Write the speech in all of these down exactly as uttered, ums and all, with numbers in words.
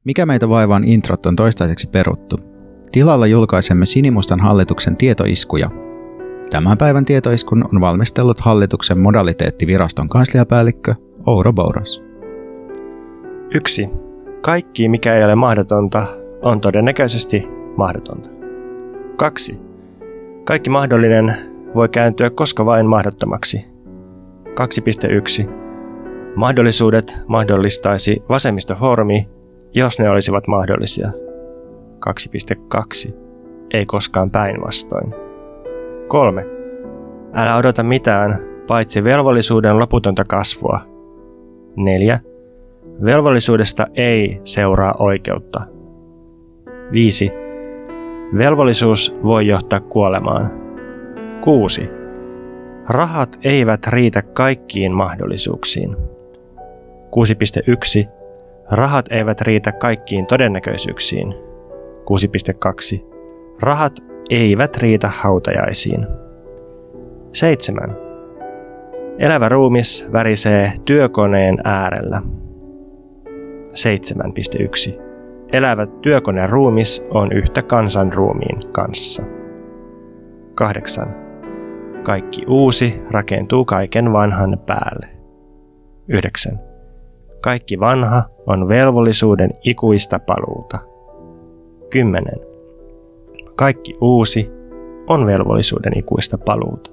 Mikä meitä vaivaan introt on toistaiseksi peruttu. Tilalla julkaisemme Sinimustan hallituksen tietoiskuja. Tämän päivän tietoiskun on valmistellut hallituksen modaliteettiviraston kansliapäällikkö Ouro Bouros. yksi. Kaikki, mikä ei ole mahdotonta, on todennäköisesti mahdotonta. kaksi. Kaikki mahdollinen voi kääntyä koska vain mahdottomaksi. kaksi piste yksi. Mahdollisuudet mahdollistaisi vasemmistofoorumi, jos ne olisivat mahdollisia. kaksi piste kaksi. Ei koskaan päinvastoin. kolme. Älä odota mitään, paitsi velvollisuuden loputonta kasvua. neljä. Velvollisuudesta ei seuraa oikeutta. viisi. Velvollisuus voi johtaa kuolemaan. kuusi. Rahat eivät riitä kaikkiin mahdollisuuksiin. kuusi piste yksi. Rahat eivät riitä kaikkiin todennäköisyyksiin. kuusi piste kaksi. Rahat eivät riitä hautajaisiin. seitsemän. Elävä ruumis värisee työkoneen äärellä. seitsemän piste yksi. Elävä työkoneen ruumis on yhtä kansan ruumiin kanssa. kahdeksan. Kaikki uusi rakentuu kaiken vanhan päälle. yhdeksän. Kaikki vanha on velvollisuuden ikuista paluuta. kymmenen. Kaikki uusi on velvollisuuden ikuista paluuta.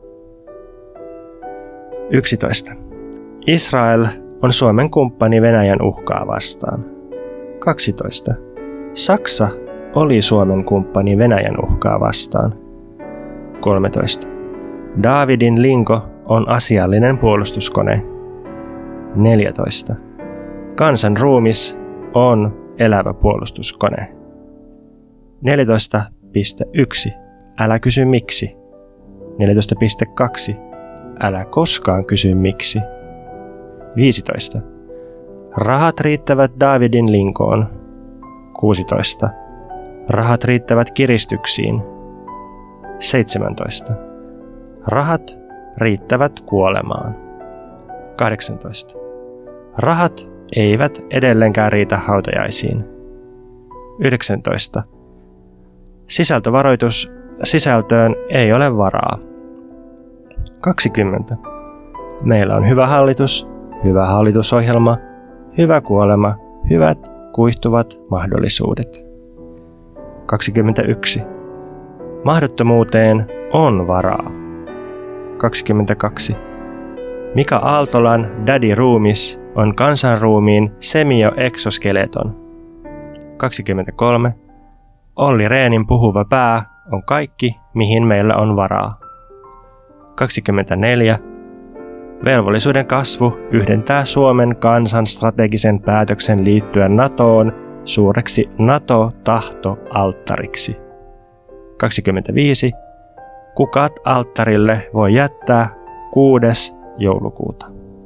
yksitoista. Israel on Suomen kumppani Venäjän uhkaa vastaan. kaksitoista. Saksa oli Suomen kumppani Venäjän uhkaa vastaan. kolmetoista. Daavidin linko on asiallinen puolustuskone. neljätoista. Kansan ruumis on elävä puolustuskone. neljätoista piste yksi. Älä kysy miksi. neljätoista piste kaksi. Älä koskaan kysy miksi. viisitoista. Rahat riittävät Daavidin linkoon. kuusitoista. Rahat riittävät kiristyksiin. seitsemäntoista. Rahat riittävät kuolemaan. kahdeksantoista. Rahat eivät edelleenkään riitä hautajaisiin. yhdeksäntoista. Sisältövaroitus. Sisältöön ei ole varaa. kaksikymmentä. Meillä on hyvä hallitus, hyvä hallitusohjelma, hyvä kuolema, hyvät kuihtuvat mahdollisuudet. kaksikymmentäyksi. Mahdottomuuteen on varaa. kaksikymmentäkaksi. Mika Aaltolan Daddy-ruumis on kansanruumiin semioeksoskeleton. kaksikymmentäkolme. Olli Rehnin puhuva pää on kaikki, mihin meillä on varaa. kaksikymmentäneljä. Velvollisuuden kasvu yhdentää Suomen kansan strategisen päätöksen liittyä NATOon suureksi NATO-tahto-alttariksi. kaksikymmentäviisi. Kukat alttarille voi jättää kuudes joulukuuta.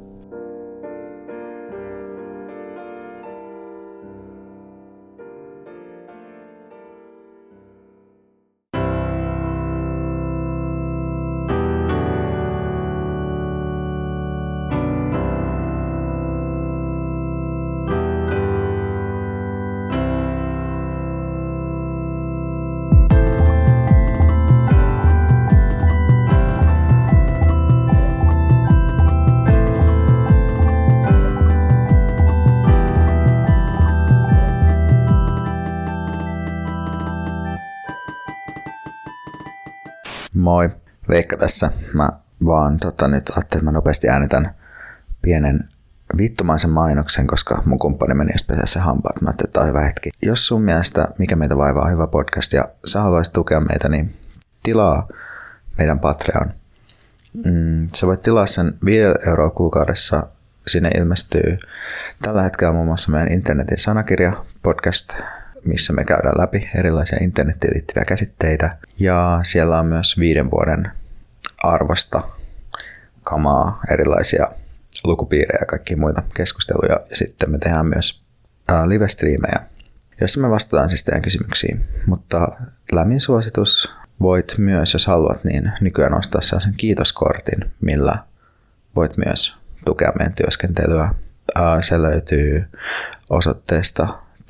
Moi, Veikka tässä. Mä vaan tota, nyt ajattelin, että mä nopeasti äänitän pienen vittumaisen mainoksen, koska mun kumppani meni pesää se hampaat. Mä ajattelin, että tää on hyvä hetki. Jos sun mielestä Mikä meitä vaivaa on hyvä podcast ja sä haluaisit tukea meitä, niin tilaa meidän Patreon. Mm, sä voit tilaa sen viisi euroa kuukaudessa. Sinne ilmestyy tällä hetkellä muun muassa meidän internetin sanakirja podcast, missä me käydään läpi erilaisia internettiin liittyviä käsitteitä. Ja siellä on myös viiden vuoden arvosta kamaa, erilaisia lukupiirejä ja kaikkia muita keskusteluja. Ja sitten me tehdään myös ää, live-striimejä, joissa me vastataan siis teidän kysymyksiin. Mutta lämmin suositus, voit myös, jos haluat, niin nykyään ostaa sellaisen kiitoskortin, millä voit myös tukea meidän työskentelyä. Ää, se löytyy osoitteesta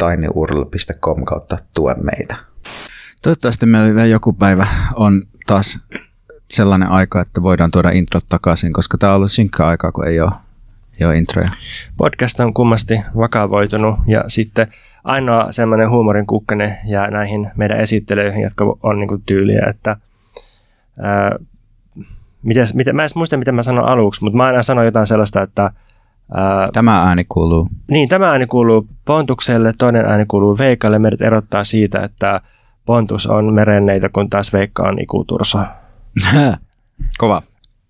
tinyurl piste com kautta tue meitä. Toivottavasti meillä vielä joku päivä on taas sellainen aika, että voidaan tuoda introt takaisin, koska tämä on ollut synkkä aikaa, kun ei ole, ei ole introja. Podcast on kummasti vakavoitunut ja sitten ainoa semmoinen huumorin kukkane jää näihin meidän esittelyihin, jotka on niin kuin tyyliä, että ää, mites, miten, mä en muista, miten mä sanon aluksi, mutta mä aina sanon jotain sellaista, että ää, tämä ääni kuuluu. Niin, tämä ääni kuuluu Pontukselle, toinen ääni kuuluu Veikalle. Meidät erottaa siitä, että Pontus on merenneitä, kun taas Veikka on ikuturso. Kova.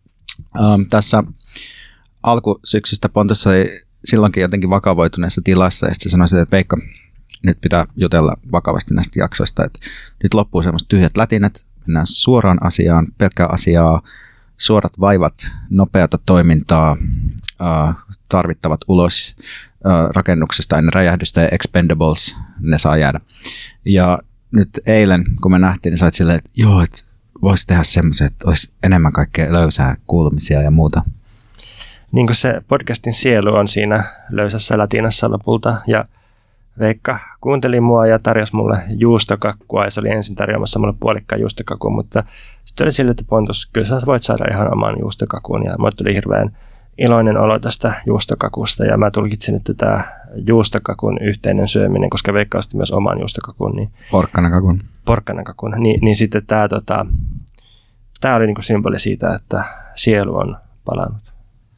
Um, tässä alkusyksystä Pontus oli silloinkin jotenkin vakavoituneessa tilassa, ja sitten sanoisin, että Veikka, nyt pitää jutella vakavasti näistä jaksoista, että nyt loppuu semmoiset tyhjät lätinät, mennään suoraan asiaan, pelkkää asiaa, suorat vaivat, nopeata toimintaa, uh, tarvittavat ulos uh, rakennuksesta ennen räjähdystä ja Expendables, ne saa jäädä. Ja nyt eilen, kun me nähtiin, niin sait silleen, että joo, että voisi tehdä semmoisen, että olisi enemmän kaikkea löysää kuulumisia ja muuta. Niin kuin se podcastin sielu on siinä löysässä latinassa lopulta, ja Veikka kuunteli mua ja tarjosi mulle juustokakkua, ja se oli ensin tarjoamassa mulle puolikkaan juustokakua, mutta sitten oli sille, että Pontus, kyllä sä voit saada ihan oman juustokakun, ja mulle tuli hirveän iloinen olo tästä juustokakusta, ja mä tulkitsin, että tämä juustokakun yhteinen syöminen, koska Veikka osti myös oman juustokakun. Niin Porkkanakakun. Porkkanakakun. Niin, niin sitten tämä, tota, tämä oli niinku symboli siitä, että sielu on palannut.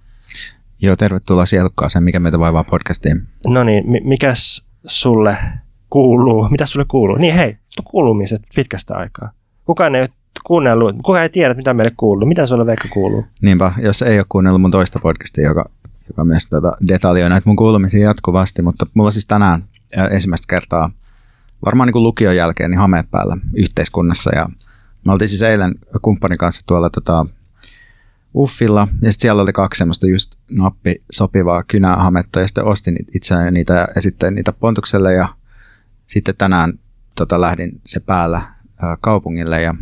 Joo, tervetuloa sielukkaaseen, mikä meitä vaivaa podcastiin. No niin, mikäs sulle kuuluu? Mitä sulle kuuluu? Niin hei, kuulumiset pitkästä aikaa. Kukaan ei ole kuunnellut, kukaan ei tiedä, mitä meille kuuluu. Mitä sulle Veikka kuuluu? Niinpä, jos ei ole kuunnellut mun toista podcastia, joka, joka myös tätä detaljoi näitä mun kuulumisia jatkuvasti, mutta mulla siis tänään ensimmäistä kertaa, varmaan niin kuin lukion jälkeen, niin hame päällä yhteiskunnassa. Ja me oltiin siis eilen kumppanin kanssa tuolla tota, Uffilla, ja sitten siellä oli kaksi semmoista just nappi sopivaa kynähametta, ja sitten ostin itselleen niitä ja esittelin niitä Pontukselle, ja sitten tänään tota, lähdin se päällä ää, kaupungille, ja,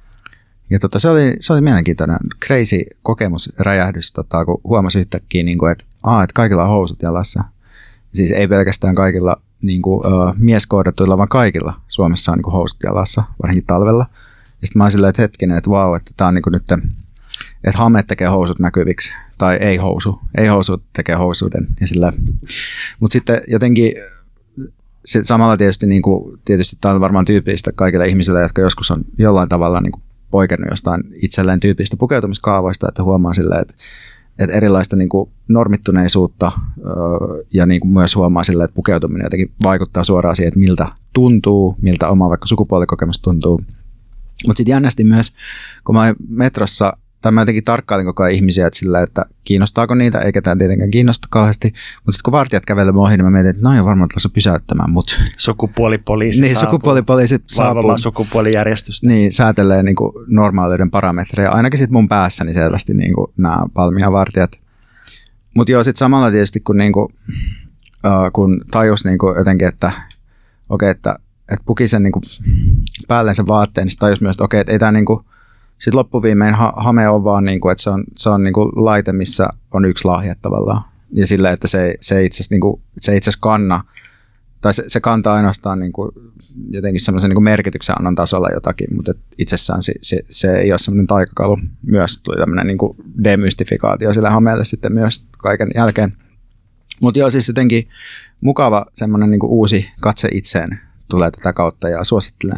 ja tota, se, oli, se oli mielenkiintoinen, crazy kokemus, räjähdys, tota, kun huomasi yhtäkkiä, niin kuin, että, aa, että kaikilla on housut jalassa. Siis ei pelkästään kaikilla niin kuin, ää, mieskoodatuilla, vaan kaikilla Suomessa on niin kuin housut jalassa, varsinkin talvella. Ja sitten mä oon silleen, että hetkinen, että vau, että tää on niin kuin nyt, että hame tekee housut näkyviksi, tai ei housu, ei housu tekee housuuden. Mutta sitten jotenkin sit samalla tietysti, niin kuin, tietysti tämä on varmaan tyypillistä kaikille ihmisille, jotka joskus on jollain tavalla niin kuin poikennut jostain itselleen tyypillistä pukeutumiskaavoista, että huomaa silleen, että, että erilaista niin kuin normittuneisuutta ja niin kuin myös huomaa silleen, että pukeutuminen jotenkin vaikuttaa suoraan siihen, että miltä tuntuu, miltä oma vaikka sukupuolikokemus tuntuu. Mutta sitten jännästi myös, kun mä olin metrossa, tai mä jotenkin tarkkailin koko ajan ihmisiä, että, sillä, että kiinnostaako niitä, eikä tämä tietenkään kiinnosta kauheasti. Mutta sitten kun vartijat kävelevät ohi, niin mä mietin, että no on varmaan tulossa pysäyttämään mut. Sukupuolipoliisi niin, saapuu. Sukupuolipoliisi saapuu. Sukupuolijärjestystä. Niin, säätelee niin kuin normaaliuden parametreja. Ainakin sitten mun päässäni selvästi niin kuin nämä palmia-vartijat. Mutta joo, sitten samalla tietysti, kun, niin kuin, äh, kun tajus niin kuin jotenkin, että okei, okay, että, että puki sen niin kuin päälleen sen vaatteen, niin sitten tajus myös, että okei, okay, että ei tämä niin kuin sitten loppuviimein ha- hame on vaan, niin kuin, että se on, se on niin kuin laite, missä on yksi lahja tavallaan. Ja sillä, että se, se itse asiassa niin kanna, tai se, se kantaa ainoastaan niin kuin, jotenkin semmoisen niin kuin merkityksen annon tasolla jotakin, mutta itsessään se, se, se ei ole semmoinen taikakalu. Myös tuli tämmöinen niin kuin demystifikaatio sille hameelle sitten myös kaiken jälkeen. Mutta joo, siis jotenkin mukava semmoinen niin kuin uusi katse itseen tulee tätä kautta ja suosittelen.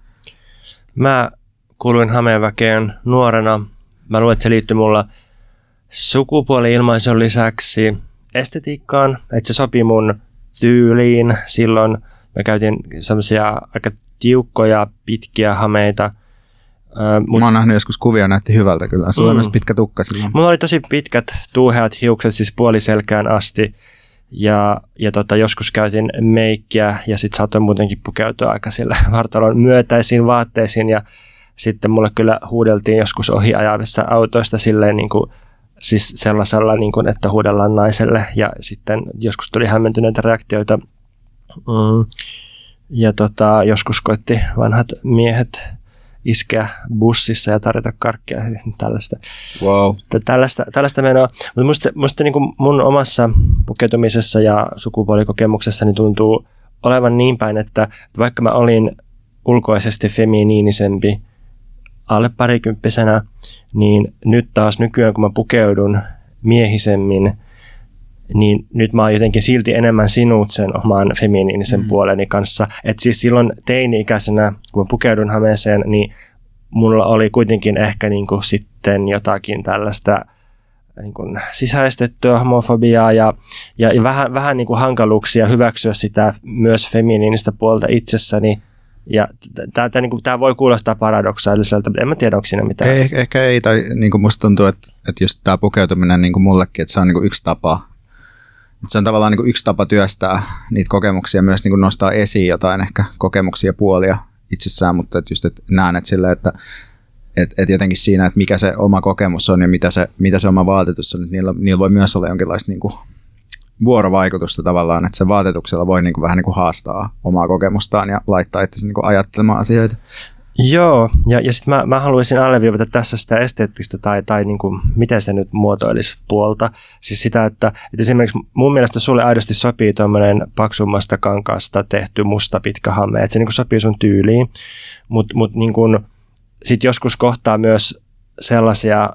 Mä kuuluin hameenväkeen nuorena. Mä luulen, että se liittyy mulla sukupuoli-ilmaisun lisäksi estetiikkaan. Että se sopii mun tyyliin. Silloin mä käytin semmoisia aika tiukkoja, pitkiä hameita. Mä oon nähnyt joskus kuvia, näytti hyvältä kyllä. Sulla mm. on myös pitkä tukka silloin. Mulla oli tosi pitkät, tuuheat hiukset, siis puoliselkään asti. Ja, ja tota, joskus käytin meikkiä ja sit saatoin muutenkin pukeutua aika sillä vartalon myötäisiin vaatteisiin. Ja sitten mulle kyllä huudeltiin joskus ohi ajavista autoista silleen niin kuin, siis sellaisella, niin kuin, että huudellaan naiselle. Ja sitten joskus tuli hämmentyneitä reaktioita. Mm. Ja tota, joskus koitti vanhat miehet iskeä bussissa ja tarjota karkkia. Tällaista, wow. tällaista, tällaista menoa. Mutta musta, musta niin kuin mun omassa pukeutumisessa ja sukupuolikokemuksessa niin tuntuu olevan niin päin, että vaikka mä olin ulkoisesti feminiinisempi alle parikymppisenä, niin nyt taas nykyään, kun mä pukeudun miehisemmin, niin nyt mä oon jotenkin silti enemmän sinut sen oman feminiinisen mm. puoleni kanssa. Että siis silloin teini-ikäisenä, kun mä pukeudun hameeseen, niin mulla oli kuitenkin ehkä niin kuin sitten jotakin tällaista niin kuin sisäistettyä homofobiaa ja, ja, ja vähän, vähän niin kuin hankaluuksia hyväksyä sitä myös feminiinistä puolta itsessäni. Ja tämä niin voi kuulostaa paradoksaaliselta, mutta en mä tiedä, onko siinä mitään. Ei, ehkä ei, tai niin kuin musta tuntuu, että, että just tämä pukeutuminen niin kuin mullekin, että se on niin kuin yksi tapa. Että se on tavallaan niin kuin yksi tapa työstää niitä kokemuksia, myös niin kuin nostaa esiin jotain ehkä kokemuksia ja puolia itsessään, mutta että just että näen, että silleen, että että, että jotenkin siinä, että mikä se oma kokemus on ja mitä se, mitä se oma vaatetus on, että niillä, niillä voi myös olla jonkinlaista niin kuin vuorovaikutusta tavallaan, että se vaatetuksella voi niin kuin vähän niin kuin haastaa omaa kokemustaan ja laittaa itse niin kuin ajattelemaan asioita. Joo, ja, ja sitten mä, mä haluaisin alleviivata tässä sitä esteettistä tai, tai niin kuin, miten se nyt muotoilisi puolta. Siis sitä, että, että esimerkiksi mun mielestä sulle aidosti sopii tuommoinen paksummasta kankaasta tehty musta pitkä hame, että se niin kuin sopii sun tyyliin, mutta mut, niin sitten joskus kohtaa myös sellaisia,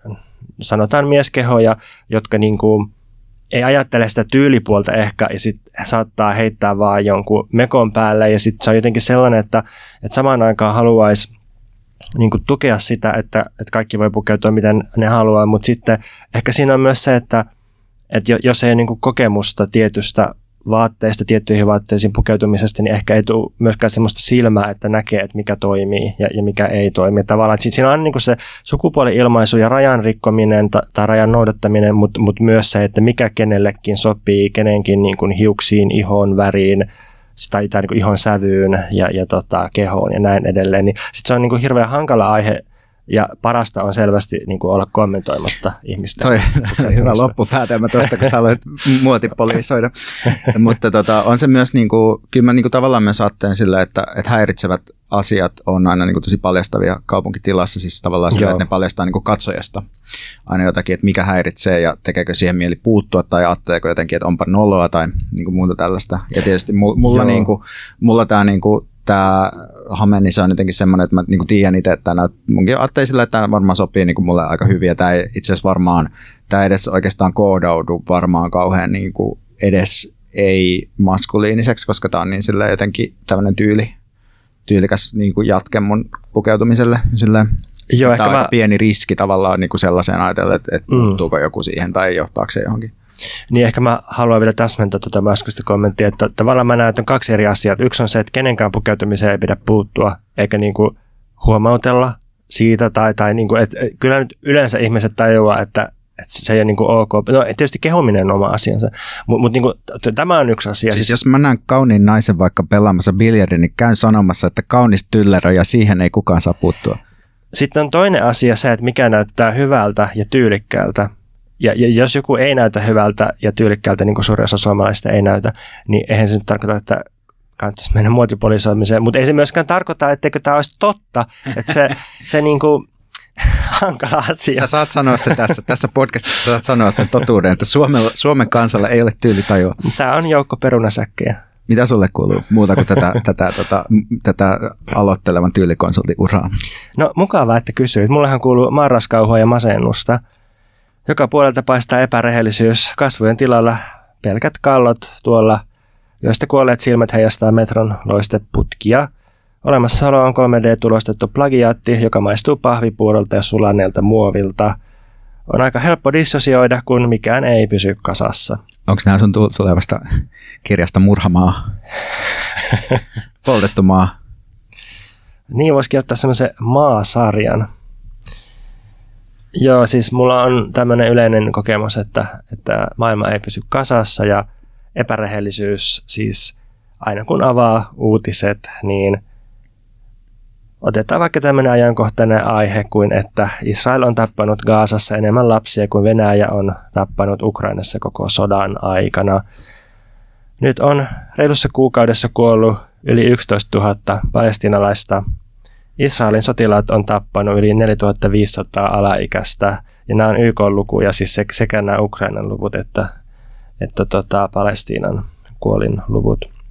sanotaan mieskehoja, jotka niin kuin ei ajattele sitä tyylipuolta ehkä ja sitten saattaa heittää vaan jonkun mekon päälle ja sitten se on jotenkin sellainen, että, että samaan aikaan haluaisi niin kuin tukea sitä, että, että kaikki voi pukeutua miten ne haluaa, mutta sitten ehkä siinä on myös se, että, että jos ei ole niin kuin kokemusta tietystä vaatteista, tiettyihin vaatteisiin pukeutumisesta, niin ehkä ei tule myöskään sellaista silmää, että näkee, että mikä toimii ja, ja mikä ei toimi. Tavallaan, että siinä on niin kuin se sukupuoli-ilmaisu ja rajan rikkominen ta, tai rajan noudattaminen, mutta mut myös se, että mikä kenellekin sopii, kenenkin niin kuin hiuksiin, ihon väriin tai, tai niin kuin ihon sävyyn ja, ja tota, kehoon ja näin edelleen. Niin sitten se on niin kuin hirveän hankala aihe. Ja parasta on selvästi niin kuin olla kommentoimatta ihmistä. Toi hyvä loppupäätelmä tuosta, kun sä aloit muotipoliisoida. Mutta tota, on se myös, niin kuin, kyllä mä niin kuin tavallaan myös ajattelen sillä, että, että häiritsevät asiat on aina niin kuin tosi paljastavia kaupunkitilassa. Siis tavallaan sillä, että ne paljastaa niin kuin katsojasta aina jotakin, että mikä häiritsee ja tekeekö siihen mieli puuttua tai ajatteleeko jotenkin, että onpa noloa tai niin kuin muuta tällaista. Ja tietysti mulla, niin kuin, mulla tämä niin kuin, tämä hame, niin se on jotenkin semmoinen, että mä niin kuin tiedän itse, että tämä munkin ajattelin sillä, että tämä varmaan sopii niin kuin mulle aika hyvin. Ja tämä ei itse asiassa varmaan, tämä ei edes oikeastaan koodaudu varmaan kauhean niin kuin edes ei maskuliiniseksi, koska tämä on niin sillä jotenkin tämmöinen tyyli, tyylikäs niin kuin jatke mun pukeutumiselle. Silleen, Joo, tämä on mä... aika pieni riski tavallaan niin kuin sellaiseen ajatella, että, että mm. puuttuuko joku siihen tai johtaako se johonkin. Niin ehkä mä haluan vielä täsmentää tuota äskeistä kommenttia, että tavallaan mä näen, että on kaksi eri asiaa. Yksi on se, että kenenkään pukeutumiseen ei pidä puuttua, eikä niinku huomautella siitä, tai, tai niinku, että kyllä nyt yleensä ihmiset tajuaa, että, että se ei ole niinku ok. No tietysti kehuminen on oma asiansa, mutta mut niinku, tämä on yksi asia. Siis, siis jos mä näen kauniin naisen vaikka pelaamassa biljardin, niin käyn sanomassa, että kaunis tyllerö ja siihen ei kukaan saa puuttua. Sitten on toinen asia se, että mikä näyttää hyvältä ja tyylikkäältä. Ja, ja jos joku ei näytä hyvältä ja tyylikkäältä, niin kuin suurin osa suomalaisista ei näytä, niin eihän se nyt tarkoita, että kannattaisi mennä muotipolisoimiseen. Mutta ei se myöskään tarkoita, etteikö tämä olisi totta. Että se, se niin kuin hankala asia. Sä saat sanoa se tässä, tässä podcastissa, sä saat sanoa sen totuuden, että Suomella, Suomen kansalla ei ole tyylitajua. Tämä on joukko perunasäkkejä. Mitä sulle kuuluu muuta kuin tätä, tätä, tätä, tätä aloittelevan tyylikonsultin uraa? No mukavaa, että kysyit. Mullehan kuuluu marraskauhua ja masennusta. Joka puolelta paistaa epärehellisyys, kasvojen tilalla pelkät kallot tuolla, joista kuolleet silmät heijastaa metron loisteputkia. Olemassaolo on kolme D-tulostettu plagiaatti, joka maistuu pahvipuurolta ja sulaneelta muovilta. On aika helppo dissosioida, kun mikään ei pysy kasassa. Onko nämä sun tulevasta kirjasta Murhamaa? Poltettu maa? Niin, voisi kirjoittaa semmoisen maasarjan. Joo, siis mulla on tämmöinen yleinen kokemus, että, että maailma ei pysy kasassa ja epärehellisyys, siis aina kun avaa uutiset, niin otetaan vaikka tämmöinen ajankohtainen aihe kuin, että Israel on tappanut Gazassa enemmän lapsia kuin Venäjä on tappanut Ukrainassa koko sodan aikana. Nyt on reilussa kuukaudessa kuollut yli yksitoistatuhatta palestiinalaista. Israelin sotilaat on tappanut yli neljätuhattaviisisataa alaikäistä, ja nämä on Y K-lukuja, siis sekä nämä Ukrainan luvut että, että tota, Palestiinan kuolinluvut.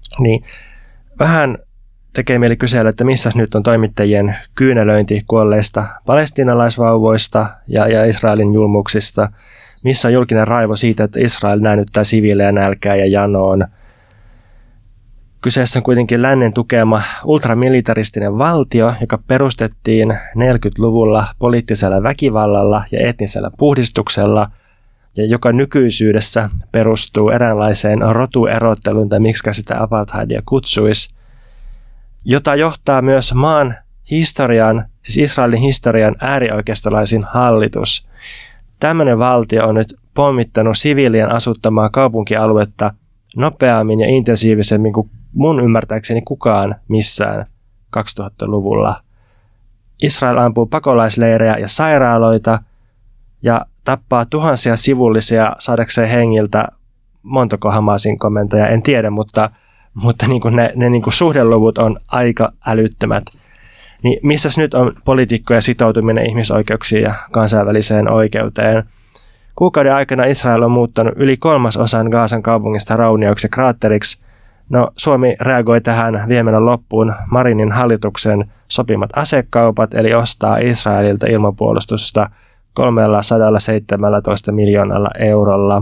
Niin vähän tekee mieli kysellä, että missä nyt on toimittajien kyynelöinti kuolleista palestiinalaisvauvoista ja, ja Israelin julmuksista. Missä on julkinen raivo siitä, että Israel näännyttää siviilejä nälkää ja janoon. Kyseessä on kuitenkin lännen tukema ultramilitaristinen valtio, joka perustettiin neljäkymmentäluvulla poliittisella väkivallalla ja etnisellä puhdistuksella, ja joka nykyisyydessä perustuu eräänlaiseen rotuerotteluun, tai miksi sitä apartheidia kutsuisi, jota johtaa myös maan historian, siis Israelin historian äärioikeistolaisin hallitus. Tämmöinen valtio on nyt pommittanut siviilien asuttamaa kaupunkialuetta nopeammin ja intensiivisemmin kuin mun ymmärtääkseni kukaan missään kaksituhattaluvulla. Israel ampuu pakolaisleirejä ja sairaaloita ja tappaa tuhansia sivullisia saadakseen hengiltä montako Hamasin komentajaa, en tiedä, mutta, mutta niin kuin ne, ne niin kuin suhdeluvut on aika älyttömät. Niin missäs nyt on poliitikkojen sitoutuminen ihmisoikeuksiin ja kansainväliseen oikeuteen? Kuukauden aikana Israel on muuttanut yli kolmasosan Gazan kaupungista raunioiksi ja kraatteriksi. No, Suomi reagoi tähän viemällä loppuun Marinin hallituksen sopimat asekaupat, eli ostaa Israelilta ilmapuolustusta kolmesataaseitsemäntoista miljoonalla eurolla.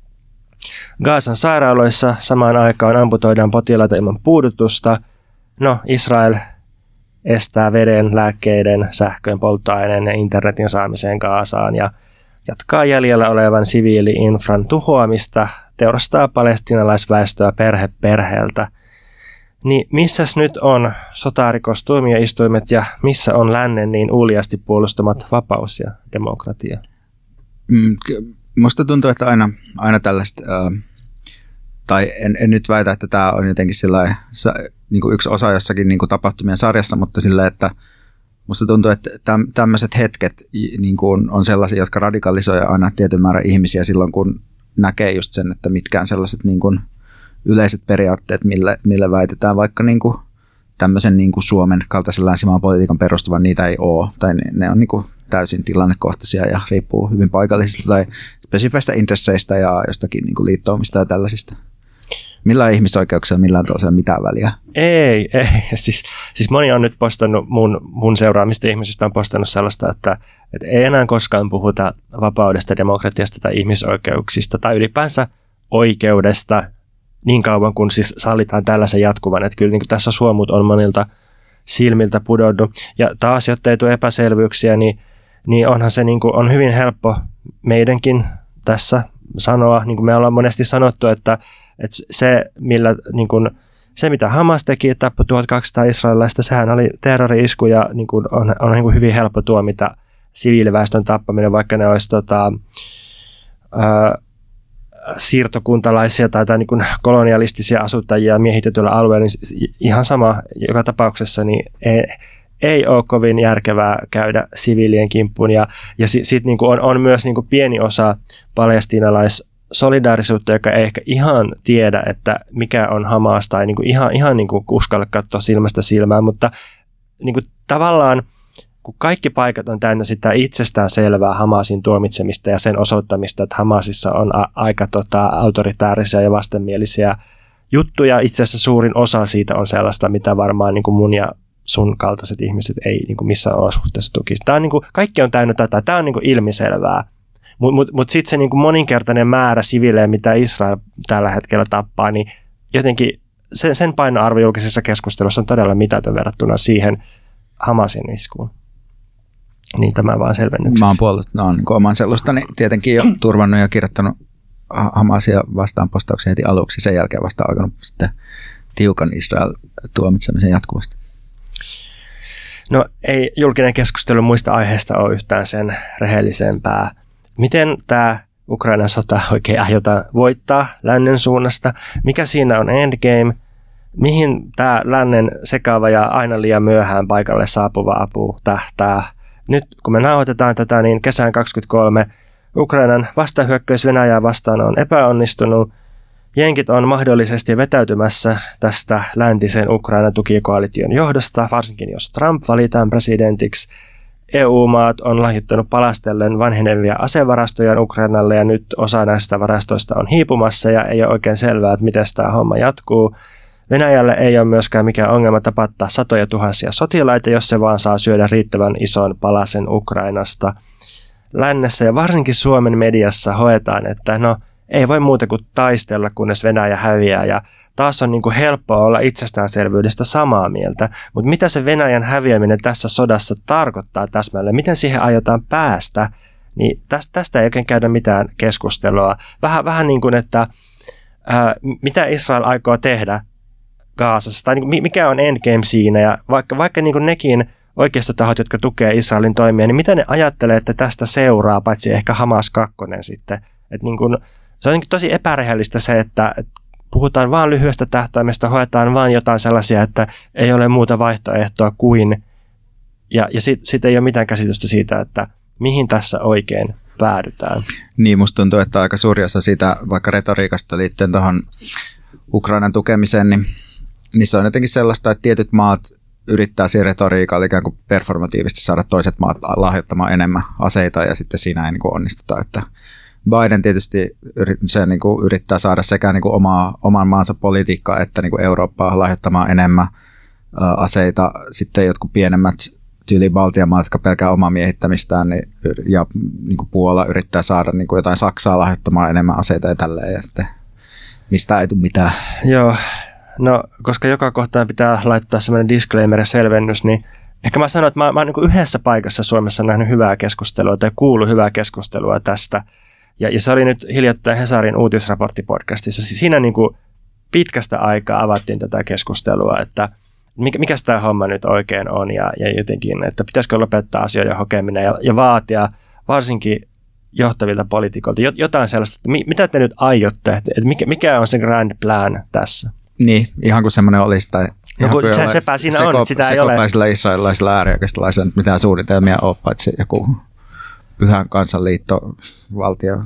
Gazan sairaaloissa samaan aikaan amputoidaan potilaita ilman puudutusta. No, Israel estää veden, lääkkeiden, sähkön, polttoaineen ja internetin saamiseen Gazaan ja jatkaa jäljellä olevan siviili-infran tuhoamista, teurastaa palestiinalaisväestöä perhe perheeltä. Niin missäs nyt on sotarikostuomioistuimet ja missä on lännen niin uljasti puolustamat vapaus ja demokratia? Mm, musta tuntuu, että aina, aina tällaista, äh, tai en, en nyt väitä, että tämä on jotenkin sillai, sa, niin kuin yksi osa jossakin niin kuin tapahtumien sarjassa, mutta sillä, että musta tuntuu, että tämmöiset hetket niin kuin on sellaisia, jotka radikalisoi aina tietyn määrän ihmisiä silloin, kun näkee just sen, että mitkään sellaiset niin kuin yleiset periaatteet, mille, mille väitetään vaikka niin kuin tämmöisen niin kuin Suomen kaltaisen länsimaan politiikan perustuvan, niitä ei ole. Tai ne, ne on niin kuin täysin tilannekohtaisia ja riippuu hyvin paikallisista tai spesifistä intresseistä ja jostakin niin kuin liittoumista ja tällaisista. Millään ihmisoikeuksilla, millään tuollaisella mitään väliä? Ei, ei. Siis, siis moni on nyt postannut, mun, mun seuraamista ihmisistä on postannut sellaista, että, että ei enää koskaan puhuta vapaudesta, demokratiasta tai ihmisoikeuksista tai ylipäänsä oikeudesta niin kauan, kun siis sallitaan tällaisen jatkuvan. Että kyllä niin tässä suomut on monilta silmiltä pudonnut. Ja taas, jotta ei tule epäselvyyksiä, niin, niin onhan se niin kuin, on hyvin helppo meidänkin tässä sanoa, niin kuin me ollaan monesti sanottu, että, että se, millä, niin kuin, se, mitä Hamas teki, tappoi tuhatkaksisataa israelilaista, sehän oli terrori-isku ja niin kuin, on, on niin kuin hyvin helppo tuomita siviiliväestön tappaminen, vaikka ne olisi tota, ää, siirtokuntalaisia tai, tai niin kuin kolonialistisia asuttajia miehitetyllä alueella, niin ihan sama joka tapauksessa, niin ei, ei ole kovin järkevää käydä siviilien kimppuun. Ja, ja sitten sit niin on, on myös niin kuin pieni osa palestiinalais-solidaarisuutta, joka ei ehkä ihan tiedä, että mikä on Hamas tai niin kuin ihan, ihan niin kuin uskalla katsoa silmästä silmään, mutta niin kuin tavallaan kun kaikki paikat on täynnä sitä itsestään selvää Hamasin tuomitsemista ja sen osoittamista, että Hamasissa on a- aika tota, autoritäärisiä ja vastenmielisiä juttuja. Itse asiassa suurin osa siitä on sellaista, mitä varmaan niin kuin mun ja sun kaltaiset ihmiset ei niin kuin missään olosuhteessa tukisi. Tämä on, niin kuin, kaikki on täynnä tätä. Tämä on niin kuin ilmiselvää. Mutta mut, mut sitten se niin kuin moninkertainen määrä siviilejä, mitä Israel tällä hetkellä tappaa, niin jotenkin sen, sen painoarvo julkisessa keskustelussa on todella mitätön verrattuna siihen Hamasin iskuun. Niin tämä vaan selvennykseksi. Mä oon puolellut, no, niin oman sellustani tietenkin jo turvannut ja kirjoittanut Hamasia vastaan postauksia heti aluksi. Sen jälkeen vasta alkanut sitten tiukan Israel tuomitsemisen jatkuvasti. No ei julkinen keskustelu muista aiheesta ole yhtään sen rehellisempää. Miten tämä Ukrainan sota oikein aiotaan voittaa lännen suunnasta? Mikä siinä on endgame? Mihin tämä lännen sekaava ja aina liian myöhään paikalle saapuva apu tähtää? Nyt kun me nauhoitetaan tätä, niin kesän kaksikymmentäkolme Ukrainan vastahyökkäys Venäjää vastaan on epäonnistunut. Jenkit on mahdollisesti vetäytymässä tästä läntisen Ukrainan tukikoalition johdosta, varsinkin jos Trump valitaan presidentiksi. E U-maat on lahjoittanut palastellen vanhenevia asevarastoja Ukrainalle ja nyt osa näistä varastoista on hiipumassa ja ei ole oikein selvää, että miten tämä homma jatkuu. Venäjälle ei ole myöskään mikään ongelma tapattaa satoja tuhansia sotilaita, jos se vaan saa syödä riittävän ison palasen Ukrainasta. Lännessä ja varsinkin Suomen mediassa hoetaan, että no ei voi muuta kuin taistella, kunnes Venäjä häviää. Ja taas on niin kuin helppoa olla itsestäänselvyydestä samaa mieltä. Mutta mitä se Venäjän häviäminen tässä sodassa tarkoittaa täsmälleen? Miten siihen aiotaan päästä? Niin tästä, tästä ei oikein käydä mitään keskustelua. Vähän, vähän niin kuin, että ää, mitä Israel aikoo tehdä Gazassa, tai niin, mikä on endgame siinä, ja vaikka, vaikka niin kuin nekin oikeistotahot, jotka tukee Israelin toimia, niin mitä ne ajattelee, että tästä seuraa, paitsi ehkä Hamas kakkonen sitten. Et niin kuin, se on tosi epärehellistä se, että puhutaan vaan lyhyestä tähtäimestä, hoetaan vaan jotain sellaisia, että ei ole muuta vaihtoehtoa kuin, ja, ja sitten sit ei ole mitään käsitystä siitä, että mihin tässä oikein päädytään. Niin, musta tuntuu, että aika suuri osa siitä vaikka retoriikasta liittyen tuohon Ukrainan tukemiseen, niin, niin se on jotenkin sellaista, että tietyt maat yrittää siinä retoriikalla ikään kuin performatiivisesti saada toiset maat lahjoittamaan enemmän aseita, ja sitten siinä ei niin kuin onnistuta. Että Biden tietysti se niin kuin yrittää saada sekä niin kuin omaa, oman maansa politiikkaa että niin kuin Eurooppaa lahjoittamaan enemmän aseita. Sitten jotkut pienemmät tyyli Baltian maat, jotka pelkää omaa miehittämistään, niin, ja niin kuin Puola yrittää saada niin kuin jotain Saksaa lahjoittamaan enemmän aseita ja tälleen, ja sitten mistä ei tule mitään. Joo, no koska joka kohtaan pitää laittaa semmoinen disclaimer ja selvennys, niin ehkä mä sanon, että mä, mä oon niin kuin yhdessä paikassa Suomessa nähnyt hyvää keskustelua tai kuullut hyvää keskustelua tästä, ja, ja se oli nyt hiljattain Hesarin uutisraporttipodcastissa. Siinä niin kuin pitkästä aikaa avattiin tätä keskustelua, että mikä, mikä tämä homma nyt oikein on, ja, ja jotenkin, että pitäisikö lopettaa asioiden hokeminen ja, ja vaatia varsinkin johtavilta poliitikoilta jotain sellaista, että mi, mitä te nyt aiotte, että mikä, mikä on se grand plan tässä? Niin, ihan kuin semmoinen olisi, tai no, kun se, sepä siinä seko, on, että sitä ei ole. Sekopäisillä israelilaisilla äärioikeistolaisilla mitään suunnitelmia ole, paitsi joku pyhän kansanliittovaltio.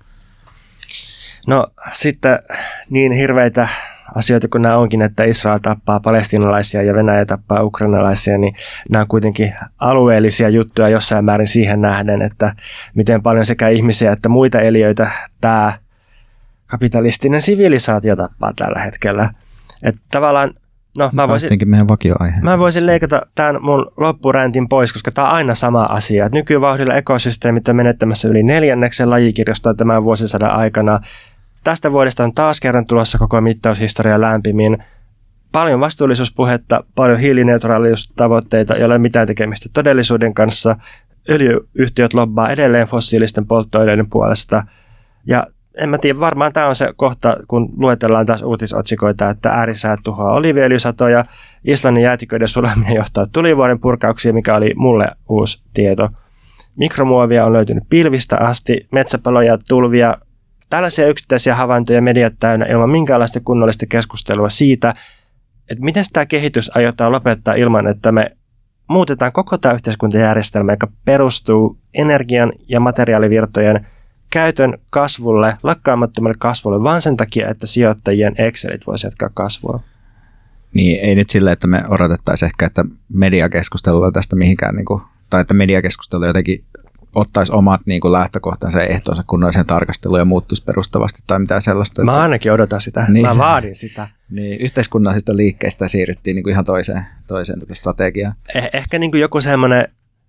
No sitten niin hirveitä asioita kuin nämä onkin, että Israel tappaa palestiinalaisia ja Venäjä tappaa ukrainalaisia, niin nämä on kuitenkin alueellisia juttuja jossain määrin siihen nähden, että miten paljon sekä ihmisiä että muita eliöitä tämä kapitalistinen sivilisaatio tappaa tällä hetkellä. Että tavallaan, no mä voisin, meidän vakioaihe. Mä voisin leikata tämän mun loppuräntin pois, koska tämä on aina sama asia. Et nykyvauhdilla ekosysteemit on menettämässä yli neljänneksen lajikirjosta tämän vuosisadan aikana. Tästä vuodesta on taas kerran tulossa koko mittaushistoria lämpimin. Paljon vastuullisuuspuhetta, paljon hiilineutraaliustavoitteita, ei ole mitään tekemistä todellisuuden kanssa. Öljyyhtiöt lobbaa edelleen fossiilisten polttoaineiden puolesta. Ja en mä tiedä, varmaan tämä on se kohta, kun luetellaan taas uutisotsikoita, että äärisäät tuhoaa oliiviöljysatoja, Islannin jäätiköiden sulaminen johtaa tulivuoren purkauksiin, mikä oli mulle uusi tieto. Mikromuovia on löytynyt pilvistä asti, metsäpaloja, tulvia, tällaisia yksittäisiä havaintoja mediat täynnä ilman minkäänlaista kunnollista keskustelua siitä, että miten tämä kehitys aiotaan lopettaa ilman, että me muutetaan koko tämä yhteiskuntajärjestelmä, joka perustuu energian ja materiaalivirtojen käytön kasvulle, lakkaamattomalle kasvulle, vaan sen takia, että sijoittajien Excelit voisi jatkaa kasvua. Niin, ei nyt silleen, että me odotettaisiin ehkä, että mediakeskustelua tästä mihinkään, niin kuin, tai että mediakeskustelu jotenkin ottaisi omat niin kuin lähtökohtansa ja ehtonsa kunnolliseen tarkasteluun ja muuttuisi perustavasti tai mitään sellaista. Mä että, ainakin odotan sitä. Niin, mä vaadin sitä. Niin, yhteiskunnallisista liikkeistä siirryttiin niin kuin ihan toiseen, toiseen tätä strategiaa. Eh, ehkä niin kuin joku semmoinen,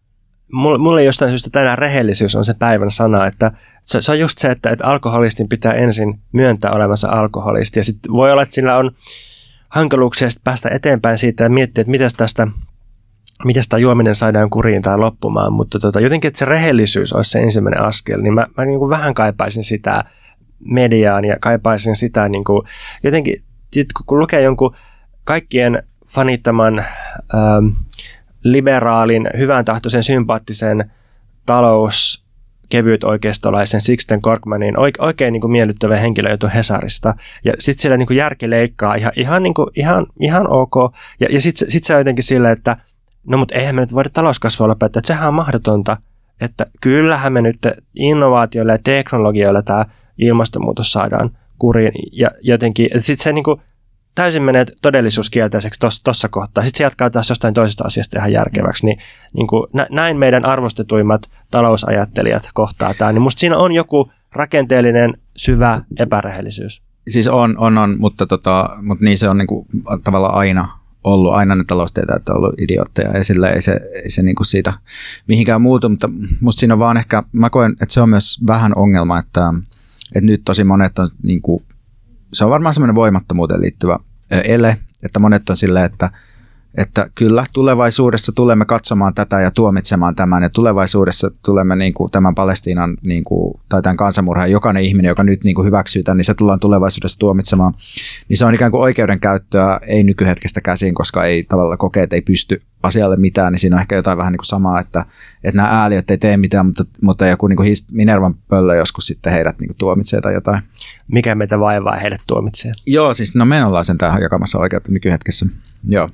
mulle jostain syystä tänään rehellisyys on se päivän sana, että se, se on just se, että, että alkoholistin pitää ensin myöntää olevansa alkoholisti, ja sitten voi olla, että sillä on hankaluuksia päästä eteenpäin siitä ja miettiä, että miten tästä miten sitä juominen saadaan kuriin tai loppumaan, mutta tota, jotenkin, että se rehellisyys olisi se ensimmäinen askel, niin mä, mä niin kuin vähän kaipaisin sitä mediaan ja kaipaisin sitä niin kuin, jotenkin, kun lukee jonkun kaikkien fanittaman ähm, liberaalin, hyvän tahtoisen, sympaattisen talous kevyt oikeistolaisen Sixten Korkmanin oikein niin kuin miellyttävä henkilö joutuu Hesarista. Ja sitten siellä niin kuin järki leikkaa ihan, ihan, niin kuin, ihan, ihan ok. Ja, ja sitten sit se on jotenkin silleen, että no mutta eihän me nyt voida talouskasvua lopettaa, että sehän on mahdotonta. Että kyllähän me nyt innovaatioilla ja teknologioilla tämä ilmastonmuutos saadaan kuriin. Ja jotenkin, sitten se niin kuin täysin menee todellisuuskielteiseksi tuossa kohtaa. Sitten se jatkaa taas jostain toisesta asiasta ihan järkeväksi. Niin, niin kuin, näin meidän arvostetuimmat talousajattelijat kohtaa tämä. Niin musta siinä on joku rakenteellinen, syvä epärehellisyys. Siis on, on, on mutta, tota, mutta niin se on niinku tavallaan aina ollut. Aina ne taloustieteilijät on ollut idiootteja ja sillä ei se, ei se niinku siitä mihinkään muutu, mutta musta siinä on vaan ehkä, mä koen, että se on myös vähän ongelma, että, että nyt tosi monet on niinku, se on varmaan semmoinen voimattomuuteen liittyvä ele, että monet on silleen, että Että kyllä, tulevaisuudessa tulemme katsomaan tätä ja tuomitsemaan tämän, ja tulevaisuudessa tulemme niin kuin tämän Palestiinan niin kuin, tai tämän kansanmurhan, jokainen ihminen, joka nyt niin kuin hyväksyy tämän, niin se tullaan tulevaisuudessa tuomitsemaan. Niin se on ikään kuin oikeudenkäyttöä, ei nykyhetkestä käsin, koska ei tavallaan kokeet ei pysty asialle mitään, niin siinä on ehkä jotain vähän niin kuin samaa, että, että nämä ääliöt ei tee mitään, mutta, mutta joku niin kuin Minervan pöllö joskus sitten heidät niin kuin tuomitsee tai jotain. Mikä meitä vaivaa heidät tuomitsee? Joo, siis no me ollaan sen tähän jakamassa oikeutta nykyhetkessä. Joo.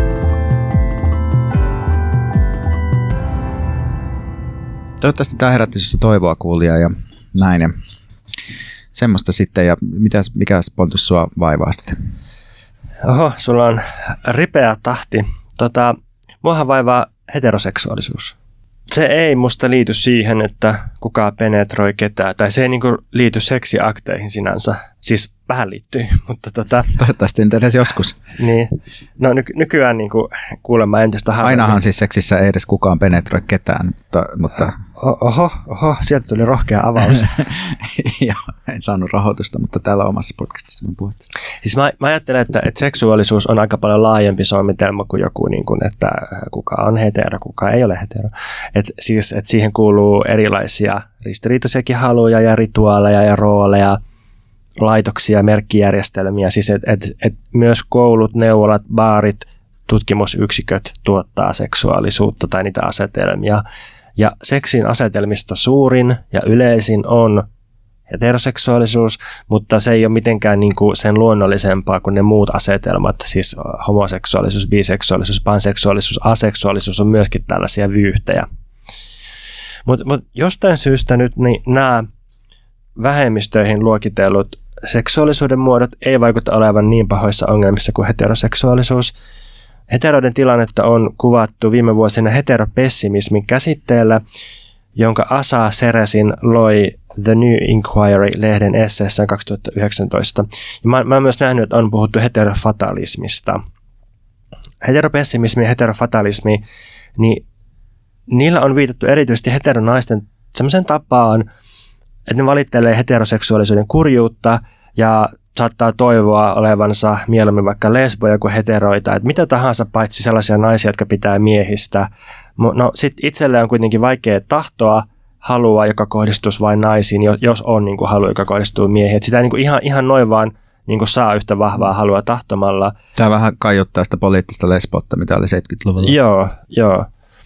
Toivottavasti tämä herätti sinussa toivoa kuulijaa ja näin ja semmoista sitten. Ja mitäs, mikä Pontus sua vaivaa sitten? Oho, sulla on ripeä tahti. Tota, muahan vaivaa heteroseksuaalisuus. Se ei musta liity siihen, että kuka penetroi ketään, tai se ei niinku liity seksiakteihin sinänsä. Siis vähän liittyy, mutta tota... Toivottavasti nyt edes joskus. Niin. No ny- nykyään niinku kuulemma entistä harvemmin. Ainahan siis seksissä ei edes kukaan penetroi ketään, mutta... mutta... Oho, oho, sieltä tuli rohkea avaus. Joo, en saanut rahoitusta, mutta täällä omassa podcastissa mä puhun tästä. Siis mä, mä ajattelen, että, että seksuaalisuus on aika paljon laajempi sommitelma kuin joku, niin kuin, että kuka on hetero, kuka ei ole hetero. Et siis, että siihen kuuluu erilaisia ristiriitaisiakin haluja ja rituaaleja ja rooleja, laitoksia, merkkijärjestelmiä. Siis et, et, et myös koulut, neuvolat, baarit, tutkimusyksiköt tuottaa seksuaalisuutta tai niitä asetelmia. Ja seksin asetelmista suurin ja yleisin on heteroseksuaalisuus, mutta se ei ole mitenkään niin kuin sen luonnollisempaa kuin ne muut asetelmat, siis homoseksuaalisuus, biseksuaalisuus, panseksuaalisuus, aseksuaalisuus on myöskin tällaisia vyyhtejä. Mutta mut jostain syystä nyt niin nämä vähemmistöihin luokitellut seksuaalisuuden muodot ei vaikuta olevan niin pahoissa ongelmissa kuin heteroseksuaalisuus. Heteroiden tilannetta on kuvattu viime vuosina heteropessimismin käsitteellä, jonka Asa Seresin loi The New Inquiry-lehden esseessään kaksituhattayhdeksäntoista. Ja mä, mä oon myös nähnyt, että on puhuttu heterofatalismista. Heteropessimismi ja heterofatalismi, niin niillä on viitattu erityisesti heteronaisten semmoisen tapaan, että ne valittelee heteroseksuaalisuuden kurjuutta ja saattaa toivoa olevansa mieluummin vaikka lesboja kuin heteroita, että mitä tahansa paitsi sellaisia naisia, jotka pitää miehistä. No sitten itselleen on kuitenkin vaikea tahtoa halua, joka kohdistuisi vain naisiin, jos on niin kuin halu, joka kohdistuu miehiin. Et sitä ei niin kuin ihan, ihan noin vaan niin kuin saa yhtä vahvaa halua tahtomalla. Tämä vähän kaiuttaa sitä poliittista lesbotta, mitä oli seitsemänkymmentäluvulla. Joo, joo.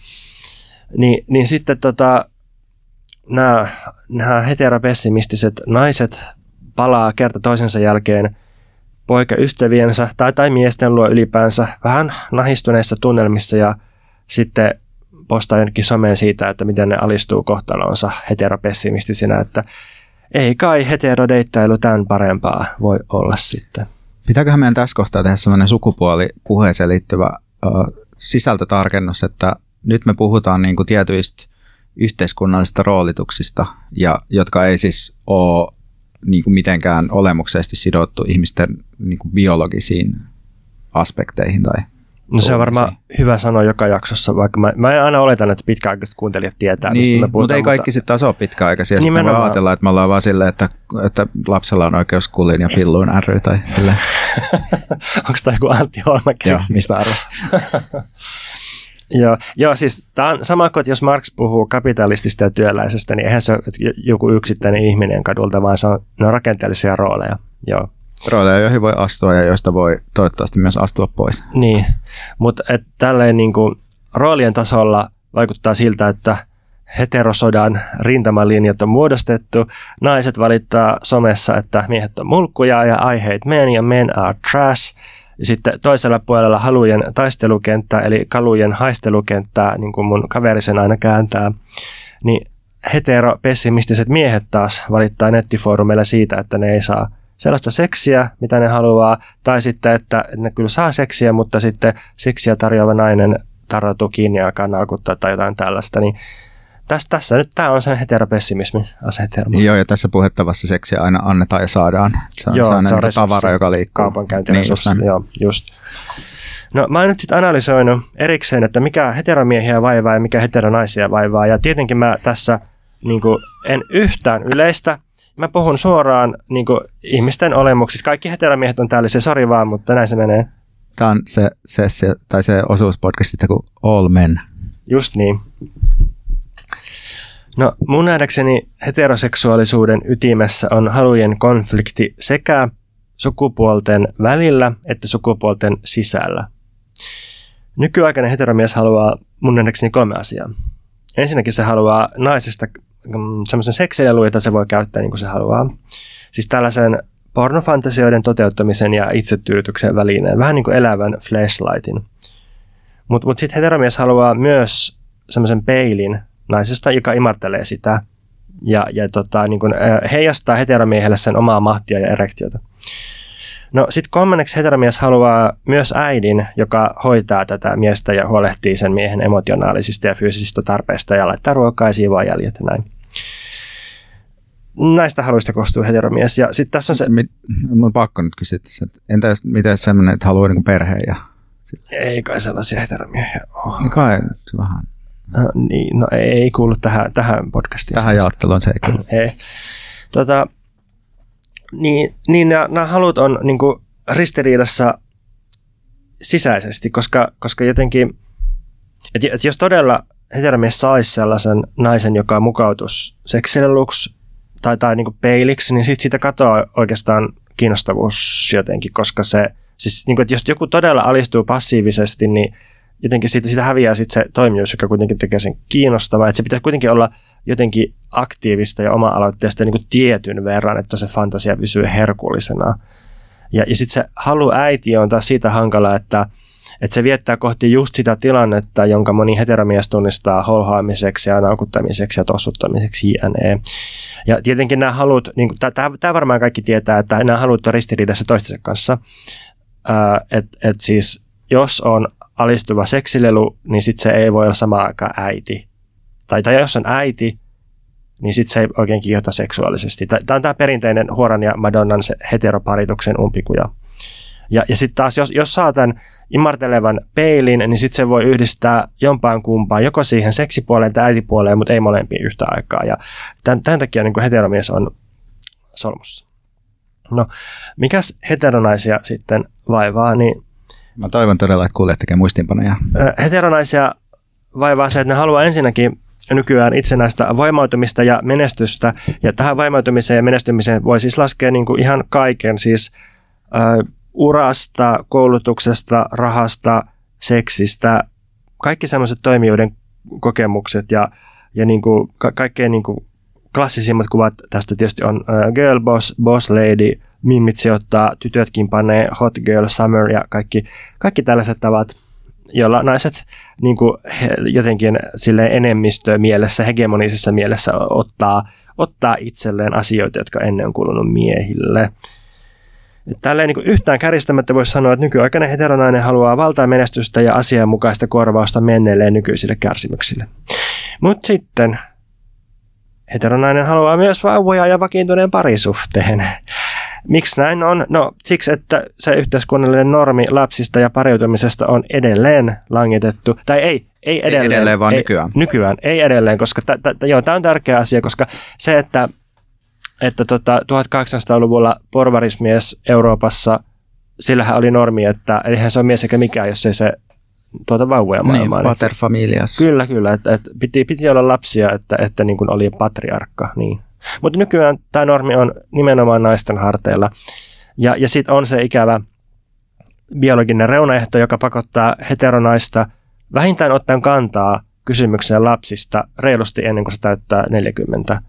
Ni, niin sitten tota, nämä, nämä heteropessimistiset naiset palaa kerta toisensa jälkeen poikaystäviensä tai, tai miesten luo ylipäänsä vähän nahistuneissa tunnelmissa ja sitten postaa jonnekin someen siitä, että miten ne alistuu kohtaloonsa heteropessimistisinä, että ei kai heterodeittailu tämän parempaa voi olla sitten. Pitääköhän meidän tässä kohtaa tehdä sellainen sukupuolipuheeseen liittyvä uh, sisältötarkennus, että nyt me puhutaan niin kuin tietyistä yhteiskunnallisista roolituksista, ja, jotka ei siis ole niin kuin mitenkään olemuksellisesti sidottu ihmisten niin kuin biologisiin aspekteihin tai no se on varmaan hyvä sanoa joka jaksossa, vaikka mä, mä aina oletan, että pitkäaikaiset kuuntelijat tietää, niin, mistä me puhutaan. Mutta ei kaikki mutta... sitten taas ole pitkäaikaisia. Sitten me voi ajatella, että me ollaan vaan silleen, että, että lapsella on oikeus kulliin ja pilluun ry tai silleen. Onko tämä joku Antti Holma keksi? Joo, mistä arvasta? Joo, joo, siis tämä on sama kuin, jos Marx puhuu kapitalistista ja työläisestä, niin eihän se ole joku yksittäinen ihminen kadulta, vaan se on, ne on rakenteellisia rooleja. Joo. Rooleja, joihin voi astua ja joista voi toivottavasti myös astua pois. Niin, mutta tälleen niin kuin roolien tasolla vaikuttaa siltä, että heterosodan rintamalinjat on muodostettu. Naiset valittaa somessa, että miehet on mulkkuja ja I hate men ja men are trash. Ja sitten toisella puolella halujen taistelukenttää, eli kalujen haistelukenttää, niin kuin mun kaverisen aina kääntää, niin heteropessimistiset miehet taas valittaa nettifoorumeilla siitä, että ne ei saa sellaista seksiä, mitä ne haluaa, tai sitten, että ne kyllä saa seksiä, mutta sitten seksiä tarjoava nainen tarjoutuu kiinni ja alkaa naukuttaa tai jotain tällaista, niin tässä, tässä nyt tämä on sen heteropessimismin asetelma. Joo, ja tässä puhettavassa seksiä aina annetaan ja saadaan. Se on, joo, se on, se on niin tavara, joka liikkuu. Kaupankäyntiresurssi, niin, joo, just. No mä oon nyt sitten analysoinut erikseen, että mikä heteromiehiä vaivaa ja mikä heteronaisia vaivaa. Ja tietenkin mä tässä niin kuin, en yhtään yleistä. Mä puhun suoraan niin kuin, ihmisten olemuksista. Kaikki heteromiehet on tällaisia, sori vaan, mutta näin se menee. Tämä on se, se, se, tai se osuus podcastista kuin All Men. Just niin. No mun nähdäkseni heteroseksuaalisuuden ytimessä on halujen konflikti sekä sukupuolten välillä että sukupuolten sisällä. Nykyaikainen heteromies haluaa mun nähdäkseni kolme asiaa. Ensinnäkin se haluaa naisesta semmoisen seksileluun, jota se voi käyttää niin kuin se haluaa. Siis tällaisen pornofantasioiden toteuttamisen ja itsetyydytyksen välineen, vähän niin kuin elävän flashlightin. Mutta mut sitten heteromies haluaa myös semmoisen peilin naisesta, joka imartelee sitä ja, ja tota, niin kuin heijastaa heteromiehelle sen omaa mahtia ja erektiota. No sitten kolmanneksi heteromies haluaa myös äidin, joka hoitaa tätä miestä ja huolehtii sen miehen emotionaalisista ja fyysisistä tarpeista ja laittaa ruokaa ja siivoaa jäljet ja näin. Näistä haluista koostuu heteromies. Ja sitten tässä on se... Mun on pakko nyt kysyä tässä, että entä jos miten semmoinen, että haluaa niin perheen ja... Ei kai sellaisia heteromiehiä ole. Niin kai vähän... No, niin, no ei kuulu tähän, tähän podcastiin. Tähän jaotteluun se ei kuulu. Ei. Tota, niin, niin nämä, nämä halut on niin kuin ristiriidassa sisäisesti, koska, koska jotenkin, että et jos todella heteromies saisi sellaisen naisen, joka mukautus seksileluksi tai, tai niin kuin peiliksi, niin sitten siitä katoaa oikeastaan kiinnostavuus jotenkin, koska se, siis niin kuin, että jos joku todella alistuu passiivisesti, niin jotenkin siitä, siitä häviää sit se toimijuus, joka kuitenkin tekee sen kiinnostavaa. Että se pitäisi kuitenkin olla jotenkin aktiivista ja oma-aloitteesta niin kuin tietyn verran, että se fantasia pysyy herkullisena. Ja, ja sitten se halu äiti on taas siitä hankala, että, että se viettää kohti just sitä tilannetta, jonka moni heteromies tunnistaa holhoamiseksi ja naukuttamiseksi ja tossuttamiseksi jne. Ja tietenkin nämä halut, niin tämä varmaan kaikki tietää, että nämä halut on ristiriidassa toistensa kanssa. Että et siis jos on alistuva seksilelu, niin sitten se ei voi olla samaan aikaan äiti. Tai, tai jos on äiti, niin sitten se ei oikein kiihota seksuaalisesti. Tämä on tämä perinteinen Huoran ja Madonnan se heteroparituksen umpikuja. Ja, ja sitten taas, jos, jos saa tämän imartelevan peilin, niin sitten se voi yhdistää jompaan kumpaan, joko siihen seksipuoleen tai äitipuoleen, mutta ei molempiin yhtä aikaa. Ja tämän, tämän takia niin kuin heteromies on solmussa. No, mikäs heteronaisia sitten vaivaa, niin mä toivon todella, että kuulijat tekee muistiinpanoja. Heteronaisia vaivaa se, että ne haluaa ensinnäkin nykyään itsenäistä voimautumista ja menestystä. Ja tähän voimautumiseen ja menestymiseen voi siis laskea niin kuin ihan kaiken. Siis ä, urasta, koulutuksesta, rahasta, seksistä. Kaikki sellaiset toimijuuden kokemukset ja, ja niin kuin ka- kaikkein niin kuin klassisimmat kuvat tästä tietysti on ä, girl boss, boss lady, mimmit sijoittaa, tytötkin panee hot girl, summer ja kaikki, kaikki tällaiset tavat, joilla naiset niin kuin he, jotenkin silleen enemmistö mielessä, hegemonisessa mielessä ottaa, ottaa itselleen asioita, jotka ennen on kuulunut miehille. Tälleen niin kuin yhtään kärjistämättä voisi sanoa, että nykyaikainen heteronainen haluaa valtaa menestystä ja asianmukaista korvausta menneille nykyisille kärsimyksille. Mutta sitten heteronainen haluaa myös vauvoja ja vakiintuneen parisuhteen. Miksi näin on? No siksi, että se yhteiskunnallinen normi lapsista ja pariutumisesta on edelleen langitettu. Tai ei, ei edelleen. Ei edelleen, vaan ei, nykyään. Nykyään, ei edelleen, koska t- t- joo, tämä on tärkeä asia, koska se, että, että tota, tuhatkahdeksansataaluvulla porvarismies Euroopassa, sillähän oli normi, että eihän se ole mies eikä mikään, jos ei se tuota vauvoja maailmaan. Niin, pater familias. Kyllä, kyllä. Että, että piti, piti olla lapsia, että, että niin kuin oli patriarkka, niin. Mutta nykyään tämä normi on nimenomaan naisten harteilla. Ja, ja sitten on se ikävä biologinen reunaehto, joka pakottaa heteronaista vähintään ottaen kantaa kysymykseen lapsista reilusti ennen kuin se täyttää neljäkymmentä.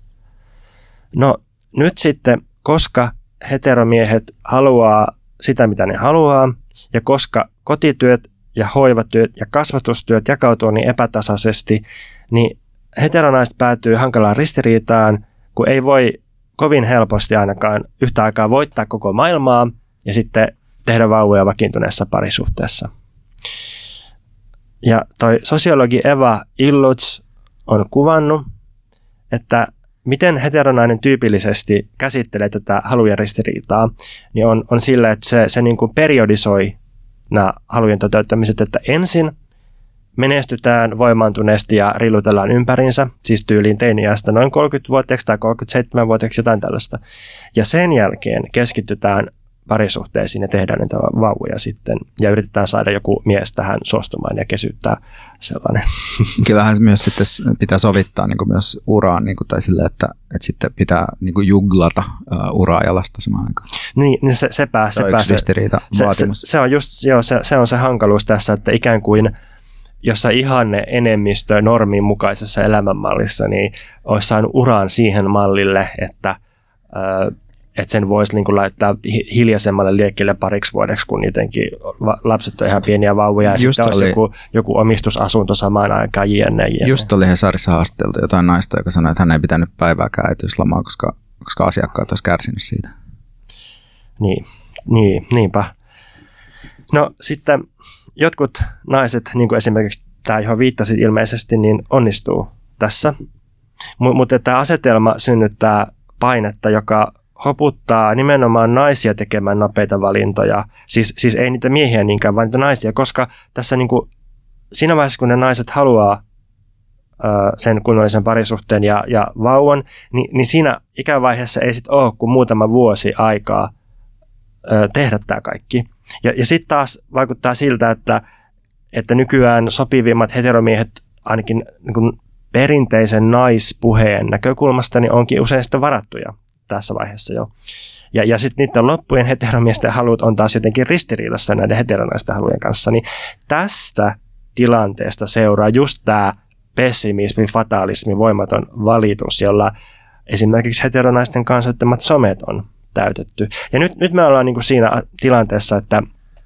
No nyt sitten, koska heteromiehet haluaa sitä, mitä ne haluaa, ja koska kotityöt ja hoivatyöt ja kasvatustyöt jakautuu niin epätasaisesti, niin heteronaiset päätyy hankalaan ristiriitaan, kun ei voi kovin helposti ainakaan yhtä aikaa voittaa koko maailmaa ja sitten tehdä vauvoja vakiintuneessa parisuhteessa. Ja toi sosiologi Eva Illuts on kuvannut, että miten heteronainen tyypillisesti käsittelee tätä halujen ristiriitaa, niin on, on sillä, että se, se niin kuin periodisoi nämä halujen toteuttamiset, että ensin menestytään voimaantuneesti ja rillutellaan ympäriinsä, siis tyyliin teini-iästä noin kolmekymmentävuotiaaksi tai kolmekymmentäseitsemänvuotiaaksi, jotain tällaista. Ja sen jälkeen keskitytään parisuhteisiin ja tehdään niitä vauvoja sitten ja yritetään saada joku mies tähän suostumaan ja kesyttää sellainen. Kyllähän myös sitten pitää sovittaa niin kuin myös uraan niin kuin, tai sille, että, että sitten pitää niin kuin juglata uh, uraa ja lasta samaan aikaan. Niin, niin se, sepä, se on sepä, yksi ristiriita vaatimus. Se, se, se on just joo, se, se on se hankaluus tässä, että ikään kuin jossa ihanne enemmistö normin mukaisessa elämänmallissa niin olisi saanut uran siihen mallille, että ö, että sen voisi niin kuin laittaa hiljaisemmalle liekkille pariksi vuodeksi, kun jotenkin lapset on ihan pieniä vauvoja ja just sitten oli, olisi joku, joku omistusasunto samaan aikaan jne. jne. Just oli Hesarissa haastateltu jotain naista, joka sanoi, että hän ei pitänyt päivääkään äitiyslomaa, koska, koska asiakkaat olisi kärsinyt siitä. Niin, niin, niinpä. No sitten jotkut naiset, niin kuin esimerkiksi tämä, johon viittasit ilmeisesti, niin onnistuu tässä. M- mutta tämä asetelma synnyttää painetta, joka hoputtaa nimenomaan naisia tekemään nopeita valintoja. Siis, siis ei niitä miehiä niinkään, vaan niitä naisia, koska tässä niin kuin, siinä vaiheessa, kun ne naiset haluaa ö, sen kunnollisen parisuhteen ja, ja vauvan, niin, niin siinä ikävaiheessa ei sitten ole kuin muutama vuosi aikaa ö, tehdä tämä kaikki. Ja, ja sitten taas vaikuttaa siltä, että, että nykyään sopivimmat heteromiehet ainakin niin kuin perinteisen naispuheen näkökulmasta niin onkin usein sitten varattuja tässä vaiheessa jo. Ja, ja sitten niiden loppujen heteromiesten halut on taas jotenkin ristiriidassa näiden heteronaisten halujen kanssa. Niin tästä tilanteesta seuraa just tämä pessimismi, fatalismi, voimaton valitus, jolla esimerkiksi heteronaisten kanssa somet on täytetty. Ja nyt, nyt me ollaan niin kuin siinä tilanteessa, että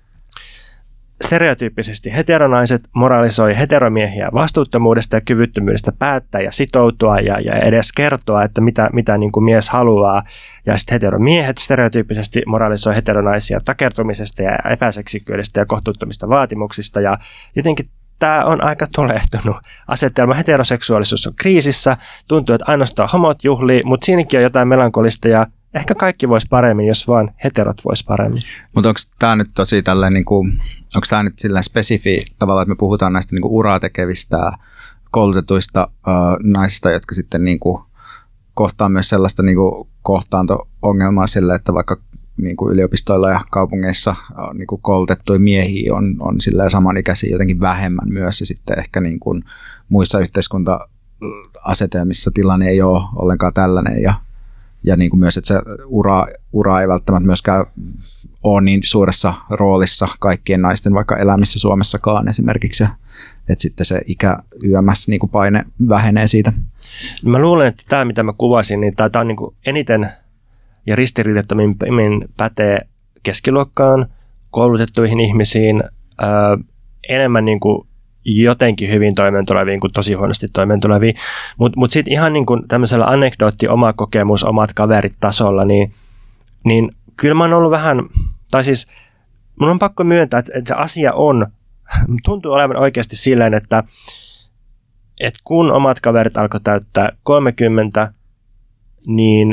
stereotyyppisesti heteronaiset moralisoi heteromiehiä vastuuttomuudesta ja kyvyttömyydestä päättää ja sitoutua ja, ja edes kertoa, että mitä, mitä niin kuin mies haluaa. Ja sitten heteromiehet stereotyyppisesti moralisoi heteronaisia takertumisesta ja epäseksikkyydestä ja kohtuuttomista vaatimuksista. Ja jotenkin tämä on aika tulehtunut asetelma. Heteroseksuaalisuus on kriisissä, tuntuu, että ainoastaan homot juhlii, mutta siinäkin on jotain melankolista ja ehkä kaikki voisi paremmin, jos vaan heterot voisi paremmin. Mutta onko tämä nyt tosi tälleen, niin kuin, onko tämä nyt sillä spesifi tavalla, että me puhutaan näistä niin kuin uraa tekevistä, koulutetuista äh, naisista, jotka sitten niin kuin, kohtaa myös sellaista niin kuin, kohtaanto-ongelmaa sille, että vaikka niin kuin yliopistoilla ja kaupungeissa äh, niin kuin koulutettuja miehiä on, on sillä samanikäisiä jotenkin vähemmän myös, ja sitten ehkä niin kuin, muissa yhteiskunta-asetelmissa tilanne ei ole ollenkaan tällainen, ja Ja niin kuin myös, että se ura, ura ei välttämättä myöskään ole niin suuressa roolissa kaikkien naisten vaikka elämissä Suomessakaan esimerkiksi. Että sitten se ikä Y M S niin kuin paine vähenee siitä. Mä luulen, että tämä mitä mä kuvasin, niin tämä on niin kuin eniten ja ristiriidattomimmin pätee keskiluokkaan, koulutettuihin ihmisiin, ää, enemmän niin kuin jotenkin hyvin toimeentuleviin kuin tosi huonosti toimeentuleviin. Mutta mut sitten ihan niin kuin tämmöisellä anekdootti, oma kokemus, omat kaverit tasolla, niin, niin kyllä mä oon ollut vähän, tai siis mun on pakko myöntää, että, että se asia on, tuntuu olevan oikeasti silleen, että, että kun omat kaverit alkoi täyttää kolmekymmentä, niin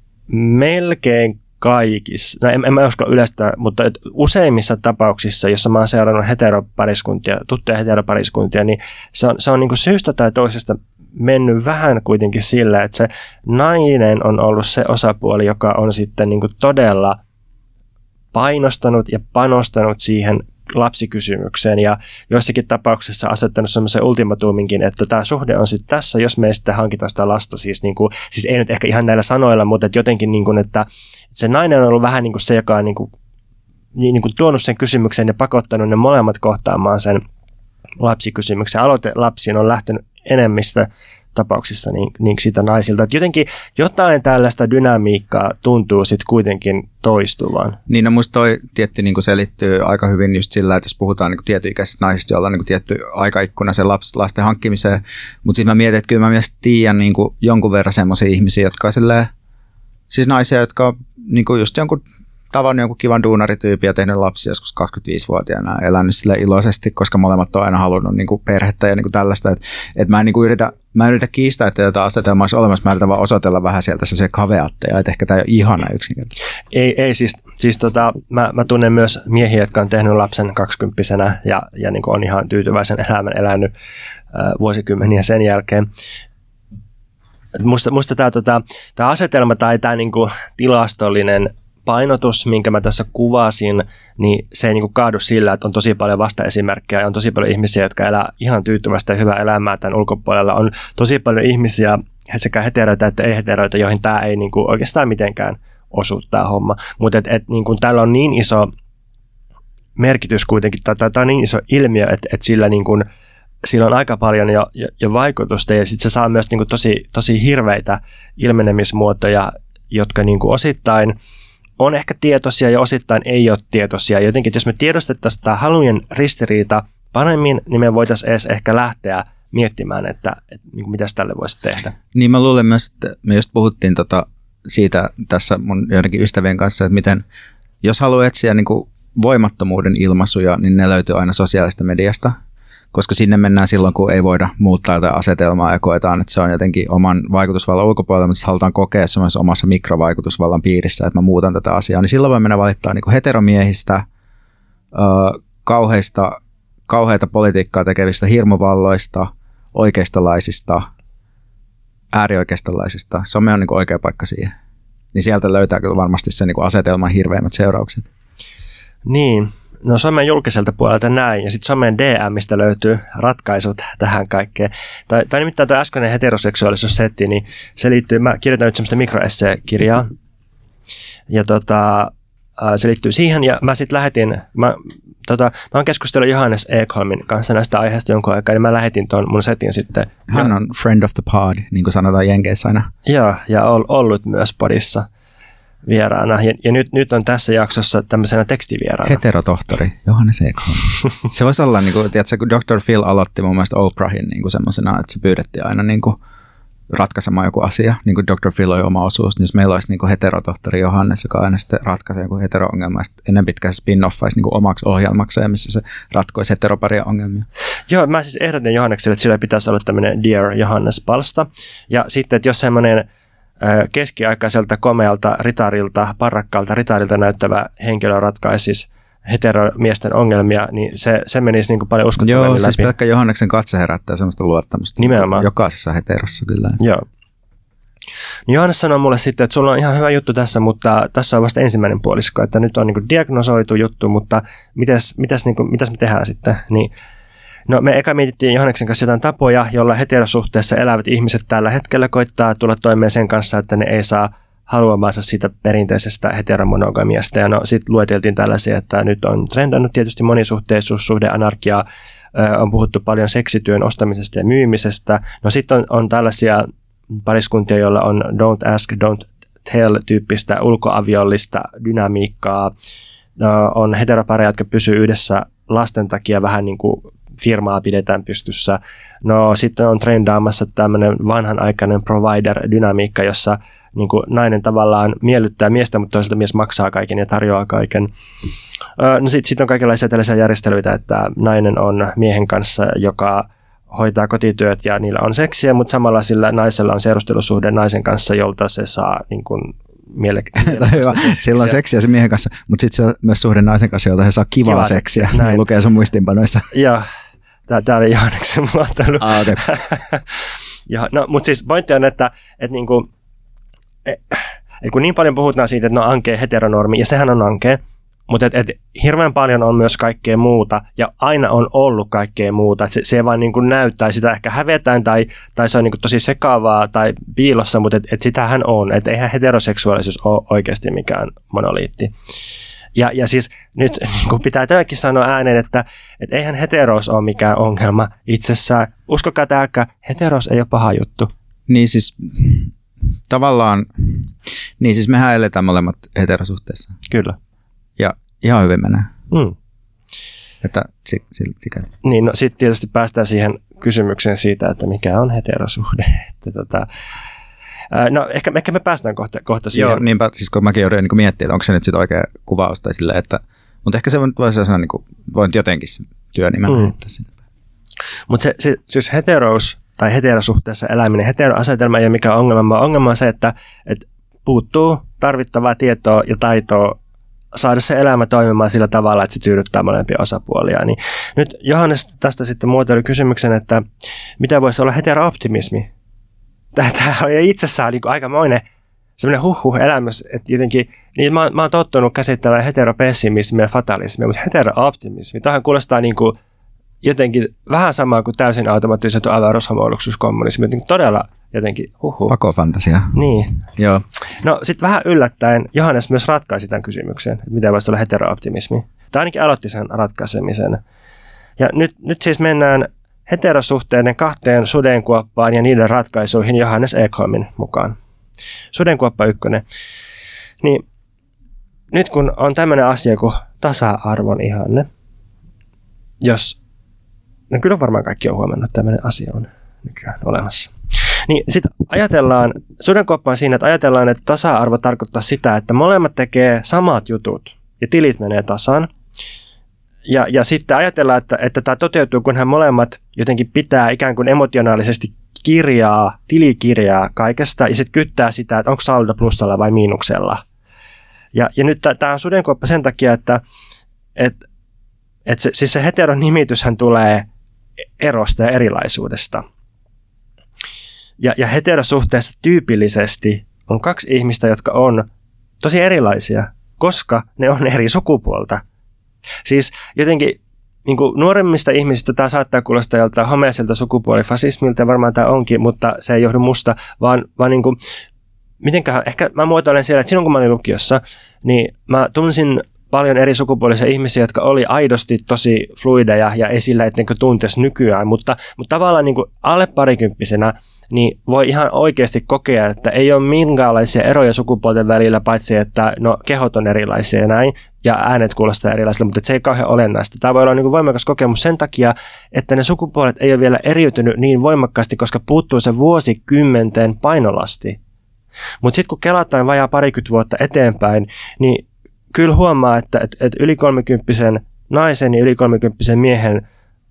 melkein kaikissa, no en, en mä usko yleistä, mutta useimmissa tapauksissa, jossa mä oon seurannut heteropariskuntia, tuttuja heteropariskuntia, niin se on, se on niin kuin syystä tai toisesta mennyt vähän kuitenkin sillä, että se nainen on ollut se osapuoli, joka on sitten niin kuin todella painostanut ja panostanut siihen lapsikysymykseen ja joissakin tapauksissa asettanut semmoisen ultimatuuminkin, että tämä suhde on sitten tässä, jos me ei sitten hankita sitä lasta, siis, niin kuin, siis ei nyt ehkä ihan näillä sanoilla, mutta että jotenkin, niin kuin, että, että se nainen on ollut vähän niin kuin se, joka on niin kuin, niin kuin tuonut sen kysymyksen ja pakottanut ne molemmat kohtaamaan sen lapsikysymyksen. Aloite lapsiin on lähtenyt enemmistä tapauksissa niin, niin sitä naisilta. Että jotenkin jotain tällaista dynamiikkaa tuntuu sitten kuitenkin toistuvan. Niin, no musta toi tietty niin selittyy aika hyvin just sillä, että jos puhutaan niin tietyikäisistä naisista, joilla on niin tietty aikaikkuna sen laps, lasten hankkimiseen, mutta sitten mä mietin, että kyllä mä mielestäni tiedän niin jonkun verran semmoisia ihmisiä, jotka on silleen, siis naisia, jotka on niin just jonkun tavannut jonkun kivan duunarityypin ja tehnyt lapsia joskus kaksikymmentäviisivuotiaana ja elänyt sille iloisesti, koska molemmat on aina halunnut niin kuin perhettä ja niin kuin tällaista. Että et mä en niin kuin yritä, mä en yritä kiistää, että jotain asetelmaa olisi olemassa. Mä yritän vaan osoitella vähän sieltä se kaveatteja, että ehkä tämä ei ole ihana yksinkertaisesti. Ei, ei siis, siis tota, mä, mä tunnen myös miehiä, jotka on tehnyt lapsen kaksikymppisenä ja, ja niin kuin on ihan tyytyväisen elämän elänyt äh, vuosikymmeniä sen jälkeen. Musta, musta tämä tota, asetelma tai tämä niinku tilastollinen painotus, minkä mä tässä kuvasin, niin se ei niinku kaadu sillä, että on tosi paljon vastaesimerkkejä ja on tosi paljon ihmisiä, jotka elää ihan tyytyväistä ja hyvää elämää tämän ulkopuolella. On tosi paljon ihmisiä, sekä heteroita että ei-heteroita, joihin tämä ei niinku oikeastaan mitenkään osu tämä homma. Mutta et, et, niinku, tällä on niin iso merkitys kuitenkin, tai tämä on niin iso ilmiö, että et sillä niinku, sillä on aika paljon jo, jo, jo vaikutusta ja sitten se saa myös niinku tosi, tosi hirveitä ilmenemismuotoja, jotka niinku osittain on ehkä tietoisia ja osittain ei ole tietoisia. Jotenkin, että jos me tiedostettaisiin tämä halujen ristiriita paremmin, niin me voitaisiin edes ehkä lähteä miettimään, että, että niin mitäs tälle voisi tehdä. Niin mä luulen myös, että me just puhuttiin tota siitä tässä mun joidenkin ystävien kanssa, että miten jos haluaa etsiä niin kuin voimattomuuden ilmaisuja, niin ne löytyy aina sosiaalista mediasta. Koska sinne mennään silloin, kun ei voida muuttaa jotain asetelmaa ja koetaan, että se on jotenkin oman vaikutusvallan ulkopuolella, mutta halutaan kokea semmoisessa omassa mikrovaikutusvallan piirissä, että mä muutan tätä asiaa, niin silloin voi mennä valittaa niin kuin heteromiehistä, äh, kauheista, kauheita politiikkaa tekevistä hirmuvalloista, oikeistolaisista, äärioikeistolaisista. Some on niin kuin oikea paikka siihen. Niin sieltä löytää kyllä varmasti se niin kuin asetelman hirveimmät seuraukset. Niin. No somen julkiselta puolelta näin, ja sitten somen D M:istä löytyy ratkaisut tähän kaikkeen. Tai, tai nimittäin tuo äskeinen heteroseksuaalisuussetti, niin se liittyy, mä kirjoitan nyt semmoista mikroesseekirjaa, ja tota, se liittyy siihen, ja mä sitten lähetin, mä, tota, mä oon keskustellut Johannes Ekholmin kanssa näistä aiheista jonkun aikaa, niin mä lähetin tuon mun setin sitten. Hän ja, on friend of the pod, niin kuin sanotaan Jenkeissä aina. Joo, ja on ollut myös podissa vieraana. Ja, ja nyt, nyt on tässä jaksossa tämmöisenä tekstivieraana. Heterotohtori Johannes Ekholm. Se voisi olla, niin kuin, tiedätkö, kun doctor Phil aloitti mun mielestä Oprahin niin kuin semmoisena, että se pyydettiin aina niin kuin ratkaisemaan joku asia. Niin kuin doctor Phil on oma osuus, niin jos meillä olisi niin kuin heterotohtori Johannes, joka aina sitten ratkaisee joku hetero-ongelma, ja sitten ennen pitkään se spin-offaisi niin kuin omaksi ohjelmakseen, missä se ratkoisi heteroparia ongelmia. Joo, mä siis ehdotin Johannekselle, että sillä pitäisi olla tämmöinen Dear Johannes-palsta. Ja sitten, että jos semmoinen keskiaikaiselta komealta ritarilta, parrakkaalta ritarilta näyttävä henkilö ratkaisisi heteromiesten ongelmia, niin se, se menisi niin kuin paljon uskottavammin läpi. Joo, siis pelkkä Johanneksen katse herättää semmoista luottamusta. Nimenomaan. Jokaisessa heterossa kyllä. Joo. Niin Johannes sanoi mulle sitten, että sulla on ihan hyvä juttu tässä, mutta tässä on vasta ensimmäinen puolisko, että nyt on niin kuin diagnosoitu juttu, mutta mitäs, mitäs, niin kuin, mitäs me tehdään sitten? Niin, no me eka mietittiin Johanneksen kanssa jotain tapoja, jolla heterosuhteessa elävät ihmiset tällä hetkellä koittaa tulla toimeen sen kanssa, että ne ei saa haluamansa siitä perinteisestä heteromonogamiasta. Ja no sitten lueteltiin tällaisia, että nyt on trendannut tietysti monisuhteisuus, suhdeanarkia, on puhuttu paljon seksityön ostamisesta ja myymisestä. No sitten on, on tällaisia pariskuntia, joilla on don't ask, don't tell-tyyppistä ulkoaviollista dynamiikkaa. No, on heteropareja, jotka pysyy yhdessä lasten takia vähän niin kuin firmaa pidetään pystyssä. No sitten on trendaamassa tämmöinen vanhanaikainen provider-dynamiikka, jossa niin kuin nainen tavallaan miellyttää miestä, mutta toisaalta mies maksaa kaiken ja tarjoaa kaiken. No sitten sit on kaikenlaisia tällaisia järjestelyitä, että nainen on miehen kanssa, joka hoitaa kotityöt ja niillä on seksiä, mutta samalla sillä naisella on seurustelusuhde naisen kanssa, jolta se saa niin kuin mielekkäästi. Hyvä. Silloin seksiä se miehen kanssa, mutta sitten se on myös suhde naisen kanssa, jolta he saa kivaa Kiva seksiä. seksiä. Ne lukee sun muistinpanoissa. Joo, tämä oli Johanneksen muotoilu. Ah, okay. No, mutta siis pointti on, että, että niinku, et, et kun niin paljon puhutaan siitä, että no ankea heteronormi, ja sehän on ankea, mutta et, et hirveän paljon on myös kaikkea muuta, ja aina on ollut kaikkea muuta. Et se, se vaan niin kuin näyttää, sitä ehkä hävetään, tai, tai se on niin kuin tosi sekaavaa tai piilossa, mutta et, et sitähän on. Että eihän heteroseksuaalisuus ole oikeasti mikään monoliitti. Ja, ja siis nyt niin pitää tämäkin sanoa ääneen, että et eihän heterous ole mikään ongelma itsessään. Uskokaa täälläkään, heterous ei ole paha juttu. Niin siis tavallaan, niin siis mehän eletään molemmat heterosuhteessa. Kyllä. Ja ihan hyvin menee. Mm. Että si, si, sikäli. Niin, no sitten tietysti päästään siihen kysymykseen siitä, että mikä on heterosuhde. Että tota, No ehkä, ehkä me päästään kohta, kohta siihen. Joo, niinpä, siis kun mäkin joudun niin miettimään, että onko se nyt sitten oikea kuvaus tai silleen, että, mutta ehkä se voi sanoa, niin kuin, voi nyt jotenkin sen työnimen mm. heittää sinne. Mutta se, se, siis heterous tai heterosuhteessa eläminen, heteroasetelma ei ole mikään ongelma, vaan ongelma on se, että, että puuttuu tarvittavaa tietoa ja taitoa saada se elämä toimimaan sillä tavalla, että se tyydyttää molempia osapuolia. Niin nyt Johannes tästä sitten muotoili kysymyksen, että mitä voisi olla hetero-optimismi? Tämä on itsessään niin aikamoinen semmoinen huh-huh elämys, että jotenkin, niin mä, mä oon tottunut käsittelemään heteropessimismia ja fatalismia, mutta hetero-optimismi, tämähän kuulostaa niin kuin jotenkin vähän samaa kuin täysin automatisoitu avaruushomoiluksuuskommunismi, niin todella jotenkin huhu. Pakofantasia. Niin. Joo. No sitten vähän yllättäen Johannes myös ratkaisi tämän kysymyksen, että mitä voisi olla hetero-optimismi. Tai ainakin aloitti sen ratkaisemisen. Ja nyt, nyt siis mennään heterosuhteiden kahteen sudenkuoppaan ja niiden ratkaisuihin Johannes Ekholmin mukaan. Sudenkuoppa ykkönen. Niin nyt kun on tämmöinen asia kuin tasa-arvon ihanne, jos, no kyllä varmaan kaikki on huomannut, että tämmöinen asia on nykyään olemassa. Niin sitten ajatellaan, sudenkuoppa on siinä, että ajatellaan, että tasa-arvo tarkoittaa sitä, että molemmat tekee samat jutut ja tilit menee tasan. Ja, ja sitten ajatellaan, että, että tämä toteutuu, kunhan molemmat jotenkin pitää ikään kuin emotionaalisesti kirjaa, tilikirjaa kaikesta ja sitten kyttää sitä, että onko saldo plussalla vai miinuksella. Ja, ja nyt tämä on sudenkuoppa sen takia, että et, et se, siis se heteron nimityshän tulee erosta ja erilaisuudesta. Ja, ja heterosuhteessa tyypillisesti on kaksi ihmistä, jotka on tosi erilaisia, koska ne on eri sukupuolta. Siis jotenkin niin kuin nuoremmista ihmisistä tämä saattaa kuulostaa joltain homeiselta sukupuolifasismilta, ja varmaan tämä onkin, mutta se ei johdu musta, vaan, vaan niin kuin, mitenköhän, ehkä mä muotoilen siellä, että silloin kun mä olin lukiossa, niin mä tunsin paljon eri sukupuolisia ihmisiä, jotka oli aidosti tosi fluideja ja esillä, ettenkö tuntes nykyään, mutta, mutta tavallaan niin kuin alle parikymppisenä niin voi ihan oikeasti kokea, että ei ole minkäänlaisia eroja sukupuolten välillä, paitsi että no, kehot on erilaisia ja näin, ja äänet kuulostaa erilaisilla, mutta se ei kauhean olennaista. Tämä voi olla niin kuin voimakas kokemus sen takia, että ne sukupuolet ei ole vielä eriytynyt niin voimakkaasti, koska puuttuu se vuosikymmenten painolasti. Mutta sitten kun kelataan vajaa parikymmentä vuotta eteenpäin, niin kyllä huomaa, että, että, että yli kolmekymppisen naisen ja yli kolmekymppisen miehen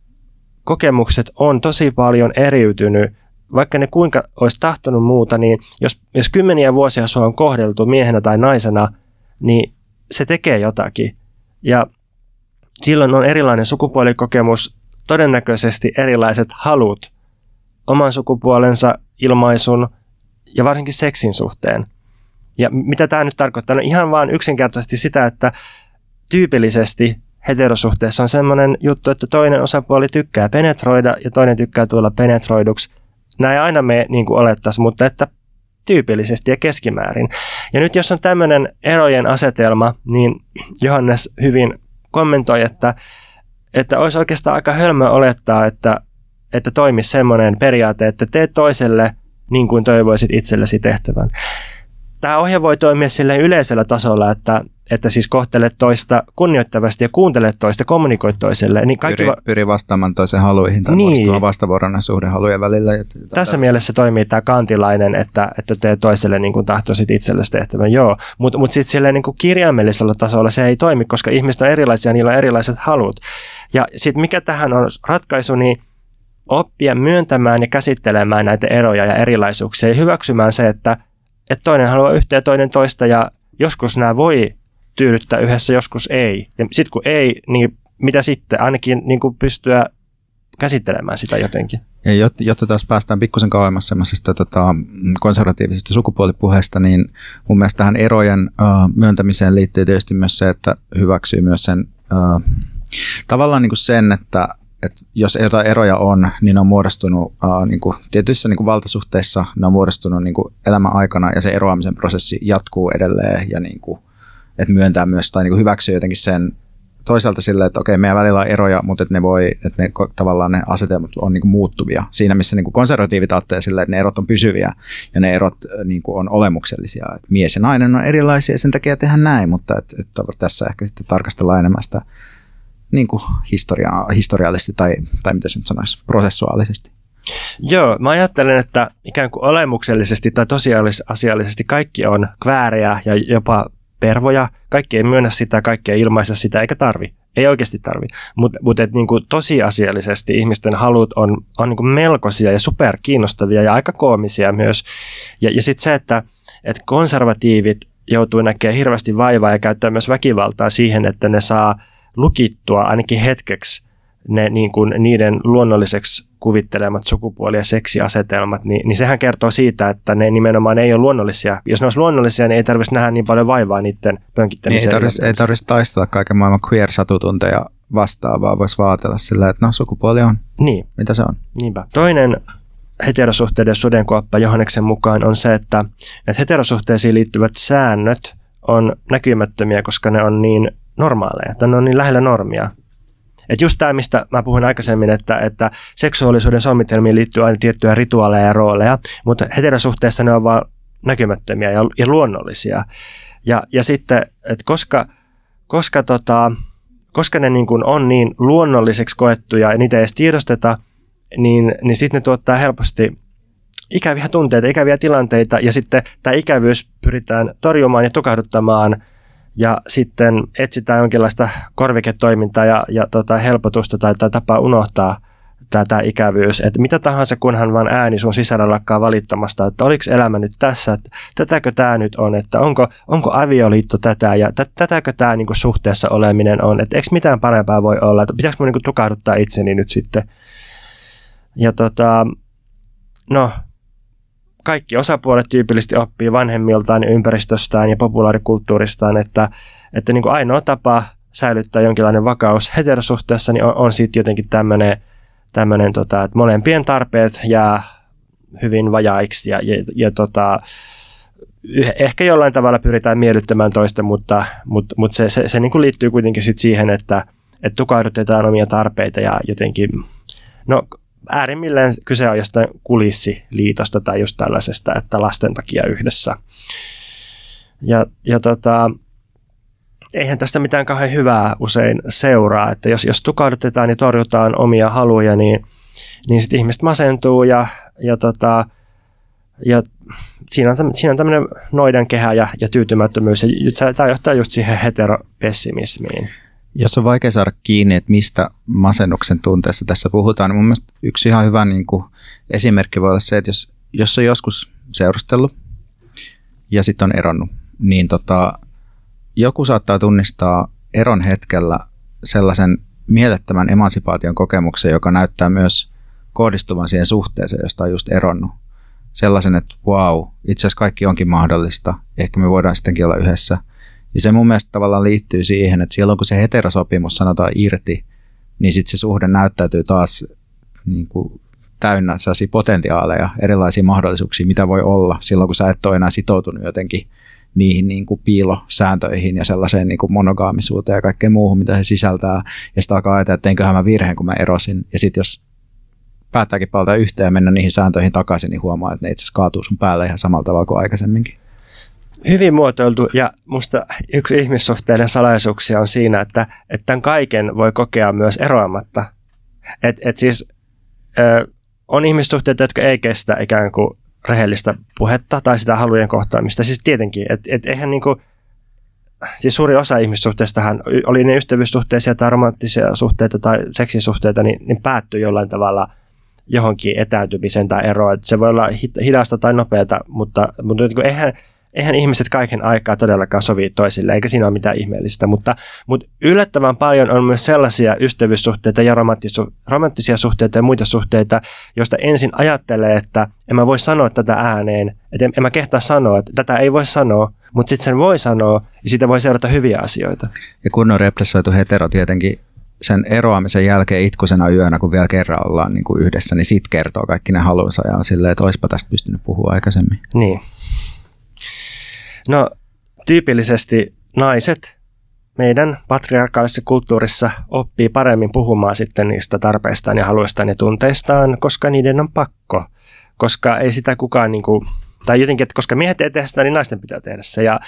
kokemukset on tosi paljon eriytynyt. Vaikka ne kuinka olisi tahtonut muuta, niin jos, jos kymmeniä vuosia sua on kohdeltu miehenä tai naisena, niin se tekee jotakin. Ja silloin on erilainen sukupuolikokemus, todennäköisesti erilaiset halut oman sukupuolensa ilmaisun ja varsinkin seksin suhteen. Ja mitä tämä nyt tarkoittaa? No ihan vaan yksinkertaisesti sitä, että tyypillisesti heterosuhteessa on sellainen juttu, että toinen osapuoli tykkää penetroida ja toinen tykkää tulla penetroiduksi. Nämä ei aina mene niin kuin olettaisiin, mutta että tyypillisesti ja keskimäärin. Ja nyt jos on tämmöinen erojen asetelma, niin Johannes hyvin kommentoi, että, että olisi oikeastaan aika hölmö olettaa, että, että toimisi semmoinen periaate, että teet toiselle niin kuin toivoisit itsellesi tehtävän. Tämä ohje voi toimia sille yleisellä tasolla, että, että siis kohtelet toista kunnioittavasti ja kuuntelet toista, kommunikoit toiselle. Niin kaikki pyri, va- pyri vastaamaan toisen haluihin tai niin. vastavuoroinen suhde halujen välillä. Tässä tällaista. Mielessä toimii tämä kantilainen, että, että teet toiselle niin kuin tahtoisit itsellesi tehtävän. Joo, mutta mut sitten silleen niin kuin kirjaimellisellä tasolla se ei toimi, koska ihmiset on erilaisia, niillä on erilaiset halut. Ja sitten mikä tähän on ratkaisu, niin oppia myöntämään ja käsittelemään näitä eroja ja erilaisuuksia ja hyväksymään se, että että toinen haluaa yhtä ja toinen toista ja joskus nämä voi tyydyttää yhdessä, joskus ei. Ja sitten kun ei, niin mitä sitten? Ainakin niin kuin pystyä käsittelemään sitä jotenkin. Ja jotta taas päästään pikkusen kauemmas semmoisesta tota, konservatiivisesta sukupuolipuheesta, niin mun mielestä tähän erojen uh, myöntämiseen liittyy tietysti myös se, että hyväksyy myös sen uh, tavallaan niin kuin sen, että että jos eroja on, niin ne on muodostunut uh, niin kuin tietyissä niin kuin valtasuhteissa, ne on muodostunut niin kuin elämän aikana ja se eroamisen prosessi jatkuu edelleen ja niin kuin, että myöntää myös tai niin kuin hyväksyy jotenkin sen toisaalta silleen, että okei, meidän välillä on eroja, mutta että ne voi, että ne tavallaan ne asetelmat on niin kuin muuttuvia. Siinä missä niin kuin konservatiivit ajattelee silleen, että ne erot on pysyviä ja ne erot niin kuin on olemuksellisia. Että mies ja nainen on erilaisia ja sen takia tehdään näin, mutta että, että tässä ehkä sitten tarkastellaan enemmän sitä niin kuin historia, historiallisesti tai, tai miten se nyt sanoisi, prosessuaalisesti. Joo, mä ajattelen, että ikään kuin olemuksellisesti tai tosiasiallisesti kaikki on vääriä ja jopa pervoja. Kaikki ei myönnä sitä, kaikki ei ilmaise sitä, eikä tarvi. Ei oikeasti tarvi. Mutta mut, niinku tosiasiallisesti ihmisten halut on, on niinku melkoisia ja superkiinnostavia ja aika koomisia myös. Ja, ja sitten se, että et konservatiivit joutuu näkemään hirveästi vaivaa ja käyttää myös väkivaltaa siihen, että ne saa lukittua ainakin hetkeksi ne niin kuin niiden luonnolliseksi kuvittelemat sukupuoli- ja seksiasetelmat, niin, niin sehän kertoo siitä, että ne nimenomaan ei ole luonnollisia. Jos ne olisi luonnollisia, niin ei tarvitsisi nähdä niin paljon vaivaa niiden pönkittämiseen. Niin ei tarvitsisi, ei tarvitsisi taistella kaiken maailman queer-satutunteja vastaan, vaan voisi vaatella sillä, että no sukupuoli on. Niin. Mitä se on? Niinpä. Toinen heterosuhteiden sudenkuoppa Johanneksen mukaan on se, että, että heterosuhteisiin liittyvät säännöt on näkymättömiä, koska ne on niin normaaleja, tai ne on niin lähellä normia. Että just tämä, mistä mä puhuin aikaisemmin, että, että seksuaalisuuden sommitelmiin liittyy aina tiettyjä rituaaleja ja rooleja, mutta heterosuhteessa ne on vaan näkymättömiä ja, ja luonnollisia. Ja, ja sitten, että koska, koska, tota, koska ne niin kuin on niin luonnolliseksi koettuja ja niitä ei edes tiedosteta, niin, niin sitten ne tuottaa helposti ikäviä tunteita, ikäviä tilanteita, ja sitten tämä ikävyys pyritään torjumaan ja tukahduttamaan, ja sitten etsitään jonkinlaista korviketoimintaa ja, ja tota helpotusta tai, tai tapaa unohtaa tämä ikävyys. Että mitä tahansa, kunhan vaan ääni sun sisällä lakkaa valittamasta, että oliko elämä nyt tässä, että tätäkö tämä nyt on, että onko, onko avioliitto tätä ja t- tätäkö tämä niinku suhteessa oleminen on, että eikö mitään parempaa voi olla, että pitääkö mun niinku tukahduttaa itseni nyt sitten. Ja tota, no, kaikki osapuolet tyypillisesti oppii vanhemmiltaan, ympäristöstään ja populaarikulttuuristaan, että, että niin kuin ainoa tapa säilyttää jonkinlainen vakaus heterosuhteessa niin on, on sitten jotenkin tämmöinen, tämmöinen tota, että molempien tarpeet jää hyvin vajaiksi ja, ja, ja tota, ehkä jollain tavalla pyritään miellyttämään toista, mutta, mutta, mutta se, se, se niin kuin liittyy kuitenkin sit siihen, että, että tukahdutetaan omia tarpeita ja jotenkin, no äärimmilleen kyse on jostain kulissiliitosta tai just tällaisesta, että lasten takia yhdessä. Ja, ja tota, eihän tästä mitään kauhean hyvää usein seuraa, että jos, jos tukahdutetaan ja torjutaan omia haluja, niin, niin sitten ihmiset masentuu ja, ja, tota, ja siinä on, siinä on tämmöinen noidankehä ja, ja tyytymättömyys, ja tämä johtaa just siihen heteropessimismiin. Jos on vaikea saada kiinni, että mistä masennuksen tunteessa tässä puhutaan, niin mun mielestä yksi ihan hyvä niin kuin esimerkki voi olla se, että jos, jos on joskus seurustellut ja sitten on eronnut, niin tota, joku saattaa tunnistaa eron hetkellä sellaisen mielettömän emansipaation kokemuksen, joka näyttää myös kohdistuvan siihen suhteeseen, josta on just eronnut. Sellaisen, että vau, itse asiassa kaikki onkin mahdollista, ehkä me voidaan sittenkin olla yhdessä. Ja se mun mielestä tavallaan liittyy siihen, että silloin kun se heterosopimus sanotaan irti, niin sitten se suhde näyttäytyy taas niin kuin täynnä sellaisia potentiaaleja, erilaisia mahdollisuuksia, mitä voi olla silloin, kun sä et ole enää sitoutunut jotenkin niihin niin kuin piilosääntöihin ja sellaiseen niin kuin monogaamisuuteen ja kaikkeen muuhun, mitä se sisältää. Ja sitten alkaa ajatella, että teinköhän mä virheen, kun mä erosin. Ja sitten jos päättääkin palata yhteen ja mennä niihin sääntöihin takaisin, niin huomaa, että ne itse asiassa kaatuu sun päälle ihan samalla tavalla kuin aikaisemminkin. Hyvin muotoiltu, ja musta yksi ihmissuhteiden salaisuuksia on siinä, että, että tämän kaiken voi kokea myös eroamatta. Et, et siis ö, on ihmissuhteita, jotka ei kestä ikään kuin rehellistä puhetta tai sitä halujen kohtaamista. Siis tietenkin, että et eihän niinku, siis suuri osa ihmissuhteistahan, oli ne ystävyyssuhteisia tai romanttisia suhteita tai seksisuhteita, niin, niin päättyi jollain tavalla johonkin etääntymiseen tai eroon. Et se voi olla hidasta tai nopeata, mutta, mutta eihän Eihän ihmiset kaiken aikaa todellakaan sovi toisille, eikä siinä ole mitään ihmeellistä, mutta, mutta yllättävän paljon on myös sellaisia ystävyyssuhteita ja romanttisia suhteita ja muita suhteita, joista ensin ajattelee, että en mä voi sanoa tätä ääneen, että en, en mä kehtaa sanoa, että tätä ei voi sanoa, mutta sitten sen voi sanoa ja siitä voi seurata hyviä asioita. Ja kun on repressoitu hetero tietenkin sen eroamisen jälkeen itkusena yönä, kun vielä kerran ollaan niin kuin yhdessä, niin sit kertoo kaikki ne halunsa ja on silleen, että oispa tästä pystynyt puhua aikaisemmin. Niin. No, tyypillisesti naiset meidän patriarkaalisessa kulttuurissa oppii paremmin puhumaan sitten niistä tarpeistaan ja haluistaan ja tunteistaan, koska niiden on pakko. Koska ei sitä kukaan, niin kuin, tai jotenkin, että koska miehet ei tehdä sitä, niin naisten pitää tehdä se. Ja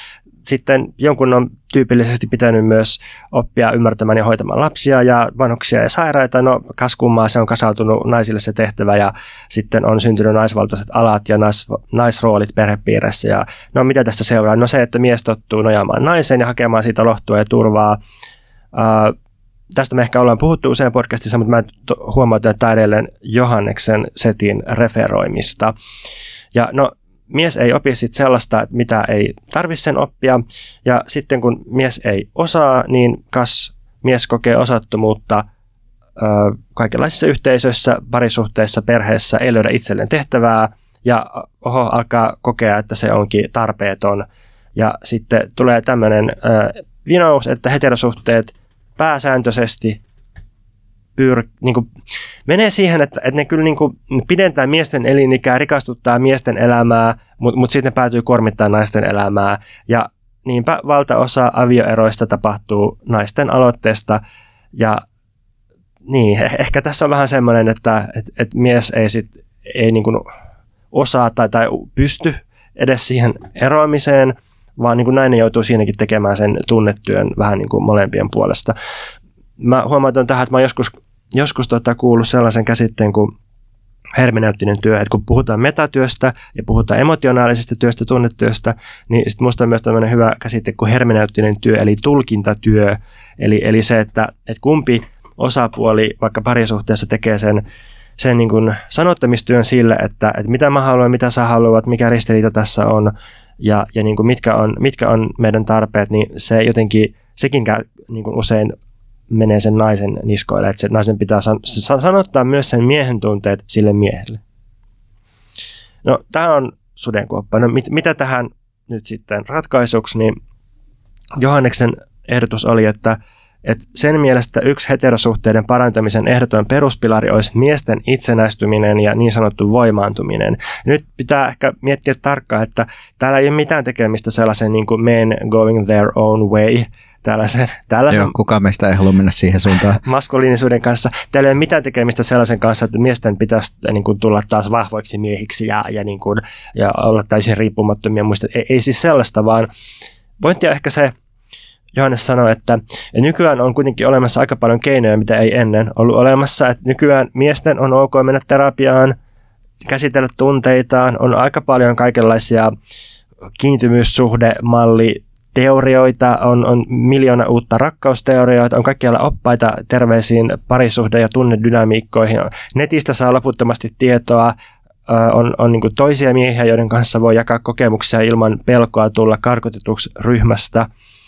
sitten jonkun on tyypillisesti pitänyt myös oppia ymmärtämään ja hoitamaan lapsia ja vanhuksia ja sairaita. No kas kummaa, se on kasautunut naisille se tehtävä ja sitten on syntynyt naisvaltaiset alat ja nais, naisroolit perhepiirissä. Ja no mitä tästä seuraa? No se, että mies tottuu nojaamaan naiseen ja hakemaan siitä lohtua ja turvaa. Uh, tästä me ehkä ollaan puhuttu usein podcastissa, mutta mä huomautan, että tämä edelleen Johanneksen setin referoimista. Ja no mies ei opi sit sellaista, että mitä ei tarvitse sen oppia, ja sitten kun mies ei osaa, niin kas mies kokee osattomuutta ö, kaikenlaisissa yhteisöissä, parisuhteissa, perheessä, ei löydä itselleen tehtävää, ja oho, alkaa kokea, että se onkin tarpeeton. Ja sitten tulee tämmöinen ö, vinous, että heterosuhteet pääsääntöisesti pyr, niin kuin, menee siihen, että, että ne kyllä niin kuin, pidentää miesten elinikää, rikastuttaa miesten elämää, mutta mut sitten ne päätyy kuormittaa naisten elämää. Ja niinpä valtaosa avioeroista tapahtuu naisten aloitteesta. Ja niin, ehkä tässä on vähän semmoinen, että, että, että mies ei, sit, ei niin kuin osaa tai, tai pysty edes siihen eroamiseen, vaan niin kuin nainen joutuu siinäkin tekemään sen tunnetyön vähän niin kuin molempien puolesta. Mä huomautan tähän, että mä oon joskus, joskus tota kuullut sellaisen käsitteen kuin hermeneuttinen työ, että kun puhutaan metatyöstä ja puhutaan emotionaalisesta työstä, tunnetyöstä, niin sitten musta on myös tämmöinen hyvä käsite kuin hermeneuttinen työ, eli tulkintatyö, eli, eli se, että, että kumpi osapuoli vaikka parisuhteessa tekee sen, sen niin kuin sanottamistyön sille, että, että mitä mä haluan, mitä sä haluat, mikä ristiriita tässä on, ja, ja niin kuin mitkä, on, mitkä on meidän tarpeet, niin se jotenkin, sekin käy niin kuin usein menee sen naisen niskoille, että se naisen pitää san- sanottaa myös sen miehen tunteet sille miehelle. No, tämä on sudenkuoppa. No, mit- mitä tähän nyt sitten ratkaisuksi, niin Johanneksen ehdotus oli, että, että sen mielestä yksi heterosuhteiden parantamisen ehdoton peruspilari olisi miesten itsenäistyminen ja niin sanottu voimaantuminen. Nyt pitää ehkä miettiä tarkkaan, että täällä ei ole mitään tekemistä sellaisen niin kuin men going their own way, tällaisen, tällaisen Joo, kukaan meistä ei halua mennä siihen suuntaan. maskuliinisuuden kanssa. Täällä ei ole mitään tekemistä sellaisen kanssa, että miesten pitäisi niin kuin, tulla taas vahvoiksi miehiksi ja, ja, niin kuin, ja olla täysin riippumattomia muista. Ei, ei siis sellaista, vaan pointti on ehkä se, Johannes sanoi, että nykyään on kuitenkin olemassa aika paljon keinoja, mitä ei ennen ollut olemassa. Että nykyään miesten on ok mennä terapiaan, käsitellä tunteitaan, on aika paljon kaikenlaisia kiintymyssuhdemalli teorioita, on, on miljoona uutta rakkausteorioita, on kaikkialla oppaita terveisiin parisuhde- ja tunnedynamiikkoihin. Netistä saa loputtomasti tietoa, on, on niin kuin toisia miehiä, joiden kanssa voi jakaa kokemuksia ilman pelkoa tulla karkotetuksi ryhmästä.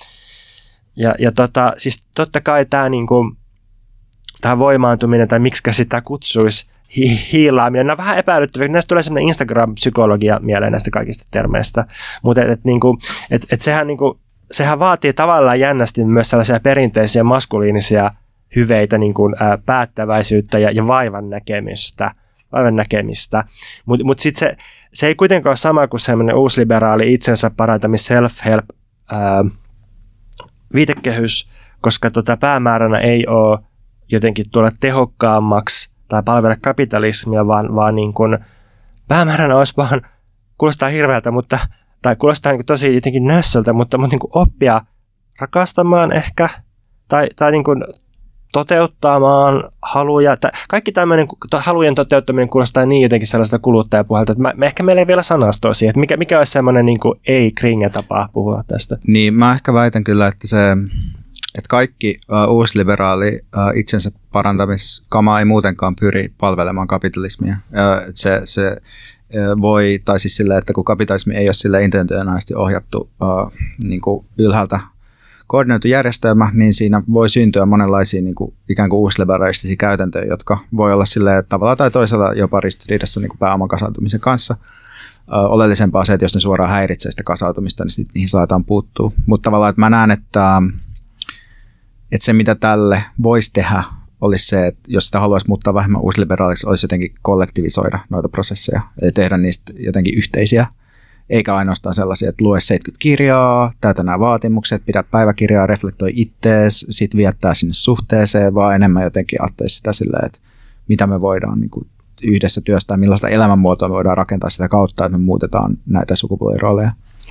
Ja, ja tota, siis totta kai tämä niin kuin, tämä voimaantuminen, tai miksi sitä kutsuisi, hi- hiilaaminen, nämä on vähän epäilyttäviä. Näistä tulee sellainen Instagram-psykologia mieleen näistä kaikista termeistä. Mutta et, et, niin kuin, et, et sehän, niin kuin, sehän vaatii tavallaan jännästi myös sellaisia perinteisiä maskuliinisia hyveitä, niin kuin ää, päättäväisyyttä ja, ja vaivan näkemistä. Vaivan näkemistä. Mutta mut sitten se, se ei kuitenkaan ole sama kuin sellainen uusliberaali itsensä parantamis self-help ää, viitekehys, koska tota päämääränä ei ole jotenkin tulla tehokkaammaksi tai palvella kapitalismia, vaan, vaan niin kuin päämääränä olisi vaan, kuulostaa hirveältä, mutta, tai kuulostaa niin kuin tosi jotenkin nössöltä, mutta, mutta niin kuin oppia rakastamaan ehkä, tai, tai niin kuin toteuttamaan haluja. Tai kaikki tämmöinen halujen toteuttaminen kuulostaa niin jotenkin sellaista kuluttajapuhelta, että mä, me ehkä meillä ei vielä sanastoa siihen, että mikä, mikä olisi semmoinen niin kuin ei-kringe-tapa puhua tästä. Niin, mä ehkä väitän kyllä, että se, että kaikki uh, uusliberaali uh, itsensä parantamiskama ei muutenkaan pyri palvelemaan kapitalismia. Uh, se, se uh, voi, tai siis sillä, että kun kapitalismi ei ole sille intentionaalisesti ohjattu uh, niin kuin ylhäältä koordinoitu järjestelmä, niin siinä voi syntyä monenlaisia niin kuin, ikään kuin uusliberalistisia käytäntöjä, jotka voi olla silleen, tavalla tai toisella jopa ristiriidassa niin kuin pääoman kasautumisen kanssa. Ö, oleellisempaa on se, että jos ne suoraan häiritsee sitä kasautumista, niin sitten niihin saadaan puuttua. Mutta tavallaan, että mä näen, että, että se mitä tälle voisi tehdä, olisi se, että jos sitä haluaisi muuttaa vähemmän uusliberaaliksi, olisi jotenkin kollektivisoida noita prosesseja ja tehdä niistä jotenkin yhteisiä. Eikä ainoastaan sellaisia, että lue seitsemänkymmentä kirjaa, täytä nämä vaatimukset, pidä päiväkirjaa, reflektoi ittees, sit viettää sinne suhteeseen, vaan enemmän jotenkin ajattelisi sitä silleen, että mitä me voidaan niin kuin yhdessä työstää, millaista elämänmuotoa me voidaan rakentaa sitä kautta, että me muutetaan näitä sukupuolirooleja.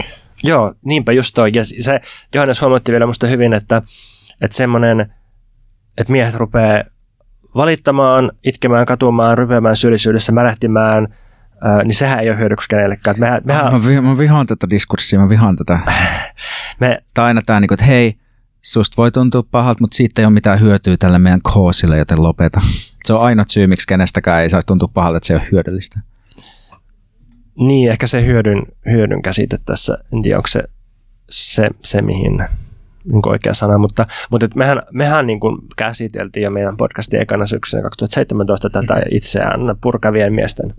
Joo, niinpä just toi. Ja se Johannes huomautti vielä musta hyvin, että, että semmoinen, että miehet rupeaa valittamaan, itkemään, katumaan, rypeämään syyllisyydessä, märehtimään, ää, niin sehän ei ole hyödyksi kenellekään. Mehän, mehän... Mä, vi- mä vihaan tätä diskurssia, mä vihaan tätä. Me... Tai aina tämä, että hei, susta voi tuntua pahalta, mutta siitä ei ole mitään hyötyä tälle meidän koosille, joten lopeta. Se on ainoa syy, miksi kenestäkään ei saisi tuntua pahalta, että se ei ole hyödyllistä. Niin, ehkä se hyödyn, hyödyn käsite tässä, en tiedä, onko se se, se mihin niin oikea sana, mutta, mutta mehän, mehän niin kuin käsiteltiin jo meidän podcastin ekana syksynä kaksituhattaseitsemäntoista tätä itseään purkavien miesten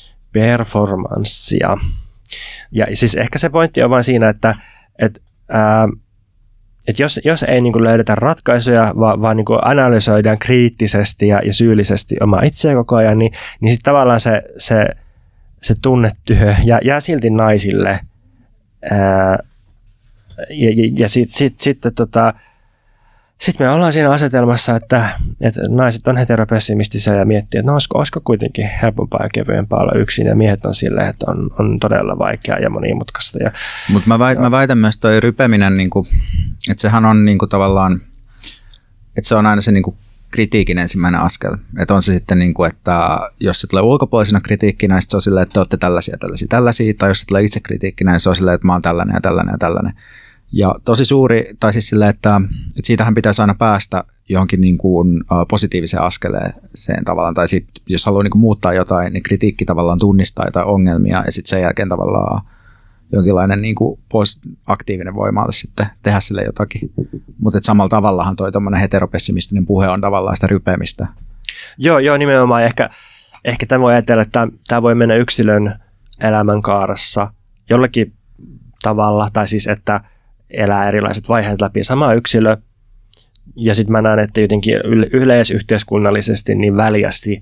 performanssia. Ja siis ehkä se pointti on vain siinä, että, että, ää, että jos, jos ei niin kuin löydetä ratkaisuja, vaan, vaan niin kuin analysoidaan kriittisesti ja, ja syyllisesti omaa itseä koko ajan, niin, niin sitten tavallaan se, se, se tunnetyö jää, jää silti naisille. Ää, ja ja, ja sitten sit, sit, tota, sit me ollaan siinä asetelmassa, että, että naiset on heteropessimistisiä ja miettii, että no olisiko, olisiko kuitenkin helpompaa ja kevyempää olla yksin, ja miehet on silleen, että on, on todella vaikeaa ja monimutkaista. Mutta mä, väit, mä väitän myös toi rypeminen, niinku, että sehän on niinku tavallaan, että se on aina se niinku kritiikin ensimmäinen askel. Että on se sitten, niinku, että jos se tulee ulkopuolisena kritiikkinä, niin se on silleen, että te olette tällaisia, tällaisia, tällaisia, tai jos se tulee itse kritiikkinä, niin se on silleen, että mä oon tällainen ja tällainen ja tällainen. Ja tosi suuri, tai siis silleen, että, että siitähän pitäisi aina päästä johonkin niin kuin positiiviseen askeleeseen tavallaan, tai sit, jos haluaa niin kuin muuttaa jotain, niin kritiikki tavallaan tunnistaa jotain ongelmia, ja sitten sen jälkeen tavallaan jonkinlainen niin kuin aktiivinen voima sitten tehdä sille jotakin. Mutta samalla tavallahan toi tommoinen heteropessimistinen puhe on tavallaan sitä rypeämistä. Joo, joo, nimenomaan. Ehkä, ehkä tämä voi ajatella, että tämä voi mennä yksilön elämänkaarassa jollakin tavalla, tai siis että elää erilaiset vaiheet läpi sama yksilö. Ja sitten mä näen, että jotenkin yleisyhteiskunnallisesti niin väljästi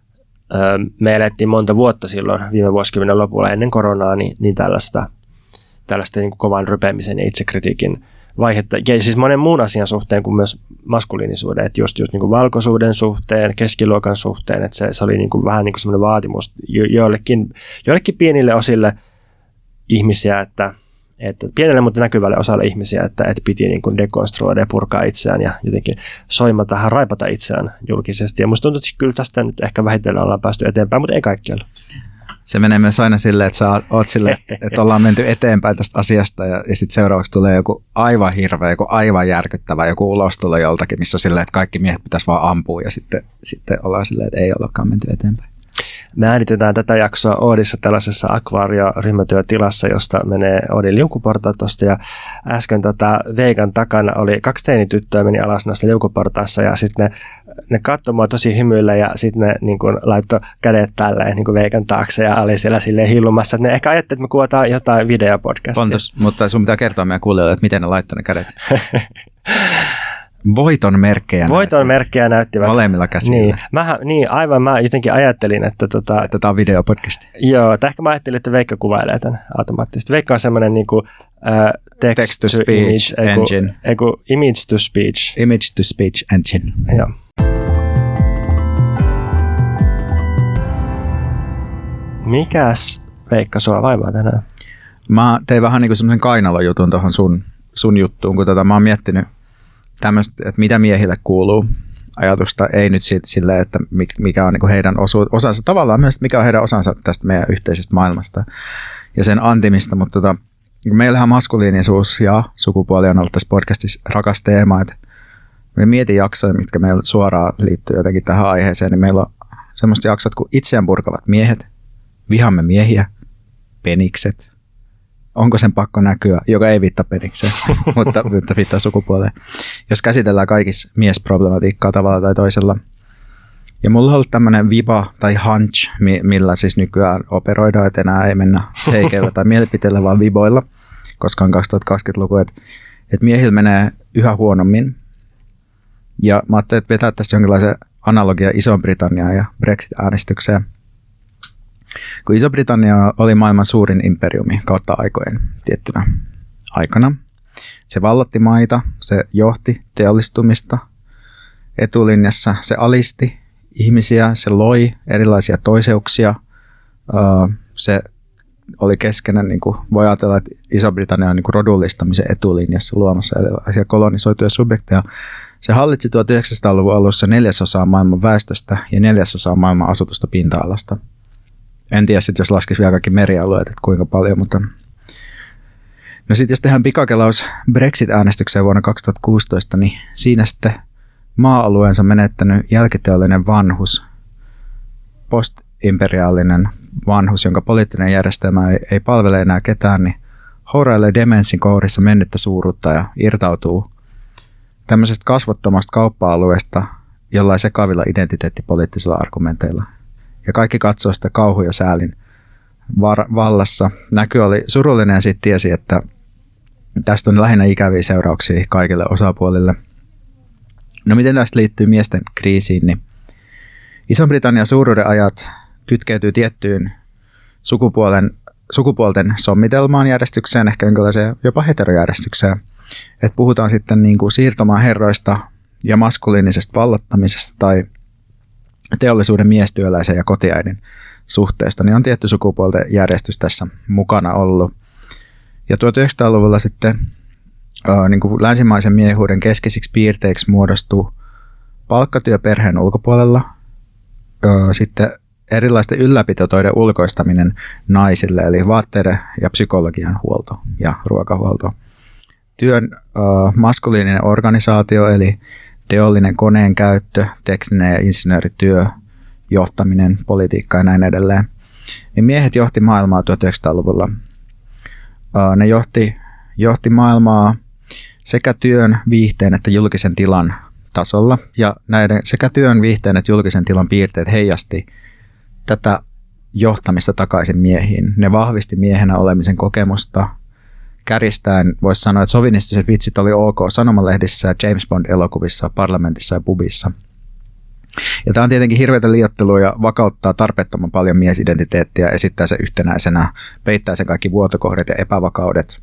öö, me elettiin monta vuotta silloin viime vuosikymmenen lopulla ennen koronaa, niin, niin tällaista, tällaista niin kuin kovan rypeämisen ja itsekritiikin vaihetta. Ja siis monen muun asian suhteen kuin myös maskuliinisuuden, että just, just niin kuin valkoisuuden suhteen, keskiluokan suhteen, että se, se oli niin kuin vähän niin kuin semmoinen vaatimus jo, joillekin, joillekin pienille osille ihmisiä, että että pienelle, mutta näkyvälle osalle ihmisiä, että, että piti niin kuin dekonstruoida ja purkaa itseään ja jotenkin soimata, raipata itseään julkisesti. Ja musta tuntuu, että kyllä tästä nyt ehkä vähitellen ollaan päästy eteenpäin, mutta ei kaikkialla. Se menee myös aina silleen, että sä oot silleen, että ollaan menty eteenpäin tästä asiasta ja, ja sitten seuraavaksi tulee joku aivan hirveä, joku aivan järkyttävä, joku ulostulo joltakin, missä on silleen, että kaikki miehet pitäisi vaan ampua ja sitten, sitten ollaan silleen, että ei ollakaan menty eteenpäin. Me äänitetään tätä jaksoa Oodissa tällaisessa akvaario-ryhmätyötilassa, josta menee Oodin liukuportaat tuosta. Ja äsken tota Veikan takana oli kaksi teinityttöä meni alas näistä liukuportaassa ja sitten ne, ne katsoi mua tosi hymyillä ja sitten ne niin kun laittoi kädet tälleen niin kun Veikan taakse ja oli siellä silleen hillumassa. Ne ehkä ajattelivat, että me kuvataan jotain videopodcastia. Pontus, mutta sun pitää kertoa meidän kuulijoille, että miten ne laittoi ne kädet. Voiton merkkejä Voiton merkkejä näyttivät. Molemmilla käsillä. Niin, Mähän, niin, aivan mä jotenkin ajattelin, että... Tota, että tämä on videopodcasti. Joo, tai ehkä mä ajattelin, että Veikka kuvailee tämän automaattisesti. Veikka on semmoinen niin kuin, äh, text, text to speech image, engine. Eiku, eiku, image to speech. Image to speech engine. Joo. Mikäs Veikka sua vaivaa tänään? Mä tein vähän niin kuin semmoisen kainalojutun tuohon sun, sun juttuun, kun tota, mä oon miettinyt tämmöistä, että mitä miehille kuuluu ajatusta, ei nyt siitä silleen, että mikä on niin kuin heidän osu, osansa, tavallaan myös mikä on heidän osansa tästä meidän yhteisestä maailmasta ja sen antimista, mutta tota, meillähän maskuliinisuus ja sukupuoli on ollut tässä podcastissa rakas teema, että me mietin jaksoja, mitkä meillä suoraan liittyy jotenkin tähän aiheeseen, niin meillä on semmoista jaksot kuin itseään purkavat miehet, vihamme miehiä, penikset, onko sen pakko näkyä, joka ei viittaa penikseen, mutta, mutta viittaa sukupuoleen. Jos käsitellään kaikissa miesproblematiikkaa tavalla tai toisella. Ja mulla on ollut tämmöinen viba tai hunch, millä siis nykyään operoidaan, että enää ei mennä seikeillä tai mielipiteillä, vaan viboilla, koska on kaksituhattakaksikymmentäluku, että, että miehillä menee yhä huonommin. Ja mä ajattelin, että vetää tästä jonkinlaisen analogia Iso-Britanniaan ja Brexit-äänestykseen. Kun Iso-Britannia oli maailman suurin imperiumi kautta aikojen tiettynä aikana. Se vallotti maita, se johti teollistumista etulinjassa, se alisti ihmisiä, se loi erilaisia toiseuksia, se oli keskenään, niin kuin voi ajatella, että Iso-Britannia on niin kuin rodullistamisen etulinjassa luomassa erilaisia kolonisoituja subjekteja. Se hallitsi tuhatyhdeksänsataaluvun alussa neljäsosaa maailman väestöstä ja neljäsosaa maailman asutusta pinta-alasta. En tiedä sitten, jos laskisi vielä kaikki merialueet, että kuinka paljon, mutta... No sitten jos tehdään pikakelaus Brexit-äänestykseen vuonna kaksituhattakuusitoista, niin siinä sitten maa-alueensa menettänyt jälkiteollinen vanhus, postimperiaalinen vanhus, jonka poliittinen järjestelmä ei, ei palvele enää ketään, niin hourailee demenssin kourissa mennyttä suuruutta ja irtautuu tämmöisestä kasvottomasta kauppa-alueesta jollain sekavilla identiteettipoliittisilla argumenteilla. Ja kaikki katsoo sitä kauhu ja säälin var- vallassa. Näky oli surullinen ja sitten tiesi, että tästä on lähinnä ikäviä seurauksia kaikille osapuolille. No miten tästä liittyy miesten kriisiin, niin Iso-Britannian suuruuden ajat kytkeytyy tiettyyn sukupuolen, sukupuolten sommitelmaan järjestykseen, ehkä jonkinlaiseen jopa heterojärjestykseen. Että puhutaan sitten niin kuin siirtomaan herroista ja maskuliinisesta vallottamisesta tai teollisuuden miestyöläisen ja kotiäidin suhteesta, niin on tietty sukupuolten järjestys tässä mukana ollut. Ja tuhatyhdeksänsataaluvulla sitten ää, niin kuin länsimaisen miehuuden keskeisiksi piirteiksi muodostuu palkkatyö perheen ulkopuolella, ää, sitten erilaisten ylläpitotoiden ulkoistaminen naisille, eli vaatteiden ja psykologian huolto ja ruokahuolto. Työn äh, maskuliininen organisaatio, eli teollinen koneen käyttö, tekninen ja insinöörityö, johtaminen, politiikka ja näin edelleen. Niin miehet johti maailmaa tuhatyhdeksänsataaluvulla. Äh, ne johti, johti maailmaa sekä työn, viihteen että julkisen tilan tasolla. Ja näiden sekä työn, viihteen että julkisen tilan piirteet heijasti tätä johtamista takaisin miehiin. Ne vahvisti miehenä olemisen kokemusta. Kärjistäen voisi sanoa, että sovinistiset vitsit oli ok sanomalehdissä ja James Bond-elokuvissa, parlamentissa ja pubissa. Ja tämä on tietenkin hirveätä liioittelua ja vakauttaa tarpeettoman paljon miesidentiteettiä, esittää se yhtenäisenä, peittää sen kaikki vuotokohdat ja epävakaudet.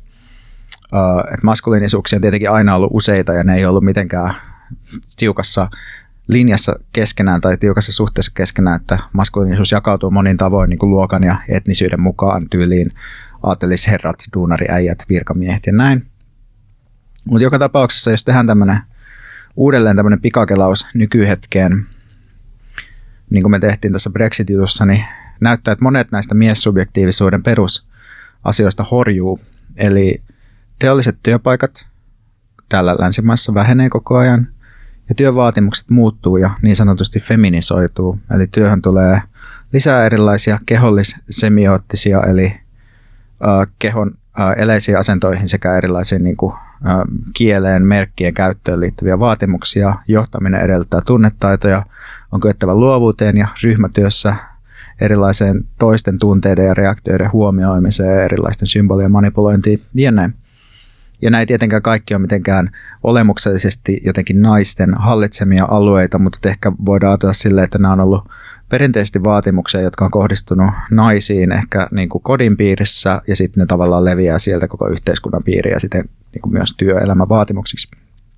Uh, et maskuliinisuuksia on tietenkin aina ollut useita ja ne ei ollut mitenkään tiukassa linjassa keskenään tai tiukassa suhteessa keskenään, että maskuliinisuus jakautuu monin tavoin niin kuin luokan ja etnisyyden mukaan tyyliin aatelisherrat, duunariäijät, virkamiehet ja näin. Mutta joka tapauksessa, jos tehdään tämmöinen uudelleen tämmöinen pikakelaus nykyhetkeen, niin kuin me tehtiin tuossa Brexit-jutussa, niin näyttää, että monet näistä miessubjektiivisuuden perusasioista horjuu. Eli teolliset työpaikat täällä länsimaissa vähenee koko ajan ja työvaatimukset muuttuu ja niin sanotusti feminisoituu. Eli työhön tulee lisää erilaisia kehollis-semioottisia eli Uh, kehon uh, eleisiin asentoihin sekä erilaisiin niin kuin, uh, kieleen, merkkien käyttöön liittyviä vaatimuksia. Johtaminen edellyttää tunnetaitoja, on kyettävä luovuuteen ja ryhmätyössä erilaiseen toisten tunteiden ja reaktioiden huomioimiseen, erilaisten symbolien manipulointiin ja näin. Ja näin tietenkään kaikki on mitenkään olemuksellisesti jotenkin naisten hallitsemia alueita, mutta ehkä voidaan ajatella silleen, että nämä on ollut perinteisesti vaatimuksia, jotka on kohdistunut naisiin ehkä niin kuin kodin piirissä ja sitten ne tavallaan leviää sieltä koko yhteiskunnan piiriin ja sitten niin kuin myös työelämän vaatimuksiksi.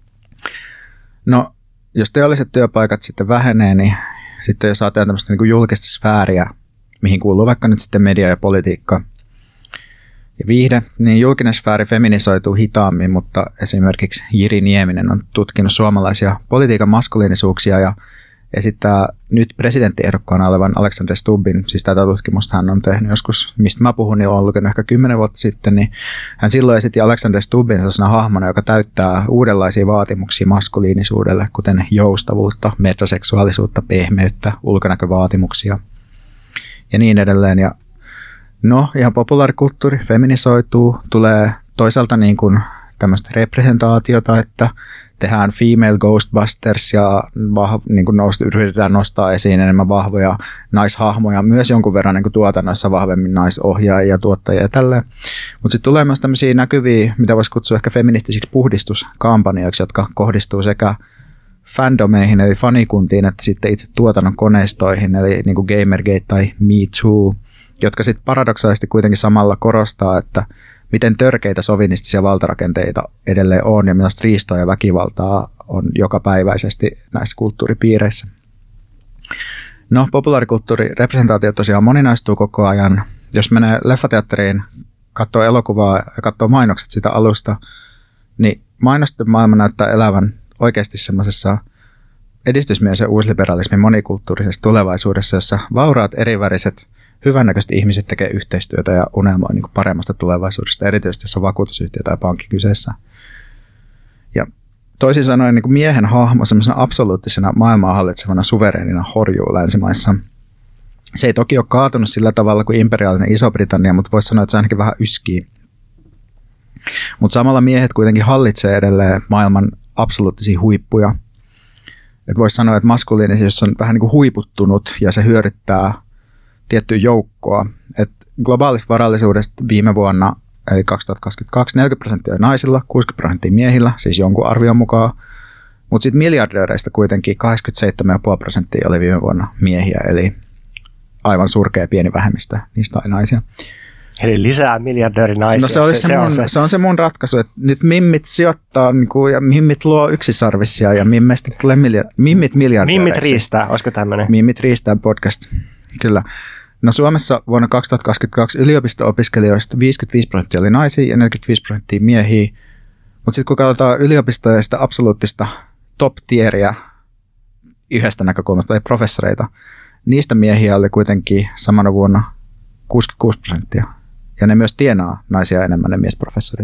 No, jos teolliset työpaikat sitten vähenee, niin sitten jos ajatellaan tämmöistä niin kuin julkista sfääriä, mihin kuuluu vaikka nyt sitten media ja politiikka ja viihde, niin julkinen sfääri feminisoituu hitaammin, mutta esimerkiksi Jiri Nieminen on tutkinut suomalaisia politiikan maskuliinisuuksia ja esittää nyt presidenttiehdokkaana olevan Alexander Stubbin, siis tätä tutkimusta hän on tehnyt joskus, mistä mä puhun, niin olen lukenut ehkä kymmenen vuotta sitten, niin hän silloin esitti Alexander Stubbin sellaisena hahmona, joka täyttää uudenlaisia vaatimuksia maskuliinisuudelle, kuten joustavuutta, metroseksuaalisuutta, pehmeyttä, ulkonäkövaatimuksia ja niin edelleen. Ja no, ihan populaarikulttuuri feminisoituu, tulee toisaalta niin kuin tämmöistä representaatiota, että tehdään female Ghostbusters ja vah, niin kuin nost, yritetään nostaa esiin enemmän vahvoja naishahmoja, myös jonkun verran niin kuin tuotannoissa vahvemmin naisohjaajia ja tuottajia ja tälleen. Mutta sitten tulee myös tämmöisiä näkyviä, mitä voisi kutsua ehkä feministisiksi puhdistuskampanjoiksi, jotka kohdistuu sekä fandomeihin eli fanikuntiin, että sitten itse tuotannon koneistoihin, eli niin kuin Gamergate tai Me Too, jotka sitten paradoksaalisesti kuitenkin samalla korostaa, että miten törkeitä sovinistisia valtarakenteita edelleen on ja millaista riistoa ja väkivaltaa on jokapäiväisesti näissä kulttuuripiireissä. No, populaarikulttuurirepresentaatio tosiaan moninaistuu koko ajan jos menee leffateatteriin, katsoo elokuvaa ja katsoo mainokset sitä alusta, niin mainosten maailma näyttää elävän oikeasti semmoisessa edistysmies- ja uusliberalismin monikulttuurisessa tulevaisuudessa, jossa vauraat eriväriset, hyvännäköiset ihmiset tekee yhteistyötä ja unelmoi niin kuin paremmasta tulevaisuudesta, erityisesti jos on vakuutusyhtiö tai pankki kyseessä. Ja toisin sanoen niin kuin miehen hahmo semmoisena absoluuttisena maailmaa hallitsevana suvereenina horjuu länsimaissa. Se ei toki ole kaatunut sillä tavalla kuin imperiaalinen Iso-Britannia, mutta voisi sanoa, että se ainakin vähän yskii. Mutta samalla miehet kuitenkin hallitsee edelleen maailman absoluuttisia huippuja. Et voisi sanoa, että maskuliinisuus on vähän niin kuin huiputtunut ja se hyödyttää tiettyä joukkoa. Et globaalista varallisuudesta viime vuonna, eli kaksituhattakaksikymmentäkaksi, neljäkymmentä prosenttia naisilla, kuusikymmentä prosenttia miehillä, siis jonkun arvion mukaan. Mutta sitten miljardööreistä kuitenkin kahdeksankymmentäseitsemän pilkku viisi prosenttia oli viime vuonna miehiä, eli aivan surkea pieni vähemmistö, niistä oli naisia. Eli lisää miljardöörinaisia. No se, se, se, se, on se. se on se mun ratkaisu, että nyt mimmit sijoittaa niin kuin, ja mimmit luo yksisarvisia ja mimmeistä tulee miljard, mimmit miljardööreiksi. Mimmit riistää, olisiko tämmöinen? Mimmit riistää podcast, kyllä. No Suomessa vuonna kaksituhattakaksikymmentäkaksi yliopisto-opiskelijoista viisikymmentäviisi prosenttia oli naisia ja neljäkymmentäviisi prosenttia miehiä. Mutta sitten kun katsotaan yliopistoja ja sitä absoluuttista top-tieriä yhdestä näkökulmasta, eli professoreita, niistä miehiä oli kuitenkin samana vuonna kuusikymmentäkuusi prosenttia. Ja ne myös tienaa naisia enemmän, ne miesprofessorit.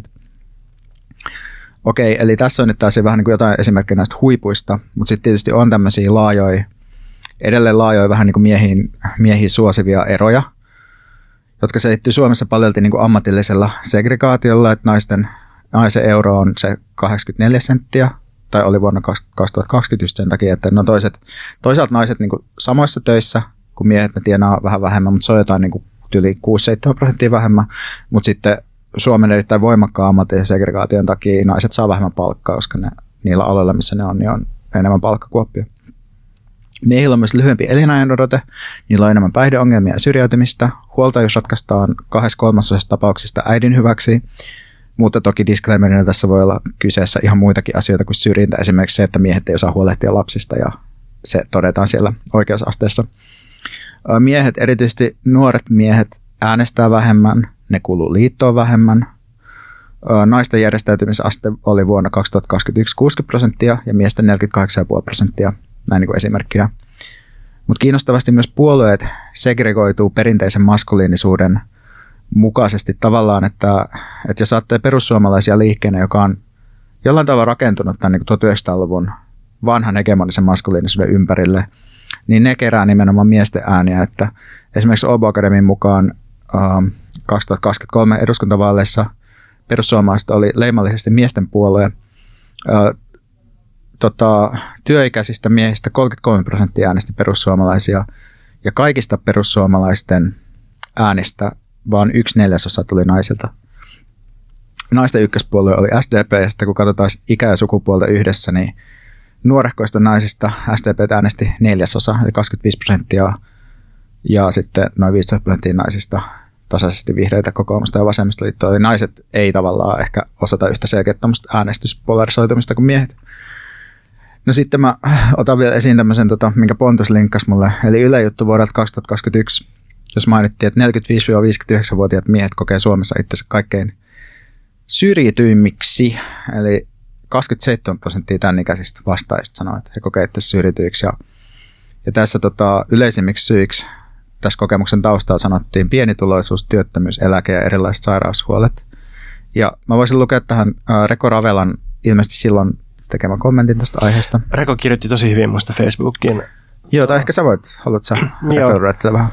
Okei, eli tässä on nyt taas vähän niin kuin jotain esimerkkejä näistä huipuista, mutta sitten tietysti on tämmöisiä laajoja, edelleen laajoja vähän niin kuin miehiin, miehiin suosivia eroja, jotka selittyy Suomessa paljolti niin kuin ammatillisella segregaatiolla, että naisten, naisen euro on se kahdeksankymmentäneljä senttiä, tai oli vuonna kaksituhattakaksikymmentä just sen takia, että no toiset, toisaalta naiset niin kuin samoissa töissä kuin miehet, ne tienaa vähän vähemmän, mutta se on jotain niin kuin yli kuusi seitsemän prosenttia vähemmän, mutta sitten Suomen erittäin voimakkaan ammatillisen segregaation takia naiset saa vähemmän palkkaa, koska ne, niillä aloilla, missä ne on, niin on enemmän palkkakuoppia. Miehillä on myös lyhyempi elinajanodote, niillä on enemmän päihdeongelmia ja syrjäytymistä, huoltajuus ratkaistaan kahdessa kolmasosassa tapauksista äidin hyväksi, mutta toki disclaimerina tässä voi olla kyseessä ihan muitakin asioita kuin syrjintä, esimerkiksi se, että miehet ei osaa huolehtia lapsista ja se todetaan siellä oikeusasteessa. Miehet, erityisesti nuoret miehet, äänestää vähemmän, ne kuuluu liittoon vähemmän. Naisten järjestäytymisaste oli vuonna kaksituhattakaksikymmentäyksi kuusikymmentä prosenttia ja miesten neljäkymmentäkahdeksan pilkku viisi prosenttia, näin niin kuin esimerkkinä. Mutta kiinnostavasti myös puolueet segregoituu perinteisen maskuliinisuuden mukaisesti tavallaan, että, että jos saatte perussuomalaisia liikkeenä, joka on jollain tavalla rakentunut tämän niin kuin tuhatyhdeksänsataaluvun vanhan hegemonisen maskuliinisuuden ympärille, niin ne kerää nimenomaan miesten ääniä, että esimerkiksi Åbo Akademin mukaan ähm, kaksituhattakaksikymmentäkolme eduskuntavaaleissa perussuomalaiset oli leimallisesti miesten puolue. Äh, tota, työikäisistä miehistä kolmekymmentäkolme prosenttia äänesti perussuomalaisia ja kaikista perussuomalaisten äänistä vaan yksi neljäsosa tuli naisilta. Naisten ykköspuolue oli S D P ja sitten kun katsotaan ikä- ja sukupuolta yhdessä, niin nuorehkoista naisista S D P äänesti neljäsosa, eli kaksikymmentäviisi prosenttia, ja sitten noin viisitoista prosenttia naisista tasaisesti vihreitä, kokoomusta ja vasemmistoliittoa. Eli naiset ei tavallaan ehkä osata yhtä selkeä äänestyspolarisoitumista kuin miehet. No sitten mä otan vielä esiin tämmöisen, tota, minkä Pontus linkkasi mulle, eli Yle Juttu vuodelta kaksituhattakaksikymmentäyksi, jos mainittiin, että neljäkymmentäviisi viisikymmentäyhdeksän-vuotiaat miehet kokee Suomessa itsensä kaikkein syrjityimmiksi, eli kaksikymmentäseitsemän prosenttia tämän ikäisistä vastaajista sanoo, että he kokee itse syrjityiksi. Ja, ja tässä tota, yleisimmiksi syiksi tässä kokemuksen taustalla sanottiin pienituloisuus, työttömyys, eläke ja erilaiset sairaushuolet. Ja mä voisin lukea tähän äh, Reko Ravelan ilmeisesti silloin tekemän kommentin tästä aiheesta. Reko kirjoitti tosi hyvin musta Facebookiin. Joo, tai ehkä sä voit, haluat sä referoida vähän?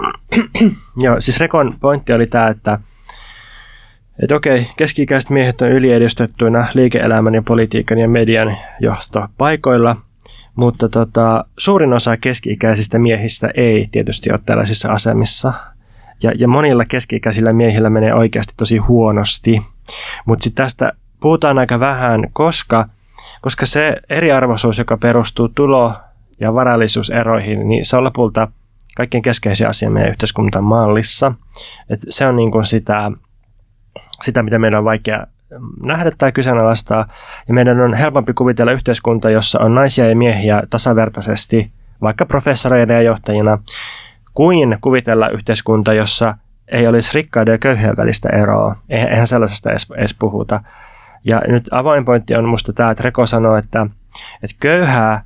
Joo, siis Rekon pointti oli tämä, että Että okei, keski-ikäiset miehet on yliedustettuina liike-elämän ja politiikan ja median johtopaikoilla, mutta tota, suurin osa keski-ikäisistä miehistä ei tietysti ole tällaisissa asemissa. Ja, ja monilla keski-ikäisillä miehillä menee oikeasti tosi huonosti. Mutta sitten tästä puhutaan aika vähän, koska, koska se eriarvoisuus, joka perustuu tulo- ja varallisuuseroihin, niin se on lopulta kaikkein keskeisin asia meidän yhteiskuntamallissa. Et se on niin kuin sitä... sitä, mitä meidän on vaikea nähdä tai kyseenalaistaa. Ja meidän on helpompi kuvitella yhteiskunta, jossa on naisia ja miehiä tasavertaisesti, vaikka professoreina ja johtajina, kuin kuvitella yhteiskunta, jossa ei olisi rikkaiden ja köyhien välistä eroa. Eihän sellaisesta edes, edes puhuta. Ja nyt avoin pointti on musta tämä, että Reko sanoo, että, että köyhää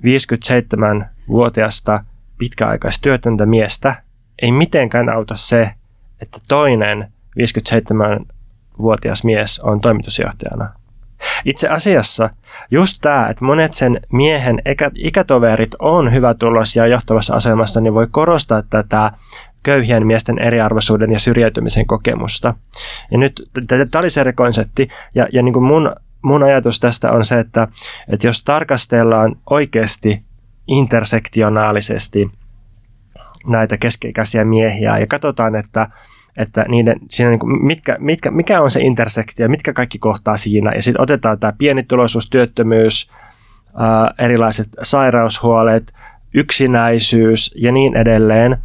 viisikymmentäseitsemänvuotiaasta pitkäaikaistyötöntä miestä ei mitenkään auta se, että toinen viisikymmentäseitsemänvuotias mies on toimitusjohtajana. Itse asiassa just tämä, että monet sen miehen ikätoverit on hyvätuloisia ja johtavassa asemassa, niin voi korostaa tätä köyhien miesten eriarvoisuuden ja syrjäytymisen kokemusta. Ja nyt tämä oli se rekonsepti, ja, ja niin kuin mun, mun ajatus tästä on se, että, että jos tarkastellaan oikeasti intersektionaalisesti näitä keski-ikäisiä miehiä ja katsotaan, että että niiden, siinä niin kuin mitkä, mitkä, mikä on se intersektio, mitkä kaikki kohtaa siinä, ja sitten otetaan tämä pienituloisuus, työttömyys, ää, erilaiset sairaushuolet, yksinäisyys ja niin edelleen,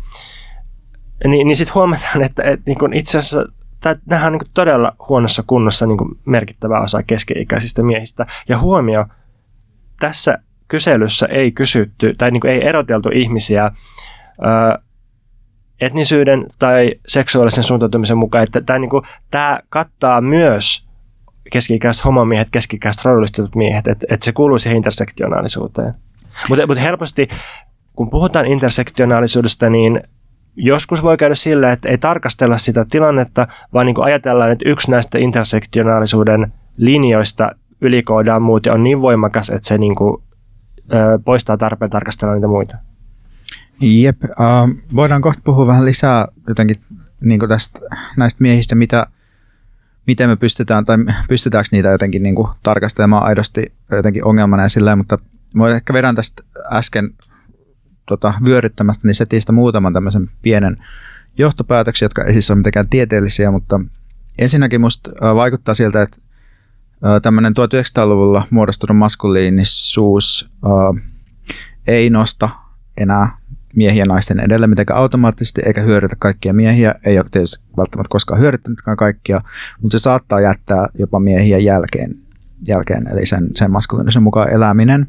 niin, niin sitten huomataan, että, että niin kuin itse asiassa nämä on niin kuin todella huonossa kunnossa niin kuin merkittävä osa keski-ikäisistä miehistä, ja huomio, tässä kyselyssä ei kysytty, tai niin kuin ei eroteltu ihmisiä ää, etnisyyden tai seksuaalisen suuntautumisen mukaan, että tämä, niin kuin, tämä kattaa myös keski-ikäiset homomiehet, keski-ikäiset rodullistetut miehet, että, että se kuuluu siihen intersektionaalisuuteen. Mutta, mutta helposti, kun puhutaan intersektionaalisuudesta, niin joskus voi käydä sillä, että ei tarkastella sitä tilannetta, vaan niin kuin ajatellaan, että yksi näistä intersektionaalisuuden linjoista ylikoodaan muut ja on niin voimakas, että se niin kuin, ö, poistaa tarpeen tarkastella niitä muita. Jep, uh, voidaan kohta puhua vähän lisää jotenkin niin kuin tästä, näistä miehistä, mitä, miten me pystytään, tai pystytäänkö niitä jotenkin niin kuin tarkastelemaan aidosti jotenkin ongelmana ja silleen, mutta voin ehkä vedän tästä äsken tota, vyöryttämästä niin setistä muutaman tämmöisen pienen johtopäätöksen, jotka ei siis ole mitenkään tieteellisiä, mutta ensinnäkin musta uh, vaikuttaa siltä, että uh, tämmöinen tuhatyhdeksänsataaluvulla muodostunut maskuliinisuus uh, ei nosta enää miehiä naisten edelle mitenkään automaattisesti, eikä hyödytä kaikkia miehiä, ei ole tietysti välttämättä koskaan hyödyttänytkään kaikkia, mutta se saattaa jättää jopa miehiä jälkeen, jälkeen eli sen, sen maskuliinisuuden mukaan eläminen.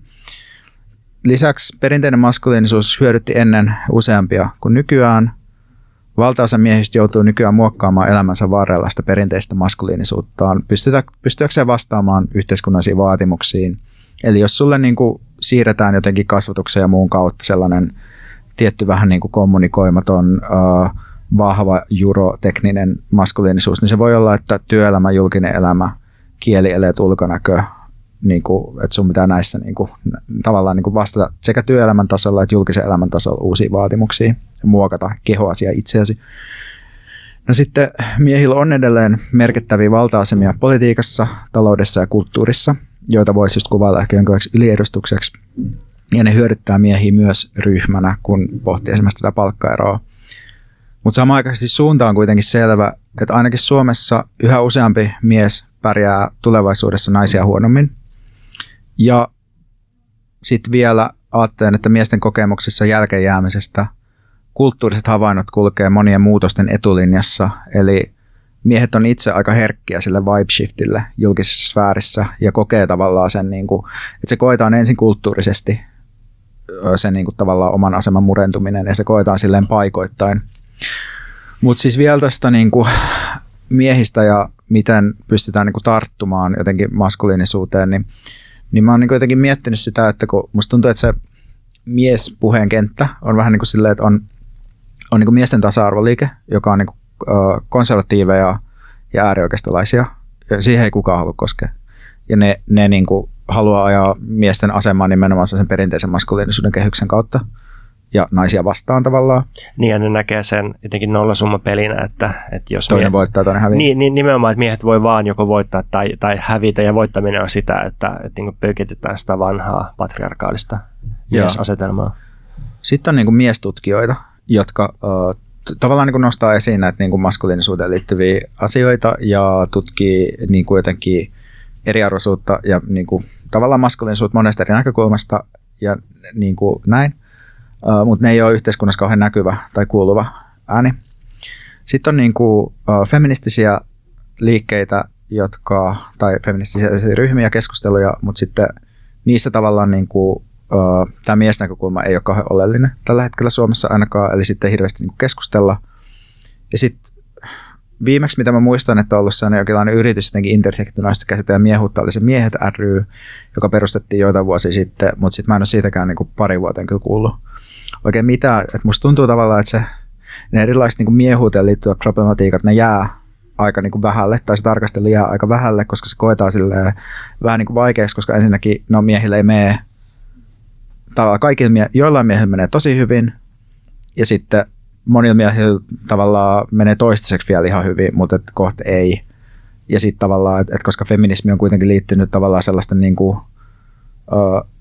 Lisäksi perinteinen maskuliinisuus hyödytti ennen useampia kuin nykyään. Valtaosa miehistä joutuu nykyään muokkaamaan elämänsä varrella sitä perinteistä maskuliinisuuttaan, pystyäkseen vastaamaan yhteiskunnallisiin vaatimuksiin. Eli jos sulle niin kuin siirretään jotenkin kasvatuksen ja muun kautta sellainen tietty vähän niin kuin kommunikoimaton, uh, vahva jurotekninen maskuliinisuus, niin se voi olla, että työelämä, julkinen elämä, kielieleet, ulkonäkö, niin kuin, että sun pitää näissä niin kuin, tavallaan niin kuin vastata sekä työelämän tasolla että julkisen elämän tasolla uusiin vaatimuksiin, muokata kehoasia itseäsi. No sitten miehillä on edelleen merkittäviä valta-asemia politiikassa, taloudessa ja kulttuurissa, joita voisi just kuvailla ehkä jonkinlaiseksi yliedustukseksi. Ja ne hyödyttää miehiä myös ryhmänä, kun pohtii esimerkiksi tätä palkkaeroa. Mutta samanaikaisesti suunta on kuitenkin selvä, että ainakin Suomessa yhä useampi mies pärjää tulevaisuudessa naisia huonommin. Ja sitten vielä ajattelen, että miesten kokemuksissa jälkeenjäämisestä kulttuuriset havainnot kulkee monien muutosten etulinjassa, eli miehet on itse aika herkkiä sille vibe shiftille julkisessa sfäärissä ja kokee tavallaan sen, niin kuin, että se koetaan ensin kulttuurisesti sen niin kuin, tavallaan oman aseman murentuminen ja se koetaan silleen paikoittain. Mutta siis vielä tästä niin kuin, miehistä ja miten pystytään niin kuin, tarttumaan jotenkin maskuliinisuuteen, niin, niin mä oon niin kuin, jotenkin miettinyt sitä, että kun musta tuntuu, että se miespuheen kenttä on vähän niin kuin silleen, että on, on niin kuin miesten tasa-arvoliike, joka on niin kuin, konservatiiveja ja äärioikeistolaisia, ja siihen ei kukaan halua koskea. Ja ne, ne niin kuin haluaa ajaa miesten asemaa nimenomaan sen perinteisen maskuliinisuuden kehyksen kautta, ja naisia vastaan tavallaan. Niin, ja ne näkee sen jotenkin nollasummapelinä, että, että jos... Toinen miehet, voittaa, toinen häviää. Niin, niin, nimenomaan, että miehet voi vaan joko voittaa tai, tai hävitä, ja voittaminen on sitä, että, että niin pöykitetään sitä vanhaa patriarkaalista miesasetelmaa. Sitten on niin kuin miestutkijoita, jotka... Uh, tavallaan niin kuin nostaa esiin näitä niin kuin maskuliinisuuteen liittyviä asioita ja tutkii niin kuin jotenkin eriarvoisuutta ja niin kuin, tavallaan maskuliinisuutta monesta eri näkökulmasta ja niin kuin näin, uh, mutta ne ei ole yhteiskunnassa kauhean näkyvä tai kuuluva ääni. Sitten on niin kuin, uh, feministisiä liikkeitä, jotka, tai feministisiä ryhmiä, keskusteluja, mutta sitten niissä tavallaan niin kuin, tämä miesnäkökulma ei ole kauhean oleellinen tällä hetkellä Suomessa ainakaan, eli sitten hirveästi niin kuin keskustella. Ja sitten viimeksi mitä mä muistan, että on ollut sellainen jonkinlainen yritys jotenkin intersektionaalisesti käsitellä miehuutta, oli se Miehet ry, joka perustettiin joitain vuosia sitten, mutta sitten mä en ole siitäkään niin kuin pari vuoteen kyllä kuullut oikein mitään. Että musta tuntuu tavallaan, että se, ne erilaiset niin kuin miehuuteen liittyvät problematiikat, ne jää aika niin kuin vähälle, tai se tarkastelu jää aika vähälle, koska se koetaan silleen vähän niin kuin vaikeaksi, koska ensinnäkin no miehillä ei mene, tavallaan kaikilla, joillain miehillä menee tosi hyvin, ja sitten monilla miehillä tavallaan menee toistaiseksi vielä ihan hyvin, mutta et kohta ei. Ja sitten tavallaan, että et koska feminismi on kuitenkin liittynyt tavallaan sellaisten niin kuin, ö,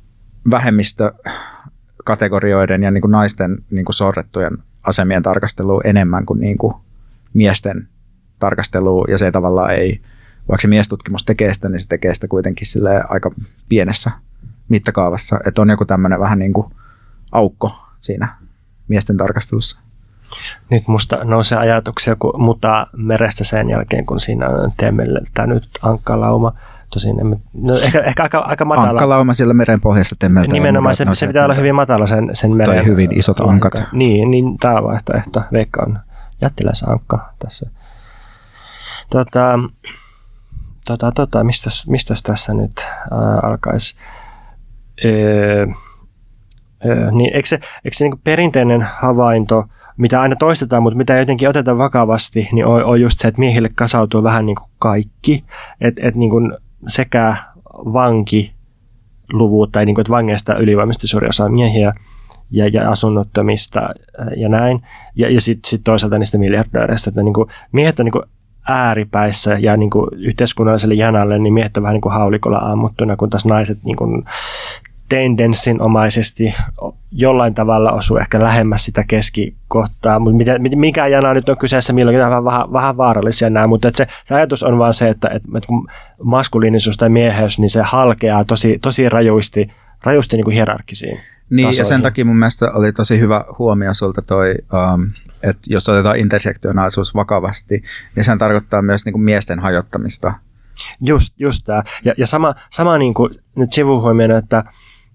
vähemmistökategorioiden ja niin kuin naisten niin kuin sorrettujen asemien tarkasteluun enemmän kuin, niin kuin miesten tarkasteluun, ja se tavallaan ei, vaikka se miestutkimus tekee sitä, niin se tekee sitä kuitenkin aika pienessä mittakaavassa, että on joku tämmöinen vähän niin kuin aukko siinä miesten tarkastelussa. Nyt musta nousee ajatuksia, kun mutaa merestä sen jälkeen, kun siinä on temmeltänyt ankkalauma. Tosin emme, no ehkä, ehkä aika, aika matala. Ankkalauma siellä meren pohjassa temmeltä. Nimenomaan se, se pitää olla hyvin matala sen, sen meren. Tai hyvin isot ankat. Anka. Niin, niin tämä on vaihtoehto. Veikka on jättiläisankka tässä. Tota, tota, tota, mistäs, mistäs tässä nyt ää, alkaisi? Öö, öö, niin, eikö se, eikö se niin kuin perinteinen havainto, mitä aina toistetaan, mutta mitä jotenkin otetaan vakavasti, niin on, on just se, että miehille kasautuu vähän niin kuin kaikki. Että et niin kuin sekä vankiluvut, tai niin kuin, että vangeista ylivoimaisesti suuri osa miehiä, ja, ja asunnottomista ja näin. Ja, ja sitten sit toisaalta niistä miljardööreistä, että niin kuin miehet on niin kuin ääripäissä ja niin kuin yhteiskunnalliselle janalle, niin miehet on vähän niin kuin haulikolla ammuttuna, kun taas naiset niin kuin tendenssinomaisesti jollain tavalla osuu ehkä lähemmäs sitä keskikohtaa, mutta mikä jana nyt on kyseessä, milloinkin on vähän, vähän vaarallisia nämä, mutta se, se ajatus on vaan se, että, että kun maskuliinisuus tai mieheys, niin se halkeaa tosi, tosi rajusti, rajusti niin kuin hierarkisiin Niin, tasoihin. Ja sen takia mun mielestä oli tosi hyvä huomio sulta toi, um, että jos otetaan intersektionaalisuus vakavasti, niin sehän tarkoittaa myös niin kuin miesten hajottamista. Just, just tämä. Ja, ja sama, sama niin kuin nyt sivuhuomioon, että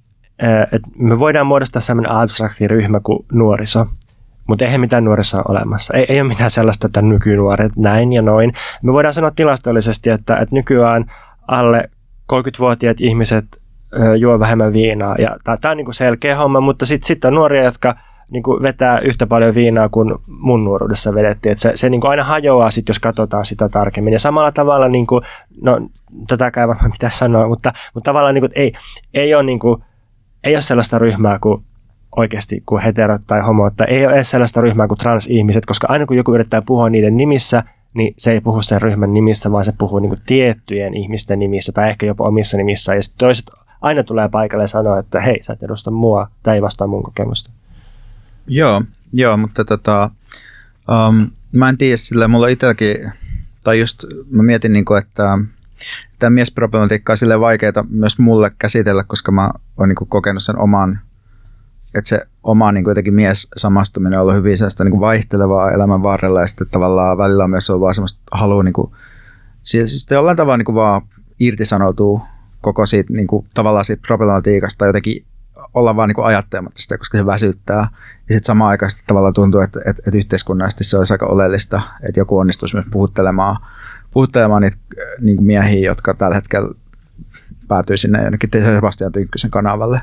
että me voidaan muodostaa sellainen abstrakti ryhmä kuin nuoriso, mutta eihän mitään nuorisoa ole olemassa. Ei, ei ole mitään sellaista, että nykynuoret näin ja noin. Me voidaan sanoa tilastollisesti, että, että nykyään alle kolmekymmentävuotiaat ihmiset ö, juo vähemmän viinaa. Tämä on niin kuin selkeä homma, mutta sitten sit on nuoria, jotka niin kuin vetää yhtä paljon viinaa kuin mun nuoruudessa vedettiin. Et se se niin kuin aina hajoaa, sit, jos katsotaan sitä tarkemmin. Ja samalla tavalla, niin kuin, no tätäkään ei varmaan pitäisi sanoa, mutta, mutta tavallaan niin kuin, ei, ei ole niin kuin Ei ole sellaista ryhmää kuin oikeasti kuin heterot tai homot, tai ei ole edes sellaista ryhmää kuin transihmiset, koska aina kun joku yrittää puhua niiden nimissä, niin se ei puhu sen ryhmän nimissä, vaan se puhuu niin kuin tiettyjen ihmisten nimissä tai ehkä jopa omissa nimissä. Ja sitten toiset aina tulee paikalle ja sanoo, että hei, sä et edusta mua, tai ei vastaa mun kokemusta. Joo, joo mutta tota, um, mä en tiedä sillä, mulla itselläkin, tai just mä mietin, niin kuin, että tämä miesproblematiikka on silleen vaikeaa myös mulle käsitellä, koska mä oon niin kokenut sen oman, että se oma niin jotenkin mies-samastuminen on ollut hyvin sellaista niin vaihtelevaa elämän varrella, ja sitten tavallaan välillä on myös ollut vaan semmoista halua niin kuin, siis jollain tavalla niin vaan irtisanoutuu koko siitä niin kuin, tavallaan siitä problematiikasta, jotenkin olla vaan niin ajattelematta sitä, koska se väsyttää. Ja sitten samaan aikaan sitten tavallaan tuntuu, että, että, että yhteiskunnallisesti se olisi aika oleellista, että joku onnistuisi myös puhuttelemaan puhuttelemaan niitä niin kuin miehiä, jotka tällä hetkellä päätyy sinne jonnekin Sebastian Tynkkysen kanavalle.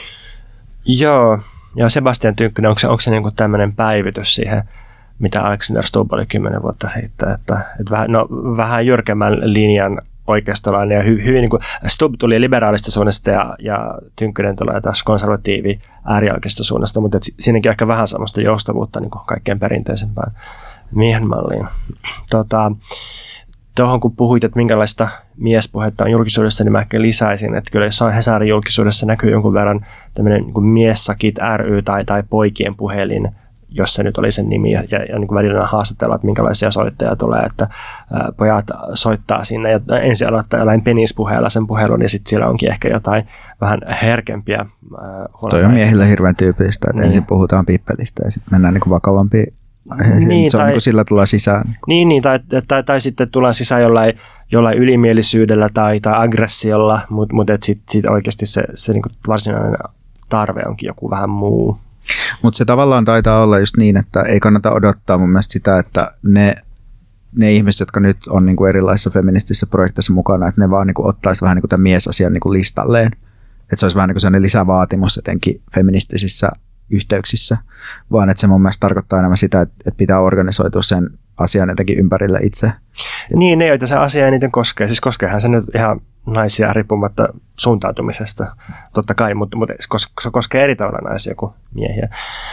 Joo, ja Sebastian Tynkkynen, onko se, onko se niin kuin tämmöinen päivitys siihen, mitä Alexander Stubb oli kymmenen vuotta sitten, että, että vähän, no, vähän jyrkemmän linjan oikeistolainen ja hy, hyvin niin kuin Stubb tuli liberaalista suunnasta ja, ja Tynkkynen tulee taas konservatiivi äärioikeista suunnasta, mutta et siinäkin on ehkä vähän samasta joustavuutta niin kuin kaikkein perinteisempään miehen malliin. Tota, Tuohon kun puhuit, että minkälaista miespuhetta on julkisuudessa, niin mä ehkä lisäisin, että kyllä jossain Hesarin julkisuudessa näkyy jonkun verran tämmöinen niin kuin Miessakit ry tai, tai poikien puhelin, jos se nyt oli sen nimi, ja, ja niin kuin välillä haastatella, että minkälaisia soittajia tulee, että ää, pojat soittaa sinne, ja ensin aloittaa jollain penispuheella sen puhelun, ja sitten siellä onkin ehkä jotain vähän herkempiä huolenaiheita. Toi on miehillä hirveän tyypillistä, että niin. Ensin puhutaan pippelistä, ja sitten mennään niin kuin vakavampiin. Niin, se on tai, niin kuin sillä tullaan sisään. Niin, niin tai, tai, tai, tai sitten tullaan sisään jollain, jollain ylimielisyydellä tai, tai aggressiolla, mutta mut sitten sit oikeasti se, se niinku varsinainen tarve onkin joku vähän muu. Mutta se tavallaan taitaa olla just niin, että ei kannata odottaa mun mielestä sitä, että ne ne ihmiset, jotka nyt on niin kuin erilaisissa feministisissä projekteissa mukana, että ne vaan niin kuin ottaisi vähän niin kuin tämän miesasian niin kuin listalleen. Että se olisi vähän niin kuin sellainen lisävaatimus jotenkin feministisissä yhteyksissä, vaan että se mun mielestä tarkoittaa enemmän sitä, että, että pitää organisoitua sen asian jotenkin ympärillä itse. Niin, ne, joita se asia eniten koskee. Siis koskeehan se nyt ihan naisia riippumatta suuntautumisesta, totta kai, mutta, mutta se koskee eri tavalla naisia kuin miehiä.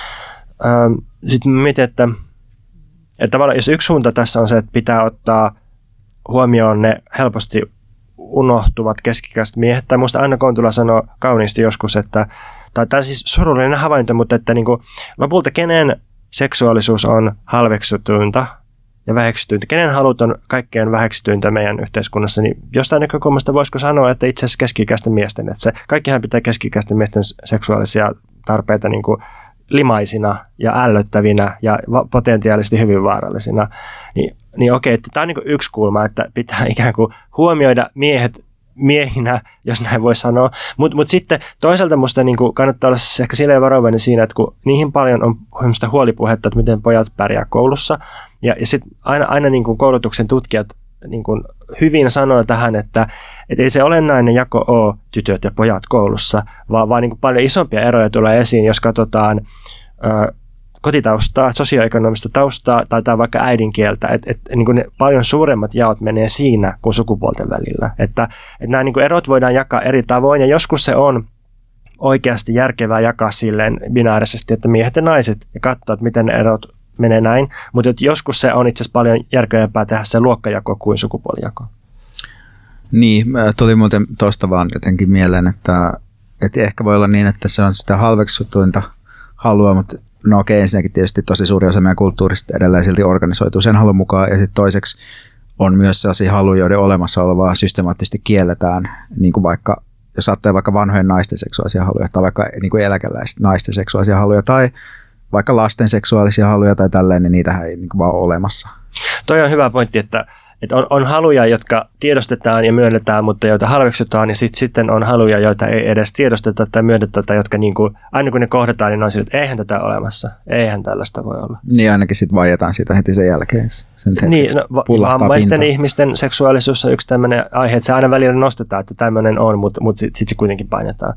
Ähm, Sitten mietin, että, että tavallaan jos yksi suunta tässä on se, että pitää ottaa huomioon ne helposti unohtuvat keskikäiset miehet, tai musta Anna Kontula sanoi kauniisti joskus, että tai tämä siis surullinen havainto, mutta että niin kuin, lopulta kenen seksuaalisuus on halveksutuinta ja väheksytyintä, kenen halut on kaikkein väheksytyintä meidän yhteiskunnassa, niin jostain näkökulmasta voisiko sanoa, että itse asiassa keski-ikäisten miesten, että se, kaikkihan pitää keski-ikäisten miesten seksuaalisia tarpeita niin kuin limaisina ja ällöttävinä ja potentiaalisesti hyvin vaarallisina, niin, niin okei, että tämä on niin kuin yksi kulma, että pitää ikään kuin huomioida miehet miehinä, jos näin voi sanoa. Mutta mut sitten toisaalta musta niinku kannattaa olla ehkä silleen varovainen siinä, että kun niihin paljon on huolipuhetta, että miten pojat pärjää koulussa, ja, ja sitten aina, aina niinku koulutuksen tutkijat niinku hyvin sanoo tähän, että et ei se olennainen jako ole tytöt ja pojat koulussa, vaan, vaan niinku paljon isompia eroja tulee esiin, jos katsotaan ö, kotitaustaa, sosioekonomista taustaa tai, tai vaikka äidinkieltä, että et, niin ne paljon suuremmat jaot menee siinä kuin sukupuolten välillä. Että et nämä niin erot voidaan jakaa eri tavoin ja joskus se on oikeasti järkevää jakaa silleen binäärisesti, että miehet ja naiset ja katsoa, että miten ne erot menee näin, mutta joskus se on itse asiassa paljon järkevämpää tehdä se luokkajako kuin sukupuolijako. Niin, tuli muuten tuosta vaan jotenkin mieleen, että, että ehkä voi olla niin, että se on sitä halveksutuinta halua, mutta no okei, ensinnäkin tietysti tosi suuri osa meidän kulttuurista edelleen silti organisoituu sen halun mukaan, ja sitten toiseksi on myös sellaisia haluja, joiden olemassaolo vaan systemaattisesti kielletään, niin kuin vaikka, jos ajattelee vaikka vanhojen naisten seksuaalisia haluja, tai vaikka niin kuin eläkeläisten naisten seksuaalisia haluja, tai vaikka lasten seksuaalisia haluja tai tälleen, niin niitähän ei niin kuin vaan ole olemassa. Toi on hyvä pointti, että Että on, on haluja, jotka tiedostetaan ja myönnetään, mutta joita halveksutaan, ja sit, sitten on haluja, joita ei edes tiedosteta tai myönnetä, tai jotka niin kuin, aina kun ne kohdataan, niin on sillä, että eihän tätä ole olemassa, eihän tällaista voi olla. Niin ainakin sitten vaietaan siitä heti sen jälkeen. Sen niin, no, vammaisten pintaan. Ihmisten seksuaalisuus on yksi tämmöinen aihe, että se aina välillä nostetaan, että tämmöinen on, mutta, mutta sitten sit se kuitenkin painetaan.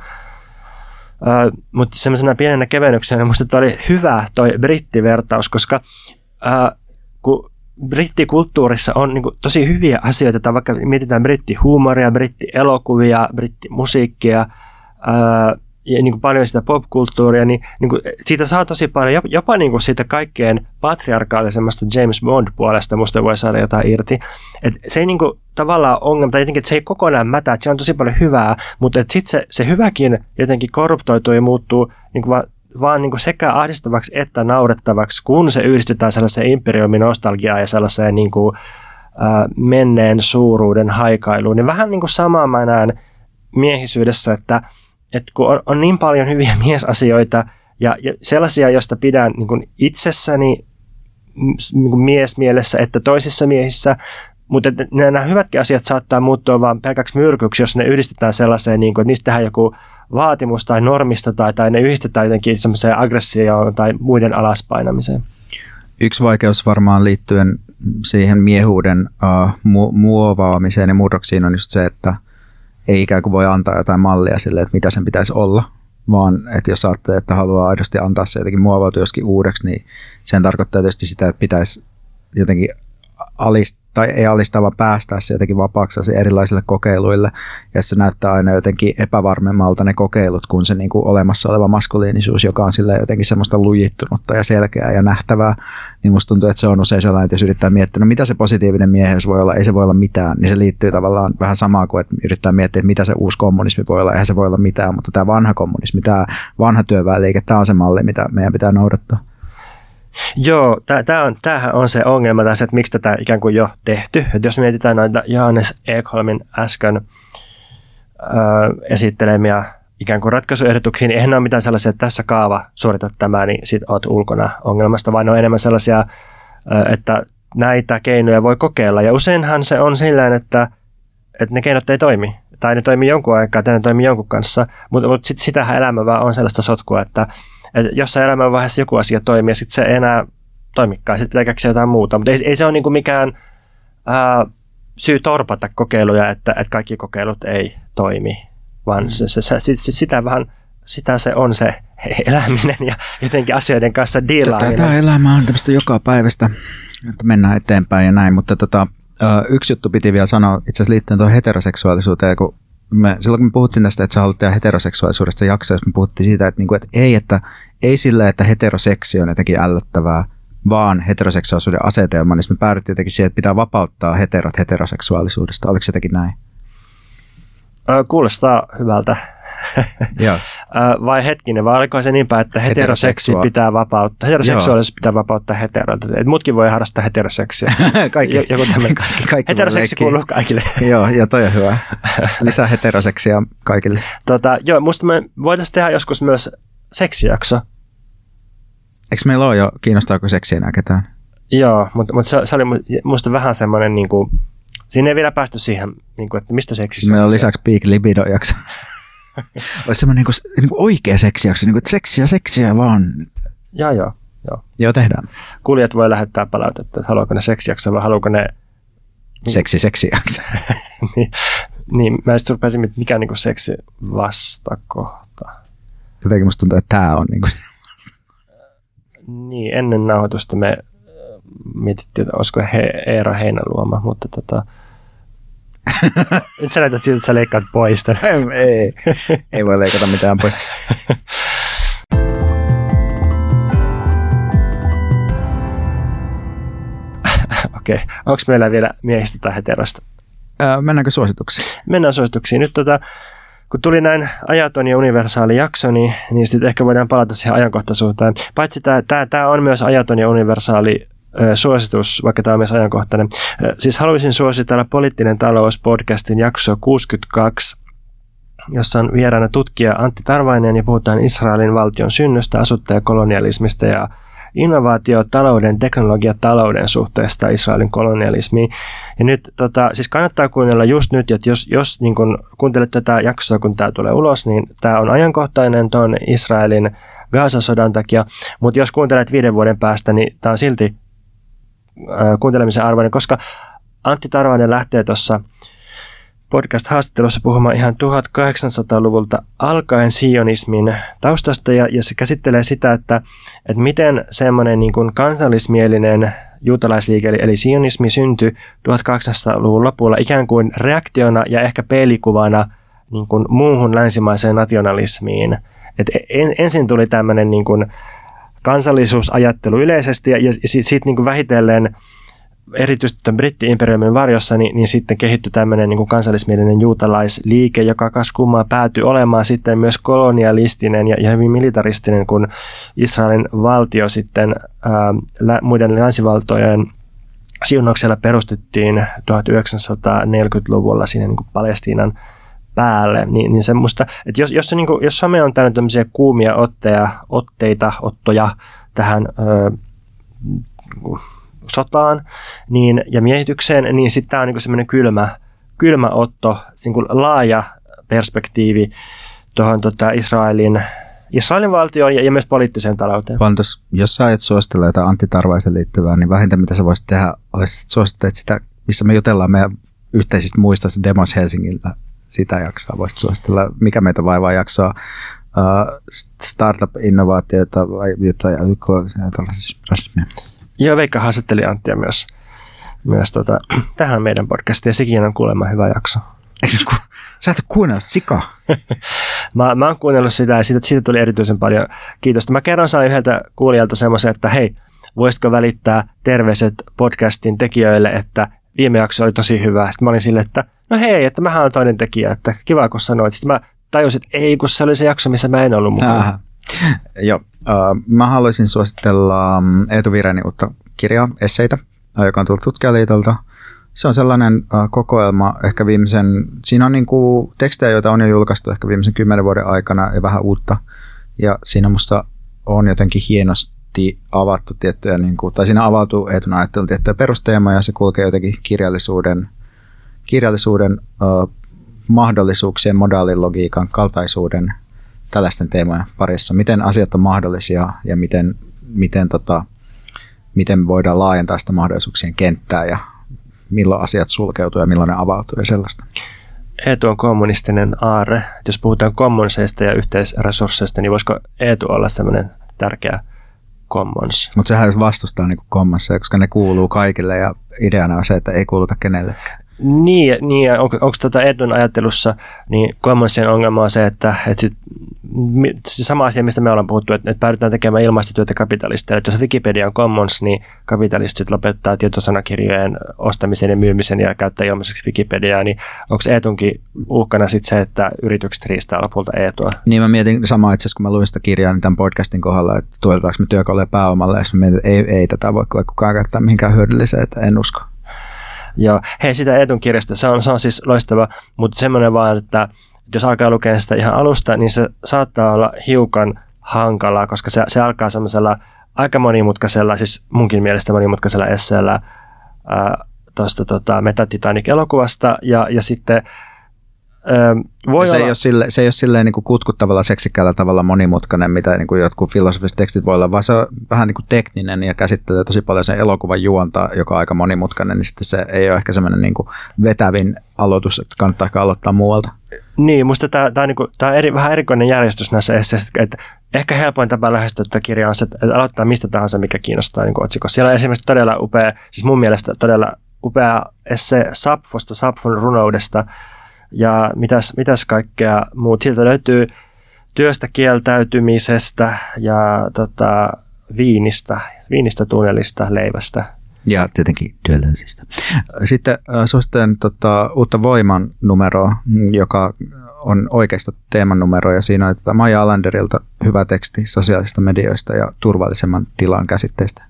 Uh, mutta semmoisena pienenä kevennyksenä minusta toi oli hyvä toi brittivertaus, koska uh, kun brittikulttuurissa on niin kuin tosi hyviä asioita, tai vaikka mietitään brittihuumoria, brittielokuvia, brittimusiikkia ää, ja niin kuin paljon sitä popkulttuuria, niin, niin kuin siitä saa tosi paljon, jopa niin kuin siitä kaikkein patriarkaalisemmasta James Bond-puolesta musta voi saada jotain irti. Et se ei niin kuin tavallaan ongelma, tai jotenkin, että se ei kokonaan mätä, että se on tosi paljon hyvää, mutta sitten se, se hyväkin jotenkin korruptoituu ja muuttuu niin kuin vaan vaan niin kuin sekä ahdistavaksi että naurettavaksi, kun se yhdistetään sellaiseen imperiumin nostalgiaan ja sellaiseen niin kuin, ää, menneen suuruuden haikailuun. Niin vähän niin kuin samaa mä näen miehisyydessä, että, että kun on, on niin paljon hyviä miesasioita ja, ja sellaisia, joista pidän niin kuin itsessäni niin kuin miesmielessä että toisissa miehissä, mutta nämä hyvätkin asiat saattaa muuttua vaan pelkäksi myrkyksi, jos ne yhdistetään sellaiseen, niin kuin, että niistä tehdään joku vaatimus tai normista tai, tai ne yhdistetään jotenkin semmoiseen aggressioon tai muiden alaspainamiseen. Yksi vaikeus varmaan liittyen siihen miehuuden uh, mu- muovaamiseen ja murroksiin on just se, että ei ikään kuin voi antaa jotain mallia sille, että mitä sen pitäisi olla, vaan että jos ajattelee, että haluaa aidosti antaa se jotenkin muovautua joskin uudeksi, niin sen tarkoittaa tietysti sitä, että pitäisi jotenkin alistaa, tai ei alistaa, vaan päästää se jotenkin vapaaksi erilaisille kokeiluille, ja se näyttää aina jotenkin epävarmemmalta ne kokeilut, kuin se niin kuin olemassa oleva maskuliinisuus, joka on silleen jotenkin semmoista lujittunutta ja selkeää ja nähtävää, niin musta tuntuu, että se on usein sellainen, että jos yrittää miettiä, no mitä se positiivinen mieheys voi olla, ei se voi olla mitään, niin se liittyy tavallaan vähän samaan kuin, että yrittää miettiä, että mitä se uusi kommunismi voi olla, eihän se voi olla mitään, mutta tämä vanha kommunismi, tämä vanha työväenliike, tämä on se malli, mitä meidän pitää noudattaa. Joo, tämähän on se ongelma tässä, että miksi tätä ikään kuin jo tehty. Että jos mietitään noita Johannes Ekholmin äsken äh, esittelemiä ikään kuin ratkaisuehdotuksia, niin eihän ne ole mitään sellaisia, että tässä kaava suorita tämä, niin sit olet ulkona ongelmasta, vaan ne on enemmän sellaisia, äh, että näitä keinoja voi kokeilla. Ja useinhan se on sillä että, että ne keinot ei toimi, tai ne toimii jonkun aikaa, tai ne toimii jonkun kanssa, mutta, mutta sit, sitähän elämä vaan on sellaista sotkua, että että jossain elämänvaiheessa joku asia toimii ja sitten se ei enää toimikaan, sitten pitää keksiä jotain muuta. Mutta ei, ei se ole niinku mikään ää, syy torpata kokeiluja, että, että kaikki kokeilut ei toimi, vaan mm. se, se, se, se, sitä vähän, sitä se on se eläminen ja jotenkin asioiden kanssa diilaaminen. Tämä elämä on tämmöistä joka päivästä, että mennään eteenpäin ja näin, mutta tota, yksi juttu piti vielä sanoa itse asiassa liittyen tuohon heteroseksuaalisuuteen, kun me, silloin kun me puhuttiin tästä, että sä haluat tehdä heteroseksuaalisuudesta jaksoa, me puhuttiin siitä, että, niinku, että ei, että ei sillä, että heteroseksi on jotenkin ällöttävää, vaan heteroseksuaalisuuden asetelma, niin me päädyttiin jotenkin siihen, että pitää vapauttaa heterot heteroseksuaalisuudesta. Oliko se jotenkin näin? Ö, kuulostaa hyvältä. Joo. Vai hetkinen, vai oliko se niinpä, että heteroseksi pitää vapauttaa, heteroseksuaalisuus pitää vapauttaa heteroilta, että muutkin voi harrastaa heteroseksiä. kaikki, Joku kaikki, kaikki heteroseksi kuuluu kaikille. Joo, ja toi on hyvä. Lisää heteroseksia kaikille. Tota, joo, musta me voitaisiin tehdä joskus myös seksijakso. Eikö meillä ole jo, kiinnostaako seksiä enää ketään? Joo, mutta, mutta se, se oli musta vähän semmoinen, niin kuin, siinä ei vielä päästy siihen, niin kuin, että mistä seksissä meillä on lisäksi peak libido-jakso. Olisi semmoinen niin kuin, niin kuin oikea seksijakso, niin kuin, että seksiä, seksiä vaan. Joo, joo, joo. Joo, tehdään. Kuulijat voi lähettää palautetta, että haluaako ne seksijakso vai haluaako ne... Seksi, seksijakso. niin, niin, mä sitten rupesin, että mikä on niin kuin seksi vastakohta. Jotenkin musta tuntuu, että tämä on niin kuin... Niin, ennen nauhoitusta me mietittiin, että olisiko he, Eera Heinäluoma, mutta tota... Nyt sä näytät siltä, että sä leikkaat pois tämän. Ei, ei voi leikata mitään pois. Okei, okay. Onko meillä vielä miehistä tai heterosta? Öö, mennäänkö suosituksiin? Mennään suosituksiin. Nyt tota, kun tuli näin ajaton ja universaali jakso, niin, niin sitten ehkä voidaan palata siihen ajankohtaisuuteen. Paitsi tämä on myös ajaton ja universaali ö, suositus, vaikka tämä on myös ajankohtainen. Ö, siis haluaisin suositella Poliittinen talous -podcastin jaksoa kuusikymmentäkaksi, jossa on vieraana tutkija Antti Tarvainen ja puhutaan Israelin valtion synnystä, asuttajakolonialismista ja innovaatiotalouden, teknologiatalouden suhteesta Israelin kolonialismiin. Ja nyt tota, siis kannattaa kuunnella just nyt, että jos, jos niin kun kuuntelet tätä jaksoa, kun tämä tulee ulos, niin tämä on ajankohtainen tuon Israelin Gaaza-sodan takia, mutta jos kuuntelet viiden vuoden päästä, niin tämä on silti äh, kuuntelemisen arvoinen, koska Antti Tarvainen lähtee tuossa podcast-haastattelussa puhumaan ihan tuhatkahdeksansataaluvulta alkaen sionismin taustasta, ja, ja se käsittelee sitä, että, että miten semmoinen niin kuin kansallismielinen juutalaisliike, eli, eli sionismi syntyi tuhatkahdeksansataaluvun lopulla ikään kuin reaktiona ja ehkä peilikuvana niin kuin muuhun länsimaiseen nationalismiin. Et en, ensin tuli tämmöinen niin kuin kansallisuusajattelu yleisesti, ja, ja siitä niin kuin vähitellen erityisesti tämän britti-imperiumin varjossa, niin, niin sitten kehittyi tämmöinen niin kuin kansallismielinen juutalaisliike, joka kas kummaa päätyi olemaan sitten myös kolonialistinen ja, ja hyvin militaristinen, kun Israelin valtio sitten ää, lä, muiden länsivaltojen siunauksella perustettiin tuhatyhdeksänsataaneljäkymmentäluvulla siinä niin kuin Palestiinan päälle, niin, niin semmoista, että jos, jos, se, niin kuin, jos some on täynnä tämmöisiä kuumia otteja, otteita, ottoja tähän ää, sotaan niin, ja miehitykseen, niin sitten tämä on niinku semmoinen kylmä, kylmä otto, niinku laaja perspektiivi tuohon tota Israelin, Israelin valtioon ja, ja myös poliittiseen talouteen. Pantos, jos sä et suositella jotain Antti Tarvaisen liittyvää, niin vähintä mitä sä voisit tehdä, olisi suositteet sitä, missä me jutellaan meidän yhteisistä muista Demos Helsingillä, sitä jaksoa voisit suositella. Mikä meitä vaivaa jaksoa? Uh, startup-innovaatioita vai jotain rasismia? Joo, Veikka haastatteli Anttia myös, myös tota, tähän meidän podcastiin, ja sekin on kuulemma hyvä jakso. Eikö ku, sä et kuunnella sika? mä, mä oon kuunnellut sitä, ja siitä, siitä tuli erityisen paljon kiitosta. Mä kerran sain yhdeltä kuulijalta semmoisen, että hei, voisitko välittää terveiset podcastin tekijöille, että viime jakso oli tosi hyvä. Sitten mä olin silleen, että no hei, että mähän on toinen tekijä, että kiva kun sanoit. Sitten mä tajusin, että ei, kun se oli se jakso, missä mä en ollut mukana. Aha. Joo, uh, mä haluaisin suositella Eetu Virenin uutta kirjaa, esseitä, joka on tullut Tutkijaliitolta. Se on sellainen uh, kokoelma ehkä viimeisen, siinä on niinku tekstejä, joita on jo julkaistu ehkä viimeisen kymmenen vuoden aikana ja vähän uutta. Ja siinä musta on jotenkin hienosti avattu tiettyjä, niinku, tai siinä avautuu Eetun ajattelun tiettyjä perusteemoja ja se kulkee jotenkin kirjallisuuden, kirjallisuuden uh, mahdollisuuksien, modaalilogiikan, kaltaisuuden, tällaisten teemojen parissa. Miten asiat on mahdollisia ja miten, miten, tota, miten voidaan laajentaa sitä mahdollisuuksien kenttää ja milloin asiat sulkeutuu ja milloin ne avautuu ja sellaista. Eetu on kommunistinen aarre. Jos puhutaan commonseista ja yhteisresursseista, niin voisiko Eetu olla semmoinen tärkeä commons? Mutta sehän vastustaa niinku commonsia, koska ne kuuluu kaikille ja ideana on se, että ei kuuluta kenellekään. Niin, niin on, onko tuota Eetun ajattelussa, niin commonsien ongelma on se, että, että sit, se sama asia, mistä me ollaan puhuttu, että, että päädytään tekemään ilmaistotyötä kapitalisteille. Että jos Wikipedia on commons, niin kapitalistit lopettaa tietosanakirjojen ostamisen ja myymisen ja käyttää ilmaiseksi Wikipediaa, niin onko Eetunkin uhkana sitten se, että yritykset riistää lopulta Eetua? Niin mä mietin samaa itse asiassa, kun mä luin sitä kirjaa niin tämän podcastin kohdalla, että tuotetaanko me työkaluja pääomalle, ja sitten mä mietin, että ei, ei tätä voi kukaan käyttää mihinkään hyödylliseen, että en usko. Joo, hei sitä Eetun kirjasta, se on, se on siis loistava, mutta semmoinen vaan, että jos alkaa lukea sitä ihan alusta, niin se saattaa olla hiukan hankalaa, koska se, se alkaa semmoisella aika monimutkaisella, siis munkin mielestä monimutkaisella esseellä tuosta tota, Meta-Titanic-elokuvasta, ja, ja sitten ää, voi se, olla... ei ole sille, se ei ole silleen niin kuin kutkuttavalla seksikkäällä tavalla monimutkainen, mitä niin kuin jotkut filosofiset tekstit voi olla, vaan se on vähän niin kuin tekninen ja käsittelee tosi paljon sen elokuvan juonta, joka on aika monimutkainen, niin sitten se ei ole ehkä semmoinen niin kuin vetävin aloitus, että kannattaa ehkä aloittaa muualta. Niin, musta tämä, tämä on, niin kuin, tämä on eri, vähän erikoinen järjestys näissä esseissä, että ehkä helpoin tapa lähestyä tätä kirjaa on se, että aloittaa mistä tahansa, mikä kiinnostaa niin otsikossa. Siellä on esimerkiksi todella upea, siis mun mielestä todella upea esse Sapfosta, Sapfon runoudesta, ja mitäs, mitäs kaikkea muut. Sieltä löytyy työstä kieltäytymisestä ja tota, viinistä, viinistä, tunnelista, leivästä. Ja tietenkin työllisistä. Sitten äh, suosittelen tota, uutta Voiman numeroa, joka on oikeasta teeman numero, ja siinä on tota, Maija Alanderilta hyvä teksti sosiaalisista medioista ja turvallisemman tilan käsitteistä.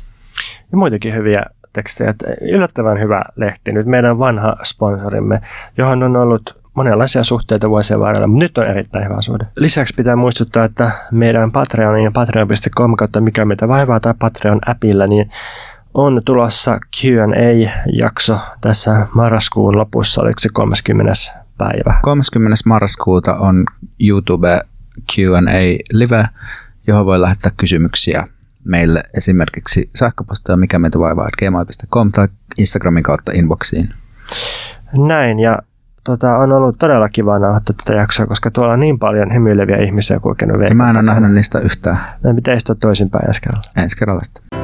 Ja muitakin hyviä tekstejä. Yllättävän hyvä lehti. Nyt meidän vanha sponsorimme, johon on ollut monenlaisia suhteita vuosien varrella, mutta nyt on erittäin hyvä suhde. Lisäksi pitää muistuttaa, että meidän Patreonin ja patreon piste com kautta mikä meitä vaivaa tai Patreon-appilla, niin on tulossa Q and A-jakso tässä marraskuun lopussa, oliko se kolmaskymmenes päivä? kolmaskymmenes marraskuuta on YouTube Q and A live, johon voi lähettää kysymyksiä meille esimerkiksi sähköpostia mikä meitä vaivaa gmail piste com tai Instagramin kautta inboxiin. Näin, ja tota, on ollut todella kiva nauhoittaa tätä jaksoa, koska tuolla on niin paljon hymyileviä ihmisiä kulkenut. Mä en ole nähnyt niistä yhtään. Meidän pitää istua toisinpäin ensi kerralla. Ensi kerralla.